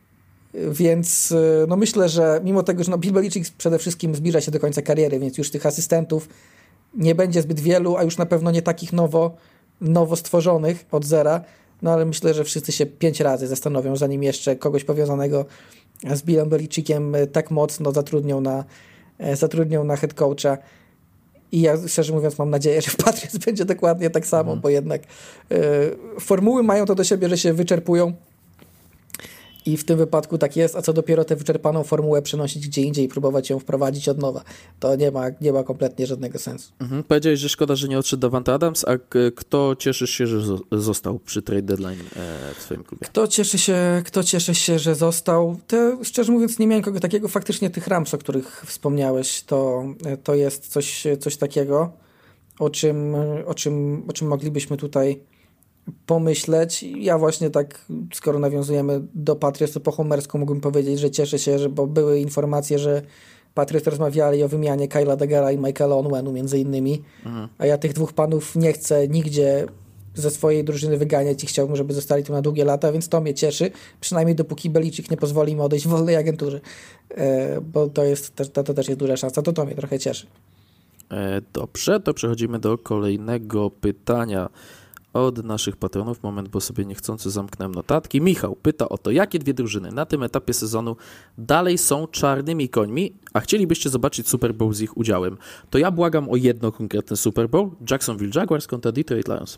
Więc no myślę, że mimo tego, że no Bill Belichick przede wszystkim zbliża się do końca kariery, więc już tych asystentów nie będzie zbyt wielu, a już na pewno nie takich nowo, nowo stworzonych od zera, no ale myślę, że wszyscy się pięć razy zastanowią, zanim jeszcze kogoś powiązanego z Billem Belichickiem tak mocno zatrudnią na, zatrudnią na head coacha. I ja szczerze mówiąc mam nadzieję, że w Patriots będzie dokładnie tak samo, mhm. bo jednak y, formuły mają to do siebie, że się wyczerpują. I w tym wypadku tak jest, a co dopiero tę wyczerpaną formułę przenosić gdzie indziej i próbować ją wprowadzić od nowa. To nie ma, nie ma kompletnie żadnego sensu. Mhm. Powiedziałeś, że szkoda, że nie odszedł Davante Adams, a k- kto cieszysz się, że zo- został przy trade deadline e, w swoim klubie? Kto cieszy się, kto cieszy się, że został? To, szczerze mówiąc, nie miałem kogo takiego. Faktycznie tych Rams, o których wspomniałeś, to, to jest coś, coś takiego, o czym, o, czym, o czym moglibyśmy tutaj pomyśleć. Ja właśnie tak, skoro nawiązujemy do Patriots, to po homersku mógłbym powiedzieć, że cieszę się, że bo były informacje, że Patriots rozmawiali o wymianie Kyla Degara i Michaela Onwenu między innymi, mhm. a ja tych dwóch panów nie chcę nigdzie ze swojej drużyny wyganiać i chciałbym, żeby zostali tu na długie lata, więc to mnie cieszy, przynajmniej dopóki Belichick nie pozwoli im odejść w wolnej agenturze, e, bo to jest to, to też jest duża szansa, to to mnie trochę cieszy. E, dobrze, to przechodzimy do kolejnego pytania od naszych patronów. Moment, bo sobie niechcący zamknąłem notatki. Michał pyta o to, jakie dwie drużyny na tym etapie sezonu dalej są czarnymi końmi, a chcielibyście zobaczyć Super Bowl z ich udziałem. To ja błagam o jedno konkretne Super Bowl. Jacksonville Jaguars kontra Detroit Lions.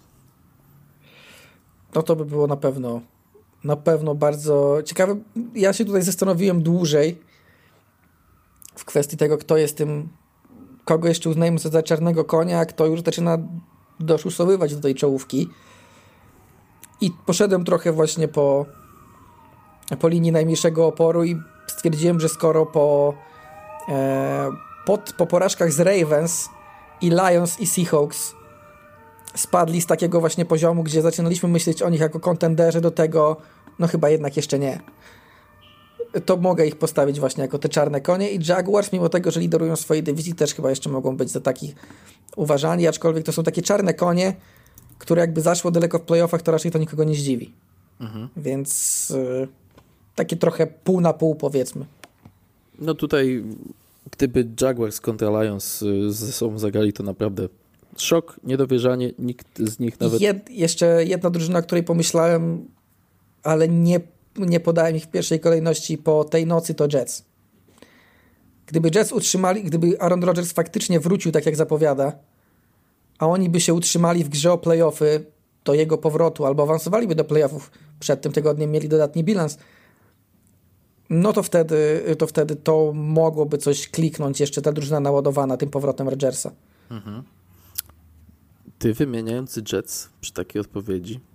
No to by było na pewno na pewno bardzo ciekawe. Ja się tutaj zastanowiłem dłużej w kwestii tego, kto jest tym, kogo jeszcze uznajemy za czarnego konia, a kto już zaczyna doszusowywać do tej czołówki. I poszedłem trochę właśnie po, po linii najmniejszego oporu i stwierdziłem, że skoro po, e, pod, po porażkach z Ravens i Lions i Seahawks spadli z takiego właśnie poziomu, gdzie zaczynaliśmy myśleć o nich jako kontenderzy, do tego no chyba jednak jeszcze nie. To mogę ich postawić właśnie jako te czarne konie i Jaguars, mimo tego, że liderują swojej dywizji, też chyba jeszcze mogą być za takich uważani, aczkolwiek to są takie czarne konie, które jakby zaszło daleko w playoffach, to raczej to nikogo nie zdziwi. Mhm. Więc y, takie trochę pół na pół, powiedzmy. No tutaj, gdyby Jaguars kontra Lions ze sobą zagrali, to naprawdę szok, niedowierzanie, nikt z nich nawet... Jed, jeszcze jedna drużyna, o której pomyślałem, ale nie, nie podałem ich w pierwszej kolejności po tej nocy, to Jets. Gdyby Jets utrzymali, gdyby Aaron Rodgers faktycznie wrócił tak jak zapowiada, a oni by się utrzymali w grze o playoffy do jego powrotu, albo awansowaliby do playoffów przed tym tygodniem, mieli dodatni bilans, no to wtedy to, wtedy to mogłoby coś kliknąć, jeszcze ta drużyna naładowana tym powrotem Rodgersa. Mhm. Ty wymieniający Jets przy takiej odpowiedzi,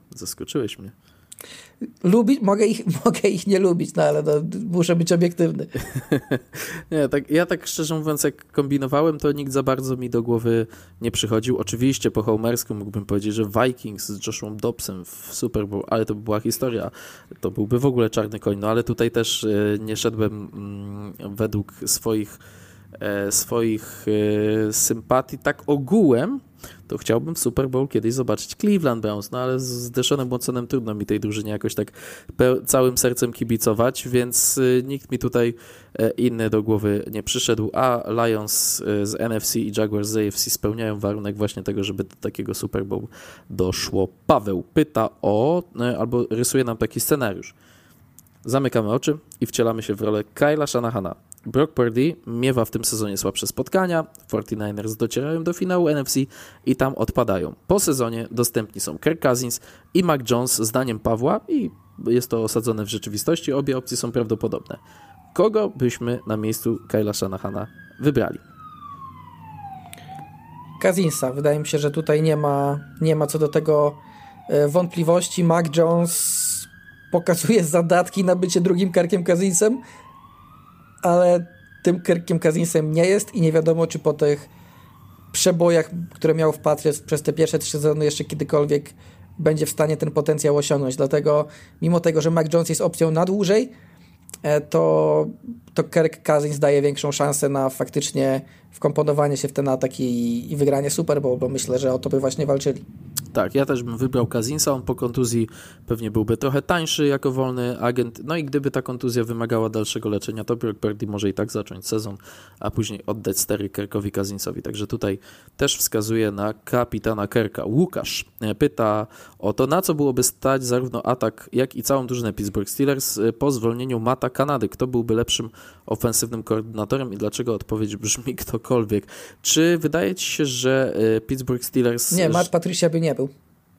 zaskoczyłeś mnie. Lubić, mogę ich, mogę ich nie lubić, no ale no, muszę być obiektywny. nie, tak, ja tak szczerze mówiąc, jak kombinowałem, to nikt za bardzo mi do głowy nie przychodził. Oczywiście po homersku mógłbym powiedzieć, że Vikings z Joshua Dobbsem w Super Bowl, ale to by była historia. To byłby w ogóle czarny koń, no ale tutaj też y, nie szedłem mm, według swoich, e, swoich e, sympatii. Tak ogółem to chciałbym w Super Bowl kiedyś zobaczyć Cleveland Browns, no ale z Deshaunem Watsonem trudno mi tej drużynie jakoś tak pe- całym sercem kibicować, więc y, nikt mi tutaj y, inny do głowy nie przyszedł, a Lions y, z N F C i Jaguars z A F C spełniają warunek właśnie tego, żeby do takiego Super Bowl doszło. Paweł pyta o, y, albo rysuje nam taki scenariusz. Zamykamy oczy i wcielamy się w rolę Kyla Shanahana. Brock Purdy miewa w tym sezonie słabsze spotkania, czterdziesty dziewięć docierają do finału N F C i tam odpadają. Po sezonie dostępni są Kirk Cousins i Mac Jones, zdaniem Pawła, i jest to osadzone w rzeczywistości, obie opcje są prawdopodobne. Kogo byśmy na miejscu Kyla Shanahana wybrali? Cousinsa. Wydaje mi się, że tutaj nie ma, nie ma co do tego wątpliwości. Mac Jones pokazuje zadatki na bycie drugim Kirkiem Cousinsem, ale tym Kirkiem Cousinsem nie jest i nie wiadomo, czy po tych przebojach, które miał w Patriots przez te pierwsze trzy sezony jeszcze kiedykolwiek będzie w stanie ten potencjał osiągnąć. Dlatego mimo tego, że Mac Jones jest opcją na dłużej, to, to Kirk Cousins daje większą szansę na faktycznie wkomponowanie się w ten atak i, i wygranie Super Bowl, bo myślę, że o to by właśnie walczyli. Tak, ja też bym wybrał Cousinsa, on po kontuzji pewnie byłby trochę tańszy jako wolny agent, no i gdyby ta kontuzja wymagała dalszego leczenia, to Brock Purdy może i tak zacząć sezon, a później oddać stery Kirkowi Cousinsowi, także tutaj też wskazuje na kapitana Kirka. Łukasz pyta o to, na co byłoby stać zarówno atak, jak i całą drużynę Pittsburgh Steelers po zwolnieniu Matta Canady. Kto byłby lepszym ofensywnym koordynatorem i dlaczego? Odpowiedź brzmi ktokolwiek. Czy wydaje ci się, że Pittsburgh Steelers... Nie, Matt Patricia by nie był.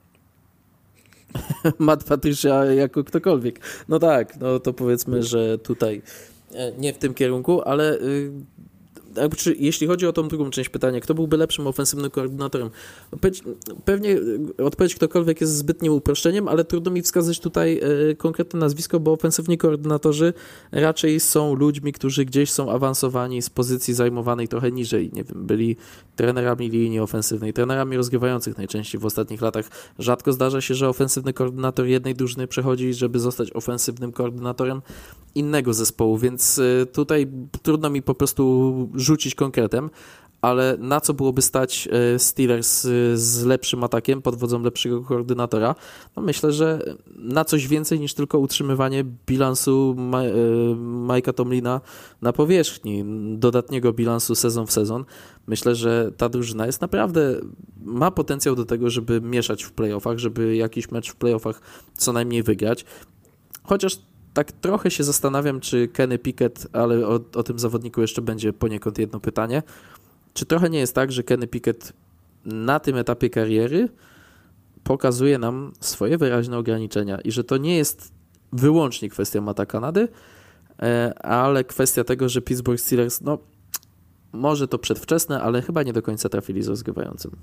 Matt Patricia jako ktokolwiek. No tak, no to powiedzmy, że tutaj nie w tym kierunku, ale czy, jeśli chodzi o tą drugą część pytania, kto byłby lepszym ofensywnym koordynatorem? Odpowiedź, pewnie odpowiedź ktokolwiek jest zbytnim uproszczeniem, ale trudno mi wskazać tutaj e, konkretne nazwisko, bo ofensywni koordynatorzy raczej są ludźmi, którzy gdzieś są awansowani z pozycji zajmowanej trochę niżej. Nie wiem, byli trenerami linii ofensywnej, trenerami rozgrywających najczęściej w ostatnich latach. Rzadko zdarza się, że ofensywny koordynator jednej drużyny przechodzi, żeby zostać ofensywnym koordynatorem innego zespołu, więc e, tutaj trudno mi po prostu rzucić konkretem, ale na co byłoby stać Steelers z lepszym atakiem pod wodzą lepszego koordynatora? No myślę, że na coś więcej niż tylko utrzymywanie bilansu Mike'a Tomlina na powierzchni, dodatniego bilansu sezon w sezon. Myślę, że ta drużyna jest naprawdę, ma potencjał do tego, żeby mieszać w playoffach, żeby jakiś mecz w playoffach co najmniej wygrać. Chociaż tak trochę się zastanawiam, czy Kenny Pickett, ale o, o tym zawodniku jeszcze będzie poniekąd jedno pytanie, czy trochę nie jest tak, że Kenny Pickett na tym etapie kariery pokazuje nam swoje wyraźne ograniczenia i że to nie jest wyłącznie kwestia Matta Canady, ale kwestia tego, że Pittsburgh Steelers, no może to przedwczesne, ale chyba nie do końca trafili z rozgrywającym.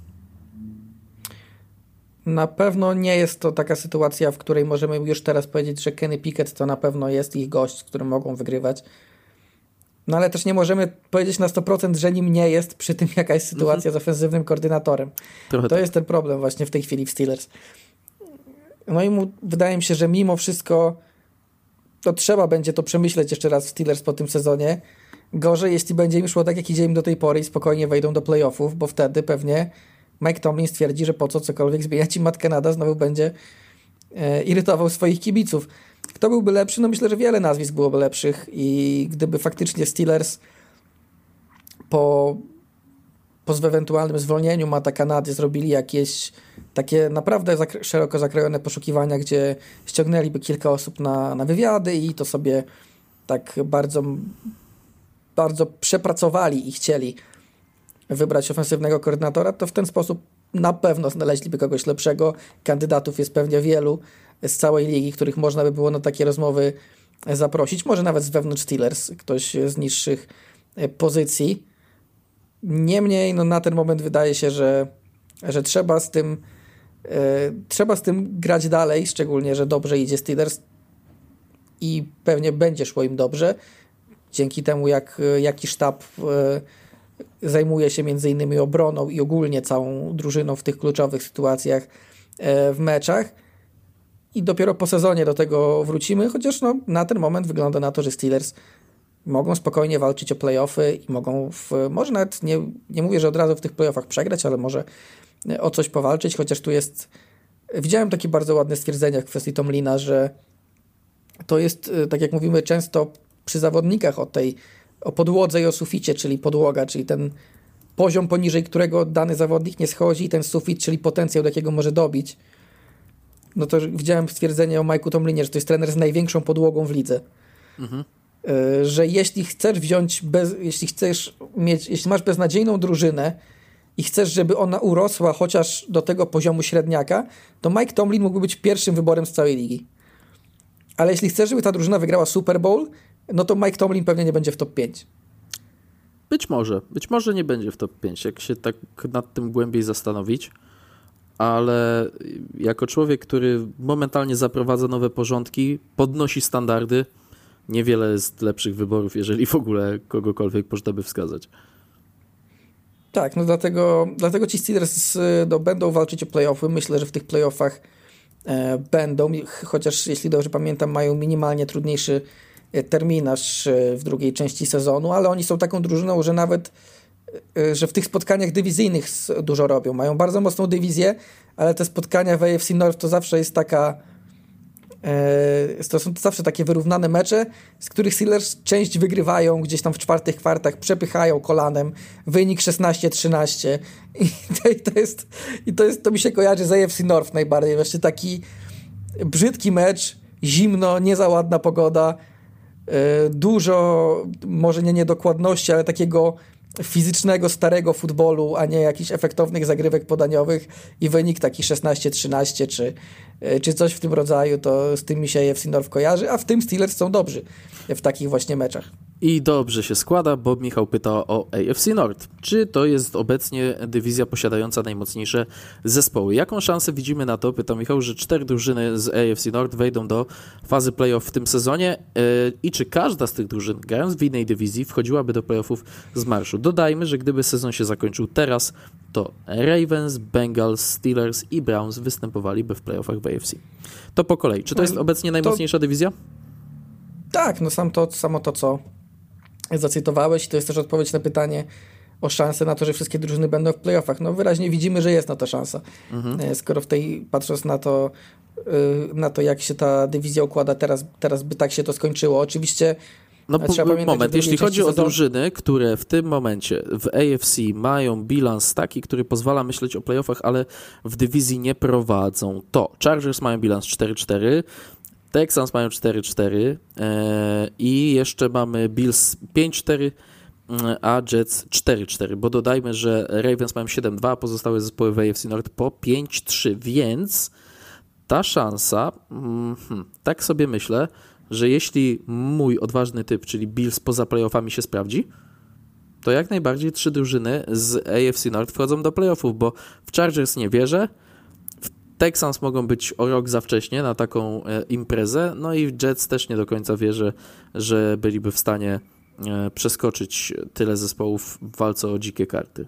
Na pewno nie jest to taka sytuacja, w której możemy już teraz powiedzieć, że Kenny Pickett to na pewno jest ich gość, z którym mogą wygrywać. No ale też nie możemy powiedzieć na sto procent, że nim nie jest przy tym jakaś sytuacja mm-hmm. z ofensywnym koordynatorem. Trochę to tak. Jest ten problem właśnie w tej chwili w Steelers. No i mu, wydaje mi się, że mimo wszystko to trzeba będzie to przemyśleć jeszcze raz w Steelers po tym sezonie. Gorzej, jeśli będzie im szło tak, jak idzie im do tej pory i spokojnie wejdą do playoffów, bo wtedy pewnie Mike Tomlin stwierdzi, że po co cokolwiek zmieniać i Matt Canada znowu będzie e, irytował swoich kibiców. Kto byłby lepszy? No myślę, że wiele nazwisk byłoby lepszych i gdyby faktycznie Steelers po, po ewentualnym zwolnieniu Matta Canady zrobili jakieś takie naprawdę zakre- szeroko zakrojone poszukiwania, gdzie ściągnęliby kilka osób na, na wywiady i to sobie tak bardzo, bardzo przepracowali i chcieli wybrać ofensywnego koordynatora, to w ten sposób na pewno znaleźliby kogoś lepszego. Kandydatów jest pewnie wielu z całej ligi, których można by było na takie rozmowy zaprosić. Może nawet z wewnątrz Steelers, ktoś z niższych pozycji. Niemniej no, na ten moment wydaje się, że, że trzeba z tym Trzeba z tym grać dalej, szczególnie, że dobrze idzie Steelers i pewnie będzie szło im dobrze, dzięki temu jak, jaki sztab zajmuje się między innymi obroną i ogólnie całą drużyną w tych kluczowych sytuacjach w meczach. I dopiero po sezonie do tego wrócimy, chociaż no, na ten moment wygląda na to, że Steelers mogą spokojnie walczyć o playoffy i mogą, w, może nawet nie, nie mówię, że od razu w tych playoffach przegrać, ale może o coś powalczyć, chociaż tu jest, widziałem takie bardzo ładne stwierdzenia w kwestii Tomlina, że to jest, tak jak mówimy często przy zawodnikach o tej, o podłodze i o suficie, czyli podłoga, czyli ten poziom, poniżej którego dany zawodnik nie schodzi, i ten sufit, czyli potencjał, do jakiego może dobić. No to widziałem stwierdzenie o Mike'u Tomlinie, że to jest trener z największą podłogą w lidze. Mhm. Że jeśli chcesz wziąć, bez, jeśli chcesz mieć, jeśli masz beznadziejną drużynę i chcesz, żeby ona urosła chociaż do tego poziomu średniaka, to Mike Tomlin mógłby być pierwszym wyborem z całej ligi. Ale jeśli chcesz, żeby ta drużyna wygrała Super Bowl, no to Mike Tomlin pewnie nie będzie w top pięć. Być może. Być może nie będzie w top pięć, jak się tak nad tym głębiej zastanowić. Ale jako człowiek, który momentalnie zaprowadza nowe porządki, podnosi standardy, niewiele jest lepszych wyborów, jeżeli w ogóle kogokolwiek można by wskazać. Tak, no dlatego, dlatego ci Steelers no, będą walczyć o playoffy. Myślę, że w tych playoffach e, będą, chociaż jeśli dobrze pamiętam, mają minimalnie trudniejszy terminarz w drugiej części sezonu, ale oni są taką drużyną, że nawet że w tych spotkaniach dywizyjnych dużo robią. Mają bardzo mocną dywizję, ale te spotkania w A F C North to zawsze jest taka to są to zawsze takie wyrównane mecze, z których Steelers część wygrywają, gdzieś tam w czwartych kwartach przepychają kolanem, wynik szesnaście trzynaście i to, i to jest i to jest, to mi się kojarzy z A F C North najbardziej, właśnie taki brzydki mecz, zimno, nie za ładna pogoda, dużo, może nie niedokładności, ale takiego fizycznego, starego futbolu, a nie jakichś efektownych zagrywek podaniowych i wynik taki szesnaście trzynaście czy, czy coś w tym rodzaju, to z tym mi się A F C North kojarzy, a w tym Steelers są dobrzy w takich właśnie meczach. I dobrze się składa, bo Michał pyta o A F C North. Czy to jest obecnie dywizja posiadająca najmocniejsze zespoły? Jaką szansę widzimy na to, pyta Michał, że cztery drużyny z A F C North wejdą do fazy playoff w tym sezonie yy, i czy każda z tych drużyn, grając w innej dywizji, wchodziłaby do playoffów z marszu? Dodajmy, że gdyby sezon się zakończył teraz, to Ravens, Bengals, Steelers i Browns występowaliby w playoffach w A F C. To po kolei. Czy to jest obecnie najmocniejsza to... dywizja? Tak, no sam to, samo to, co zacytowałeś, to jest też odpowiedź na pytanie o szansę na to, że wszystkie drużyny będą w playoffach. No wyraźnie widzimy, że jest na to szansa. Mhm. Skoro w tej, patrząc na to, na to, jak się ta dywizja układa teraz, teraz by tak się to skończyło. Oczywiście no po, pamiętać, moment, jeśli chodzi o drużyny, które w tym momencie w A F C mają bilans taki, który pozwala myśleć o playoffach, ale w dywizji nie prowadzą, to Chargers mają bilans cztery cztery, Texans mają cztery cztery e, i jeszcze mamy Bills pięć cztery, a Jets cztery cztery, bo dodajmy, że Ravens mają siedem dwa, a pozostałe zespoły w A F C North po pięć trzy, więc ta szansa, mm, tak sobie myślę, że jeśli mój odważny typ, czyli Bills poza playoffami się sprawdzi, to jak najbardziej trzy drużyny z A F C North wchodzą do playoffów, bo w Chargers nie wierzę, Texans mogą być o rok za wcześnie na taką e, imprezę, no i Jets też nie do końca wierzę, że byliby w stanie e, przeskoczyć tyle zespołów w walce o dzikie karty.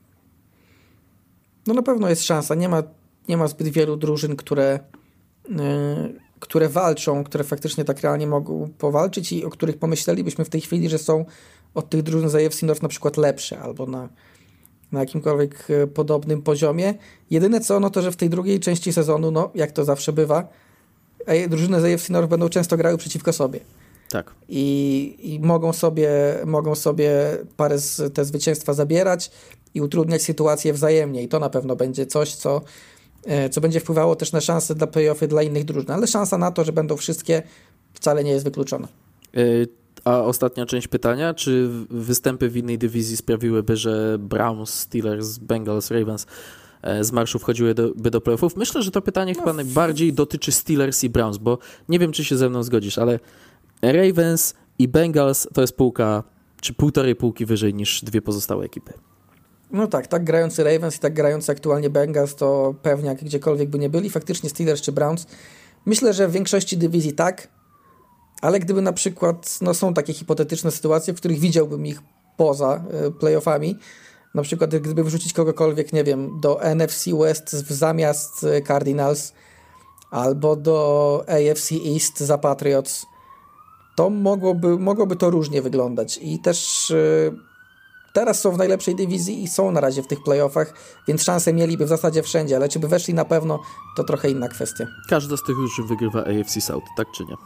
No na pewno jest szansa. Nie ma, nie ma zbyt wielu drużyn, które, yy, które walczą, które faktycznie tak realnie mogą powalczyć i o których pomyślelibyśmy w tej chwili, że są od tych drużyn z A F C North na przykład lepsze albo na na jakimkolwiek podobnym poziomie. Jedyne co, no to, że w tej drugiej części sezonu, no jak to zawsze bywa, drużyny z A F C North będą często grały przeciwko sobie. Tak. I, i mogą sobie mogą sobie parę z te zwycięstwa zabierać i utrudniać sytuację wzajemnie. I to na pewno będzie coś, co, co będzie wpływało też na szanse dla playoffy dla innych drużyn. Ale szansa na to, że będą wszystkie, wcale nie jest wykluczona. Y- A ostatnia część pytania, czy występy w innej dywizji sprawiłyby, że Browns, Steelers, Bengals, Ravens z marszu wchodziłyby do, do playoffów? Myślę, że to pytanie no. chyba najbardziej dotyczy Steelers i Browns, bo nie wiem, czy się ze mną zgodzisz, ale Ravens i Bengals to jest półka, czy półtorej półki wyżej niż dwie pozostałe ekipy. No tak, tak grający Ravens i tak grający aktualnie Bengals to pewniak gdziekolwiek by nie byli. Faktycznie Steelers czy Browns. Myślę, że w większości dywizji tak, ale gdyby na przykład, no są takie hipotetyczne sytuacje, w których widziałbym ich poza y, playoffami, na przykład gdyby wrzucić kogokolwiek, nie wiem, do N F C West zamiast Cardinals albo do A F C East za Patriots, to mogłoby, mogłoby to różnie wyglądać. I też y, teraz są w najlepszej dywizji i są na razie w tych playoffach, więc szanse mieliby w zasadzie wszędzie, ale czy by weszli na pewno, to trochę inna kwestia. Każda z tych już wygrywa A F C South, tak czy nie?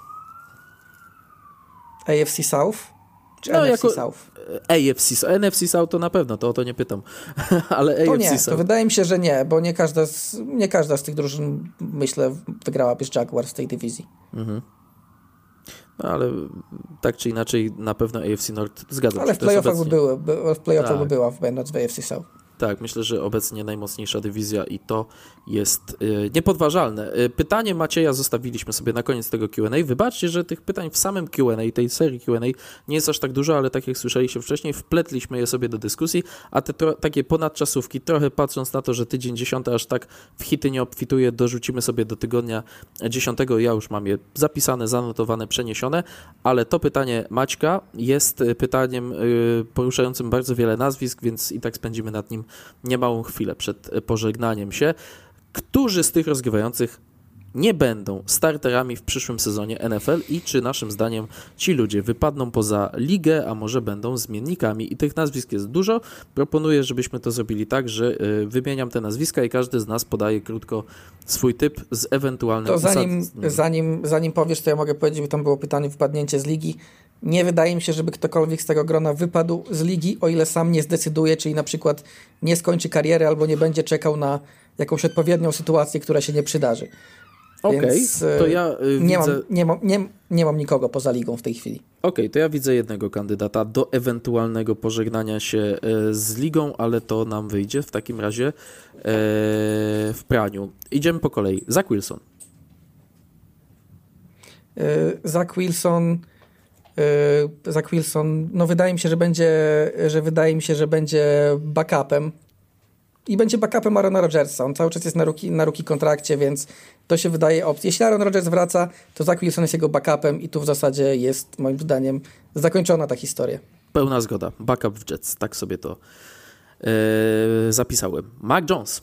A F C South? Czy no, N F C jako South? A F C, N F C South to na pewno, to o to nie pytam. Ale A to F C nie, South. To wydaje mi się, że nie, bo nie każda z, nie każda z tych drużyn, myślę, wygrałaby z Jaguars w tej dywizji. Mhm. No, ale tak czy inaczej na pewno A F C North zgadzam ale się. W playoffach obecnie... by były, by, w playoffach tak. by była, będąc w A F C South. Tak, myślę, że obecnie najmocniejsza dywizja i to jest y, niepodważalne. Y, pytanie Macieja zostawiliśmy sobie na koniec tego Q and A. Wybaczcie, że tych pytań w samym Q and A, tej serii Q and A nie jest aż tak dużo, ale tak jak słyszeliście wcześniej, wpletliśmy je sobie do dyskusji, a te tro- takie ponadczasówki, trochę patrząc na to, że tydzień dziesiąty aż tak w hity nie obfituje, dorzucimy sobie do tygodnia dziesiątego. Ja już mam je zapisane, zanotowane, przeniesione, ale to pytanie Maćka jest pytaniem y, poruszającym bardzo wiele nazwisk, więc i tak spędzimy nad nim niemałą chwilę przed pożegnaniem się. Którzy z tych rozgrywających nie będą starterami w przyszłym sezonie N F L i czy naszym zdaniem ci ludzie wypadną poza ligę, a może będą zmiennikami? I tych nazwisk jest dużo. Proponuję, żebyśmy to zrobili tak, że wymieniam te nazwiska i każdy z nas podaje krótko swój typ z ewentualnym... To zanim, usad... zanim, zanim powiesz, to ja mogę powiedzieć, bo tam było pytanie wypadnięcie z ligi. Nie wydaje mi się, żeby ktokolwiek z tego grona wypadł z ligi, o ile sam nie zdecyduje, czyli na przykład nie skończy kariery albo nie będzie czekał na jakąś odpowiednią sytuację, która się nie przydarzy. Okej, okay, to ja y, nie, widzę... mam, nie, mam, nie, nie mam nikogo poza ligą w tej chwili. Okej, okay, to ja widzę jednego kandydata do ewentualnego pożegnania się y, z ligą, ale to nam wyjdzie w takim razie y, w praniu. Idziemy po kolei. Zach Wilson. Y, Zach Wilson... Zach Wilson, no wydaje mi się, że będzie, że wydaje mi się, że będzie backupem i będzie backupem Aarona Rodgersa. On cały czas jest na rookie, na rookie kontrakcie, więc to się wydaje opcją. Jeśli Aaron Rodgers wraca, to Zach Wilson jest jego backupem i tu w zasadzie jest moim zdaniem zakończona ta historia. Pełna zgoda. Backup w Jets. Tak sobie to yy, zapisałem. Mac Jones.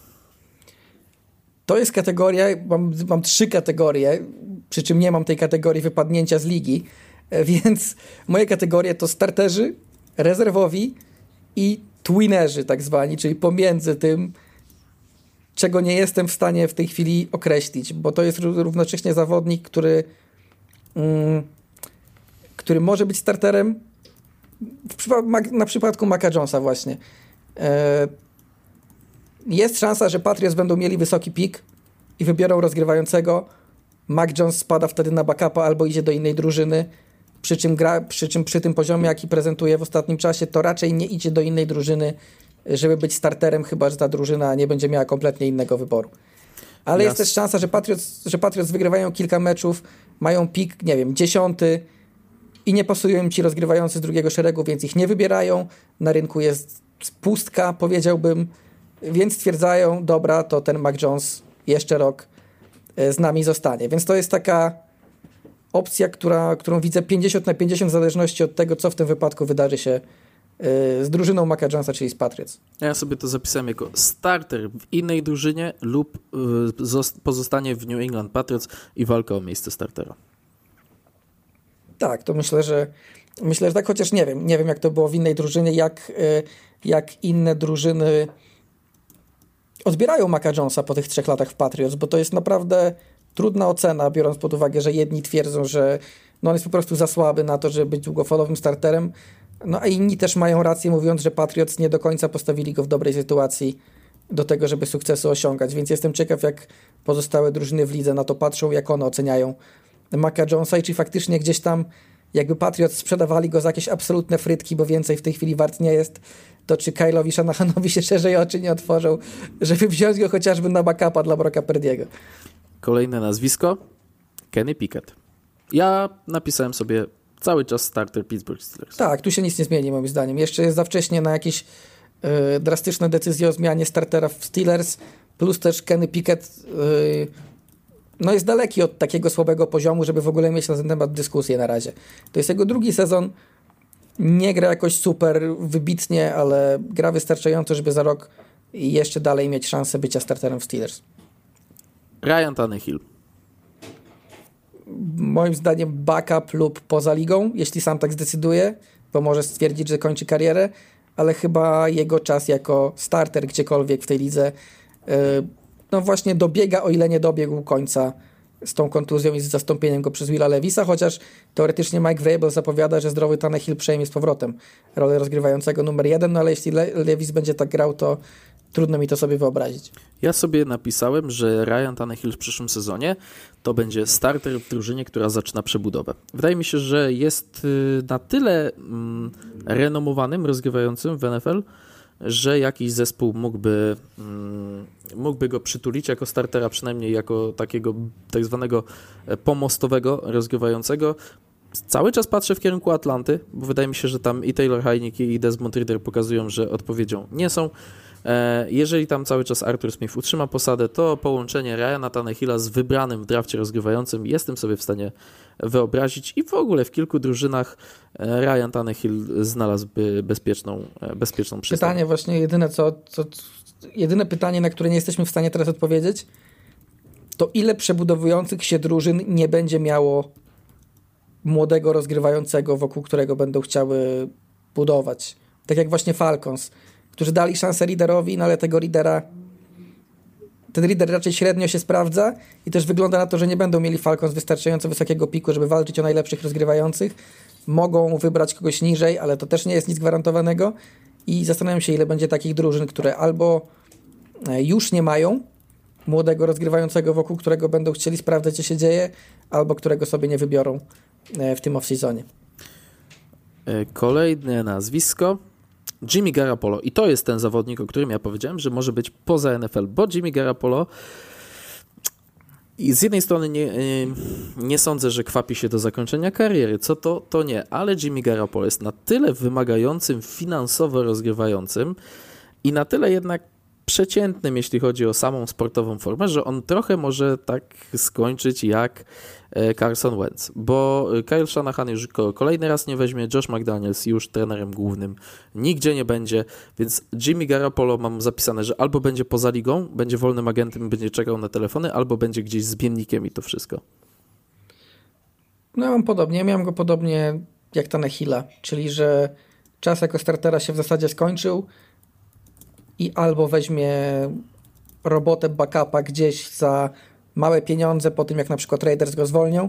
To jest kategoria, mam, mam trzy kategorie, przy czym nie mam tej kategorii wypadnięcia z ligi, więc moje kategorie to starterzy, rezerwowi i twinerzy tak zwani, czyli pomiędzy tym, czego nie jestem w stanie w tej chwili określić, bo to jest równocześnie zawodnik, który, mm, który może być starterem w przypa- na przypadku Maca Jonesa właśnie. E, jest szansa, że Patriots będą mieli wysoki pik i wybiorą rozgrywającego. Mac Jones spada wtedy na backupa albo idzie do innej drużyny. Przy czym, gra, przy czym przy tym poziomie, jaki prezentuje w ostatnim czasie, to raczej nie idzie do innej drużyny, żeby być starterem, chyba że ta drużyna nie będzie miała kompletnie innego wyboru. Ale yes. jest też szansa, że Patriots, że Patriots wygrywają kilka meczów, mają pik, nie wiem, dziesiąty i nie pasują im ci rozgrywający z drugiego szeregu, więc ich nie wybierają. Na rynku jest pustka, powiedziałbym, więc stwierdzają, dobra, to ten Mac Jones jeszcze rok z nami zostanie. Więc to jest taka opcja, która, którą widzę pięćdziesiąt na pięćdziesiąt w zależności od tego, co w tym wypadku wydarzy się z drużyną Maca Jonesa, czyli z Patriots. Ja sobie to zapisałem jako starter w innej drużynie lub pozostanie w New England Patriots i walka o miejsce startera. Tak, to myślę, że myślę, że tak, chociaż nie wiem, nie wiem jak to było w innej drużynie, jak, jak inne drużyny odbierają Maca Jonesa po tych trzech latach w Patriots, bo to jest naprawdę trudna ocena, biorąc pod uwagę, że jedni twierdzą, że no on jest po prostu za słaby na to, żeby być długofalowym starterem, no a inni też mają rację, mówiąc, że Patriots nie do końca postawili go w dobrej sytuacji do tego, żeby sukcesy osiągać, więc jestem ciekaw, jak pozostałe drużyny w lidze na to patrzą, jak one oceniają Maca Jonesa i czy faktycznie gdzieś tam jakby Patriots sprzedawali go za jakieś absolutne frytki, bo więcej w tej chwili wart nie jest, to czy Kyle'owi Shanahanowi się szerzej oczy nie otworzą, żeby wziąć go chociażby na backupa dla Brocka Purdy'ego. Kolejne nazwisko, Kenny Pickett. Ja napisałem sobie cały czas starter Pittsburgh Steelers. Tak, tu się nic nie zmieni moim zdaniem. Jeszcze jest za wcześnie na jakieś yy, drastyczne decyzje o zmianie startera w Steelers, plus też Kenny Pickett yy, no jest daleki od takiego słabego poziomu, żeby w ogóle mieć na ten temat dyskusję na razie. To jest jego drugi sezon, nie gra jakoś super wybitnie, ale gra wystarczająco, żeby za rok jeszcze dalej mieć szansę bycia starterem w Steelers. Ryan Tannehill. Moim zdaniem backup lub poza ligą, jeśli sam tak zdecyduje, bo może stwierdzić, że kończy karierę, ale chyba jego czas jako starter gdziekolwiek w tej lidze yy, no właśnie dobiega, o ile nie dobiegł końca z tą kontuzją i z zastąpieniem go przez Willa Levisa, chociaż teoretycznie Mike Vrabel zapowiada, że zdrowy Tannehill przejmie z powrotem rolę rozgrywającego numer jeden, no ale jeśli Le- Levis będzie tak grał, to trudno mi to sobie wyobrazić. Ja sobie napisałem, że Ryan Tannehill w przyszłym sezonie to będzie starter w drużynie, która zaczyna przebudowę. Wydaje mi się, że jest na tyle mm, renomowanym rozgrywającym w N F L, że jakiś zespół mógłby, mm, mógłby go przytulić jako startera, przynajmniej jako takiego tak zwanego pomostowego rozgrywającego. Cały czas patrzę w kierunku Atlanty, bo wydaje mi się, że tam i Taylor Heinicke i Desmond Ridder pokazują, że odpowiedzią nie są. Jeżeli tam cały czas Arthur Smith utrzyma posadę, to połączenie Ryana Tannehilla z wybranym w drafcie rozgrywającym jestem sobie w stanie wyobrazić i w ogóle w kilku drużynach Ryan Tannehill znalazłby bezpieczną, bezpieczną przystań. Pytanie właśnie jedyne, co, co, jedyne pytanie, na które nie jesteśmy w stanie teraz odpowiedzieć, to ile przebudowujących się drużyn nie będzie miało młodego rozgrywającego, wokół którego będą chciały budować. Tak jak właśnie Falcons, którzy dali szansę Ridderowi, no ale tego Riddera, ten Ridder raczej średnio się sprawdza i też wygląda na to, że nie będą mieli Falcons wystarczająco wysokiego piku, żeby walczyć o najlepszych rozgrywających. Mogą wybrać kogoś niżej, ale to też nie jest nic gwarantowanego i zastanawiam się, ile będzie takich drużyn, które albo już nie mają młodego rozgrywającego, wokół którego będą chcieli sprawdzać, co się dzieje, albo którego sobie nie wybiorą w tym off-seasonie. Kolejne nazwisko Jimmy Garoppolo. I to jest ten zawodnik, o którym ja powiedziałem, że może być poza N F L, bo Jimmy Garoppolo i z jednej strony nie, nie sądzę, że kwapi się do zakończenia kariery, co to, to nie, ale Jimmy Garoppolo jest na tyle wymagającym, finansowo rozgrywającym i na tyle jednak przeciętnym, jeśli chodzi o samą sportową formę, że on trochę może tak skończyć jak Carson Wentz, bo Kyle Shanahan już kolejny raz nie weźmie, Josh McDaniels już trenerem głównym nigdzie nie będzie, więc Jimmy Garoppolo mam zapisane, że albo będzie poza ligą, będzie wolnym agentem, będzie czekał na telefony, albo będzie gdzieś zmiennikiem i to wszystko. No ja mam podobnie, ja miałem go podobnie jak Tannehilla, czyli że czas jako startera się w zasadzie skończył i albo weźmie robotę backupa gdzieś za małe pieniądze po tym, jak na przykład Raiders go zwolnią,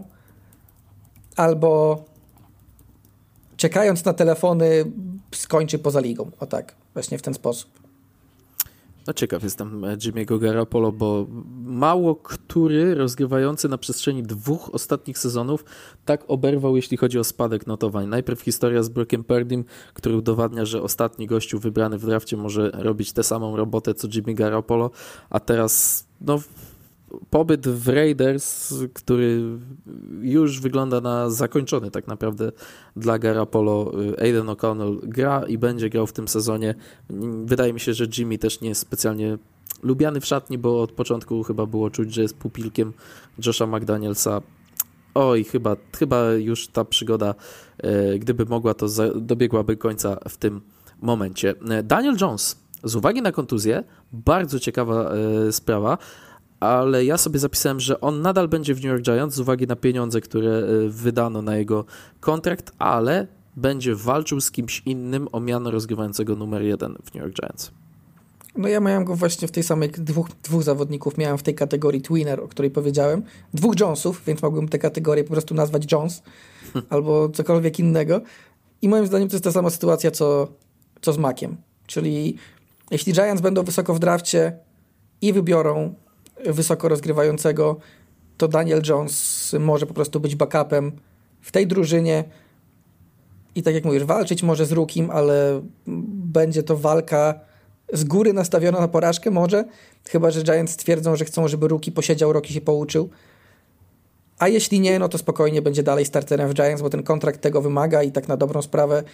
albo czekając na telefony skończy poza ligą. O tak, właśnie w ten sposób. No ciekaw jestem Jimmy'ego Garoppolo, bo mało który rozgrywający na przestrzeni dwóch ostatnich sezonów tak oberwał, jeśli chodzi o spadek notowań. Najpierw historia z Brookiem Purdym, który udowadnia, że ostatni gościu wybrany w drafcie może robić tę samą robotę co Jimmy Garoppolo, a teraz no pobyt w Raiders, który już wygląda na zakończony tak naprawdę dla Garoppolo. Aiden O'Connell gra i będzie grał w tym sezonie. Wydaje mi się, że Jimmy też nie jest specjalnie lubiany w szatni, bo od początku chyba było czuć, że jest pupilkiem Josha McDanielsa. Oj, chyba, chyba już ta przygoda, gdyby mogła, to dobiegłaby końca w tym momencie. Daniel Jones, z uwagi na kontuzję, bardzo ciekawa sprawa, ale ja sobie zapisałem, że on nadal będzie w New York Giants z uwagi na pieniądze, które wydano na jego kontrakt, ale będzie walczył z kimś innym o miano rozgrywającego numer jeden w New York Giants. No ja miałem go właśnie w tej samej, dwóch, dwóch zawodników miałem w tej kategorii twinner, o której powiedziałem. Dwóch Jonesów, więc mogłem tę kategorię po prostu nazwać Jones albo cokolwiek innego. I moim zdaniem to jest ta sama sytuacja, co, co z Maciem. Czyli jeśli Giants będą wysoko w drafcie i wybiorą wysoko rozgrywającego, to Daniel Jones może po prostu być backupem w tej drużynie i tak jak mówisz, walczyć może z rookiem, ale będzie to walka z góry nastawiona na porażkę może, chyba że Giants twierdzą, że chcą, żeby rookie posiedział rok i się pouczył, a jeśli nie, no to spokojnie będzie dalej starterem w Giants, bo ten kontrakt tego wymaga i tak na dobrą sprawę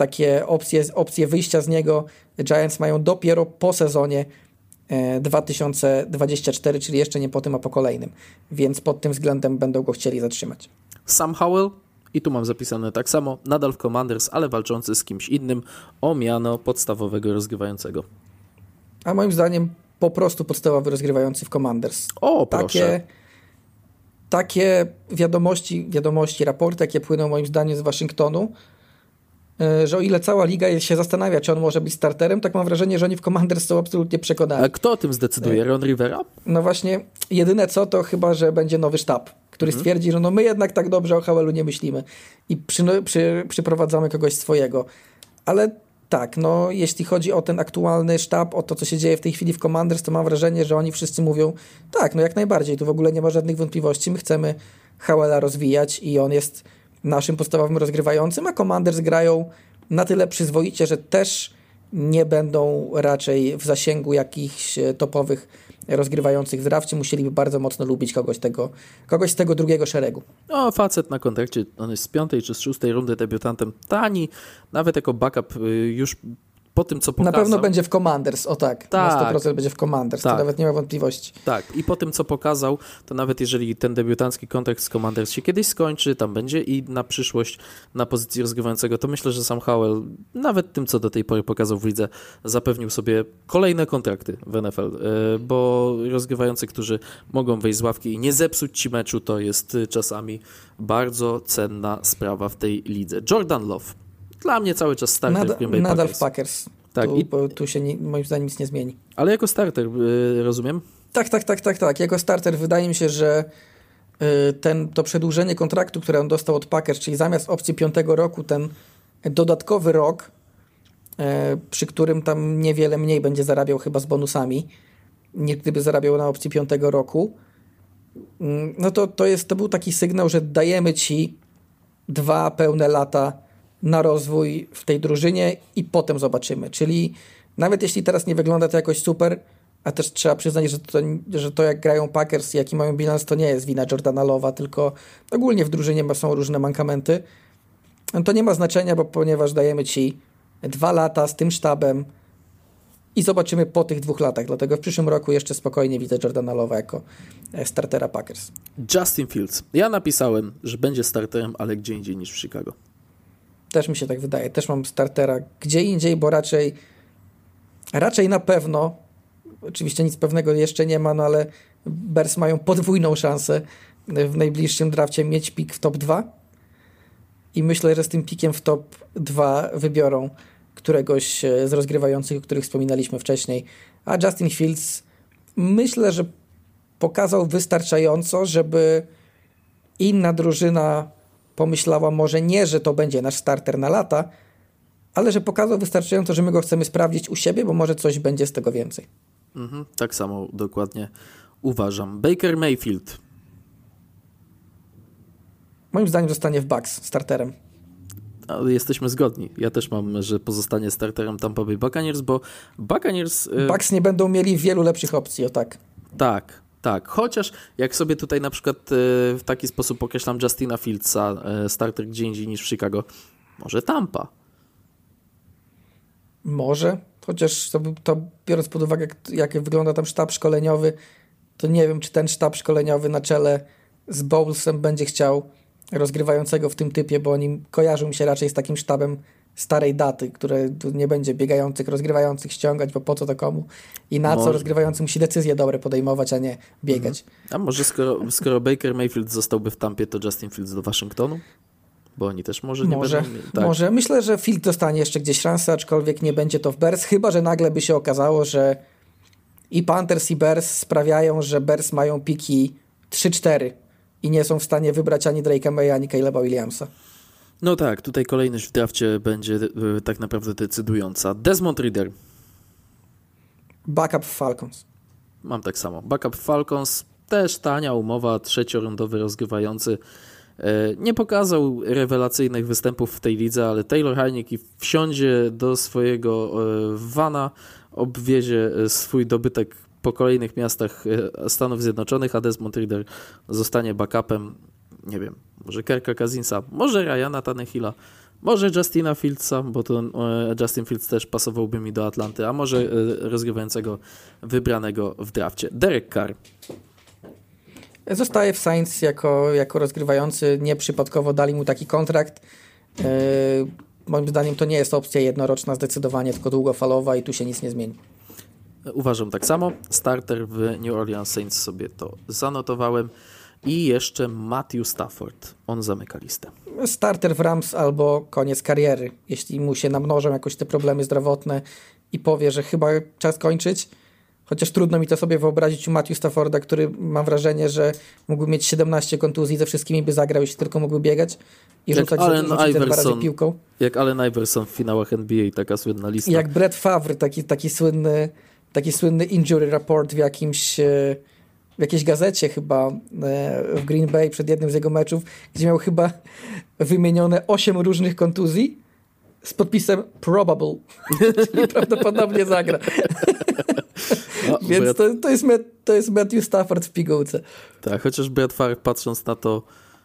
takie opcje, opcje wyjścia z niego Giants mają dopiero po sezonie dwa tysiące dwudziestym czwartym, czyli jeszcze nie po tym, a po kolejnym. Więc pod tym względem będą go chcieli zatrzymać. Sam Howell, i tu mam zapisane tak samo, nadal w Commanders, ale walczący z kimś innym o miano podstawowego rozgrywającego. A moim zdaniem po prostu podstawowy rozgrywający w Commanders. O, proszę. Takie, takie wiadomości, wiadomości, raporty, jakie płyną moim zdaniem z Waszyngtonu, że o ile cała liga się zastanawia, czy on może być starterem, tak mam wrażenie, że oni w Commanders są absolutnie przekonani. A kto o tym zdecyduje? Ron Rivera? No właśnie, jedyne co, to chyba, że będzie nowy sztab, który hmm. stwierdzi, że no my jednak tak dobrze o Howellu nie myślimy i przy, przy, przyprowadzamy kogoś swojego. Ale tak, no jeśli chodzi o ten aktualny sztab, o to, co się dzieje w tej chwili w Commanders, to mam wrażenie, że oni wszyscy mówią, tak, no jak najbardziej, tu w ogóle nie ma żadnych wątpliwości, my chcemy Howella rozwijać i on jest naszym podstawowym rozgrywającym, a Commanders grają na tyle przyzwoicie, że też nie będą raczej w zasięgu jakichś topowych rozgrywających w drafcie. Musieliby bardzo mocno lubić kogoś, tego, kogoś z tego drugiego szeregu. No, facet na kontrakcie, on jest z piątej czy z szóstej rundy debiutantem, tani, nawet jako backup już po tym, co pokazał. Na pewno będzie w Commanders, o tak, tak. na sto procent będzie w Commanders, tak. To nawet nie ma wątpliwości. Tak, i po tym, co pokazał, to nawet jeżeli ten debiutancki kontrakt z Commanders się kiedyś skończy, tam będzie i na przyszłość na pozycji rozgrywającego, to myślę, że sam Howell, nawet tym, co do tej pory pokazał w lidze, zapewnił sobie kolejne kontrakty w N F L, bo rozgrywający, którzy mogą wejść z ławki i nie zepsuć ci meczu, to jest czasami bardzo cenna sprawa w tej lidze. Jordan Love. Dla mnie cały czas starter Nad, w Green Bay nadal Packers. w Packers. Tak, tu, i... bo tu się nie, moim zdaniem nic nie zmieni. Ale jako starter, yy, rozumiem? Tak, tak, tak, tak, tak. Jako starter wydaje mi się, że yy, ten, to przedłużenie kontraktu, które on dostał od Packers, czyli zamiast opcji piątego roku, ten dodatkowy rok, yy, przy którym tam niewiele mniej będzie zarabiał chyba z bonusami, niż gdyby zarabiał na opcji piątego roku, yy, no to, to, jest, to był taki sygnał, że dajemy ci dwa pełne lata na rozwój w tej drużynie i potem zobaczymy. Czyli nawet jeśli teraz nie wygląda to jakoś super, a też trzeba przyznać, że to, że to jak grają Packers i jaki mają bilans, to nie jest wina Jordana Love'a, tylko ogólnie w drużynie są różne mankamenty. To nie ma znaczenia, bo ponieważ dajemy ci dwa lata z tym sztabem i zobaczymy po tych dwóch latach. Dlatego w przyszłym roku jeszcze spokojnie widzę Jordana Love'a jako startera Packers. Justin Fields. Ja napisałem, że będzie starterem, ale gdzie indziej niż w Chicago. Też mi się tak wydaje. Też mam startera gdzie indziej, bo raczej raczej na pewno, oczywiście nic pewnego jeszcze nie ma, no ale Bears mają podwójną szansę w najbliższym drafcie mieć pik w top dwa i myślę, że z tym pikiem w top dwa wybiorą któregoś z rozgrywających, o których wspominaliśmy wcześniej. A Justin Fields myślę, że pokazał wystarczająco, żeby inna drużyna pomyślała może nie, że to będzie nasz starter na lata, ale że pokazał wystarczająco, że my go chcemy sprawdzić u siebie, bo może coś będzie z tego więcej. Mhm, tak samo dokładnie uważam. Baker Mayfield. Moim zdaniem zostanie w Bucks starterem. Ale jesteśmy zgodni. Ja też mam, że pozostanie starterem Tampa Bay Buccaneers, bo Buccaneers... Yy... Bucks nie będą mieli wielu lepszych opcji, o tak. Tak. Tak, chociaż jak sobie tutaj na przykład y, w taki sposób określam Justina Fieldsa, y, starter gdzie indziej niż w Chicago, może Tampa. Może, chociaż to, to biorąc pod uwagę jak, jak wygląda tam sztab szkoleniowy, to nie wiem, czy ten sztab szkoleniowy na czele z Bowlesem będzie chciał rozgrywającego w tym typie, bo oni kojarzą mi się raczej z takim sztabem starej daty, które nie będzie biegających, rozgrywających ściągać, bo po co to komu i na może. Co rozgrywający musi decyzje dobre podejmować, a nie biegać. Mhm. A może skoro, skoro Baker Mayfield zostałby w Tampie, to Justin Fields do Waszyngtonu? Bo oni też może nie może, będą... Tak. Może. Myślę, że Field dostanie jeszcze gdzieś szansę, aczkolwiek nie będzie to w Bears, chyba że nagle by się okazało, że i Panthers i Bears sprawiają, że Bears mają piki trzy cztery i nie są w stanie wybrać ani Drake'a Maya, ani Caleba Williamsa. No tak, tutaj kolejność w drafcie będzie y, tak naprawdę decydująca. Desmond Ridder. Backup Falcons. Mam tak samo. Backup Falcons, też tania umowa, trzeciorundowy rozgrywający. Y, nie pokazał rewelacyjnych występów w tej lidze, ale Taylor Heinicke wsiądzie do swojego y, vana, obwiezie swój dobytek po kolejnych miastach Stanów Zjednoczonych, a Desmond Ridder zostanie backupem, nie wiem, może Kirka Cousinsa, może Ryana Tannehilla, Może Justina Fieldsa, bo to Justin Fields też pasowałby mi do Atlanty, a może rozgrywającego wybranego w drafcie. Derek Carr. Zostaje w Saints jako, jako rozgrywający. Nieprzypadkowo dali mu taki kontrakt. Yy, moim zdaniem to nie jest opcja jednoroczna zdecydowanie, tylko długofalowa i tu się nic nie zmieni. Uważam tak samo. Starter w New Orleans Saints sobie to zanotowałem. I jeszcze Matthew Stafford. On zamyka listę. Starter w Rams albo koniec kariery. Jeśli mu się namnożą jakoś te problemy zdrowotne i powie, że chyba czas kończyć. Chociaż trudno mi to sobie wyobrazić u Matthew Stafforda, który mam wrażenie, że mógłby mieć siedemnaście kontuzji, ze wszystkimi by zagrał, jeśli tylko mógłby biegać i jak rzucać, Allen rzucać dwa razy Iverson, piłką. Jak Allen Iverson w finałach N B A, taka słynna lista. Jak Brett Favre, taki, taki, słynny, taki słynny injury report w jakimś... w jakiejś gazecie chyba w Green Bay przed jednym z jego meczów, gdzie miał chyba wymienione osiem różnych kontuzji z podpisem probable, czyli prawdopodobnie zagra. No, Więc Brad... to, to, jest, to jest Matthew Stafford w pigułce. Tak, chociaż Brett Favre, patrząc na to,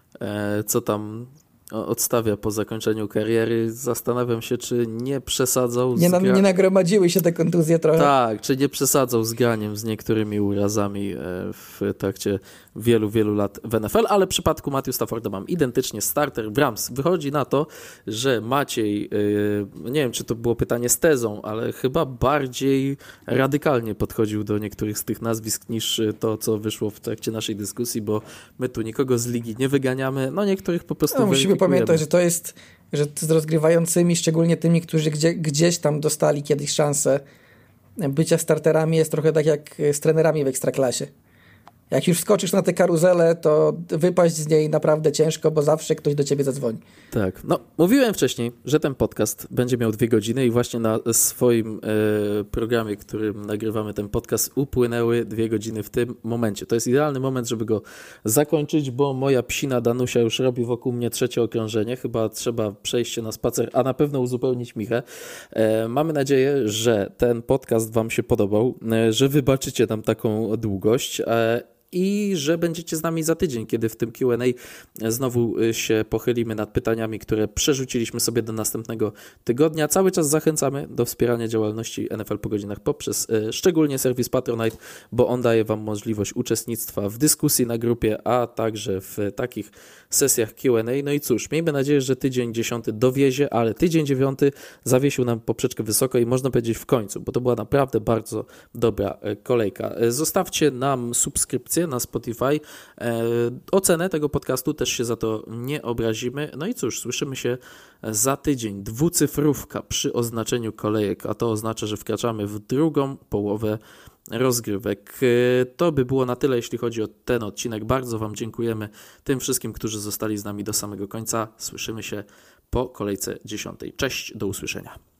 e, co tam odstawia po zakończeniu kariery, zastanawiam się, czy nie przesadzał nie, na, gra... nie nagromadziły się te kontuzje trochę. Tak, czy nie przesadzał z graniem z niektórymi urazami w trakcie wielu, wielu lat w N F L, ale w przypadku Matthew Stafforda mam identycznie starter w Rams. Wychodzi na to, że Maciej, nie wiem, czy to było pytanie z tezą, ale chyba bardziej radykalnie podchodził do niektórych z tych nazwisk niż to, co wyszło w trakcie naszej dyskusji, bo my tu nikogo z ligi nie wyganiamy, no niektórych po prostu no, musimy pamiętać, że to jest, że z rozgrywającymi, szczególnie tymi, którzy gdzie, gdzieś tam dostali kiedyś szansę bycia starterami, jest trochę tak jak z trenerami w Ekstraklasie. Jak już wskoczysz na tę karuzelę, to wypaść z niej naprawdę ciężko, bo zawsze ktoś do ciebie zadzwoni. Tak, no mówiłem wcześniej, że ten podcast będzie miał dwie godziny i właśnie na swoim e, programie, którym nagrywamy ten podcast, upłynęły dwie godziny w tym momencie. To jest idealny moment, żeby go zakończyć, bo moja psina Danusia już robi wokół mnie trzecie okrążenie. Chyba trzeba przejść się na spacer, a na pewno uzupełnić Michę. E, mamy nadzieję, że ten podcast wam się podobał, e, że wybaczycie nam taką długość, e, i że będziecie z nami za tydzień, kiedy w tym Q and A znowu się pochylimy nad pytaniami, które przerzuciliśmy sobie do następnego tygodnia. Cały czas zachęcamy do wspierania działalności N F L po godzinach poprzez e, szczególnie serwis Patronite, bo on daje wam możliwość uczestnictwa w dyskusji na grupie, a także w takich sesjach Q and A. No i cóż, miejmy nadzieję, że tydzień dziesiąty dowiezie, ale tydzień dziewiąty zawiesił nam poprzeczkę wysoko i można powiedzieć w końcu, bo to była naprawdę bardzo dobra kolejka. Zostawcie nam subskrypcję na Spotify, e, ocenę tego podcastu, też się za to nie obrazimy. No i cóż, słyszymy się za tydzień. Dwucyfrówka przy oznaczeniu kolejek, a to oznacza, że wkraczamy w drugą połowę rozgrywek. To by było na tyle, jeśli chodzi o ten odcinek. Bardzo wam dziękujemy, tym wszystkim, którzy zostali z nami do samego końca. Słyszymy się po kolejce dziesiątej. Cześć, do usłyszenia.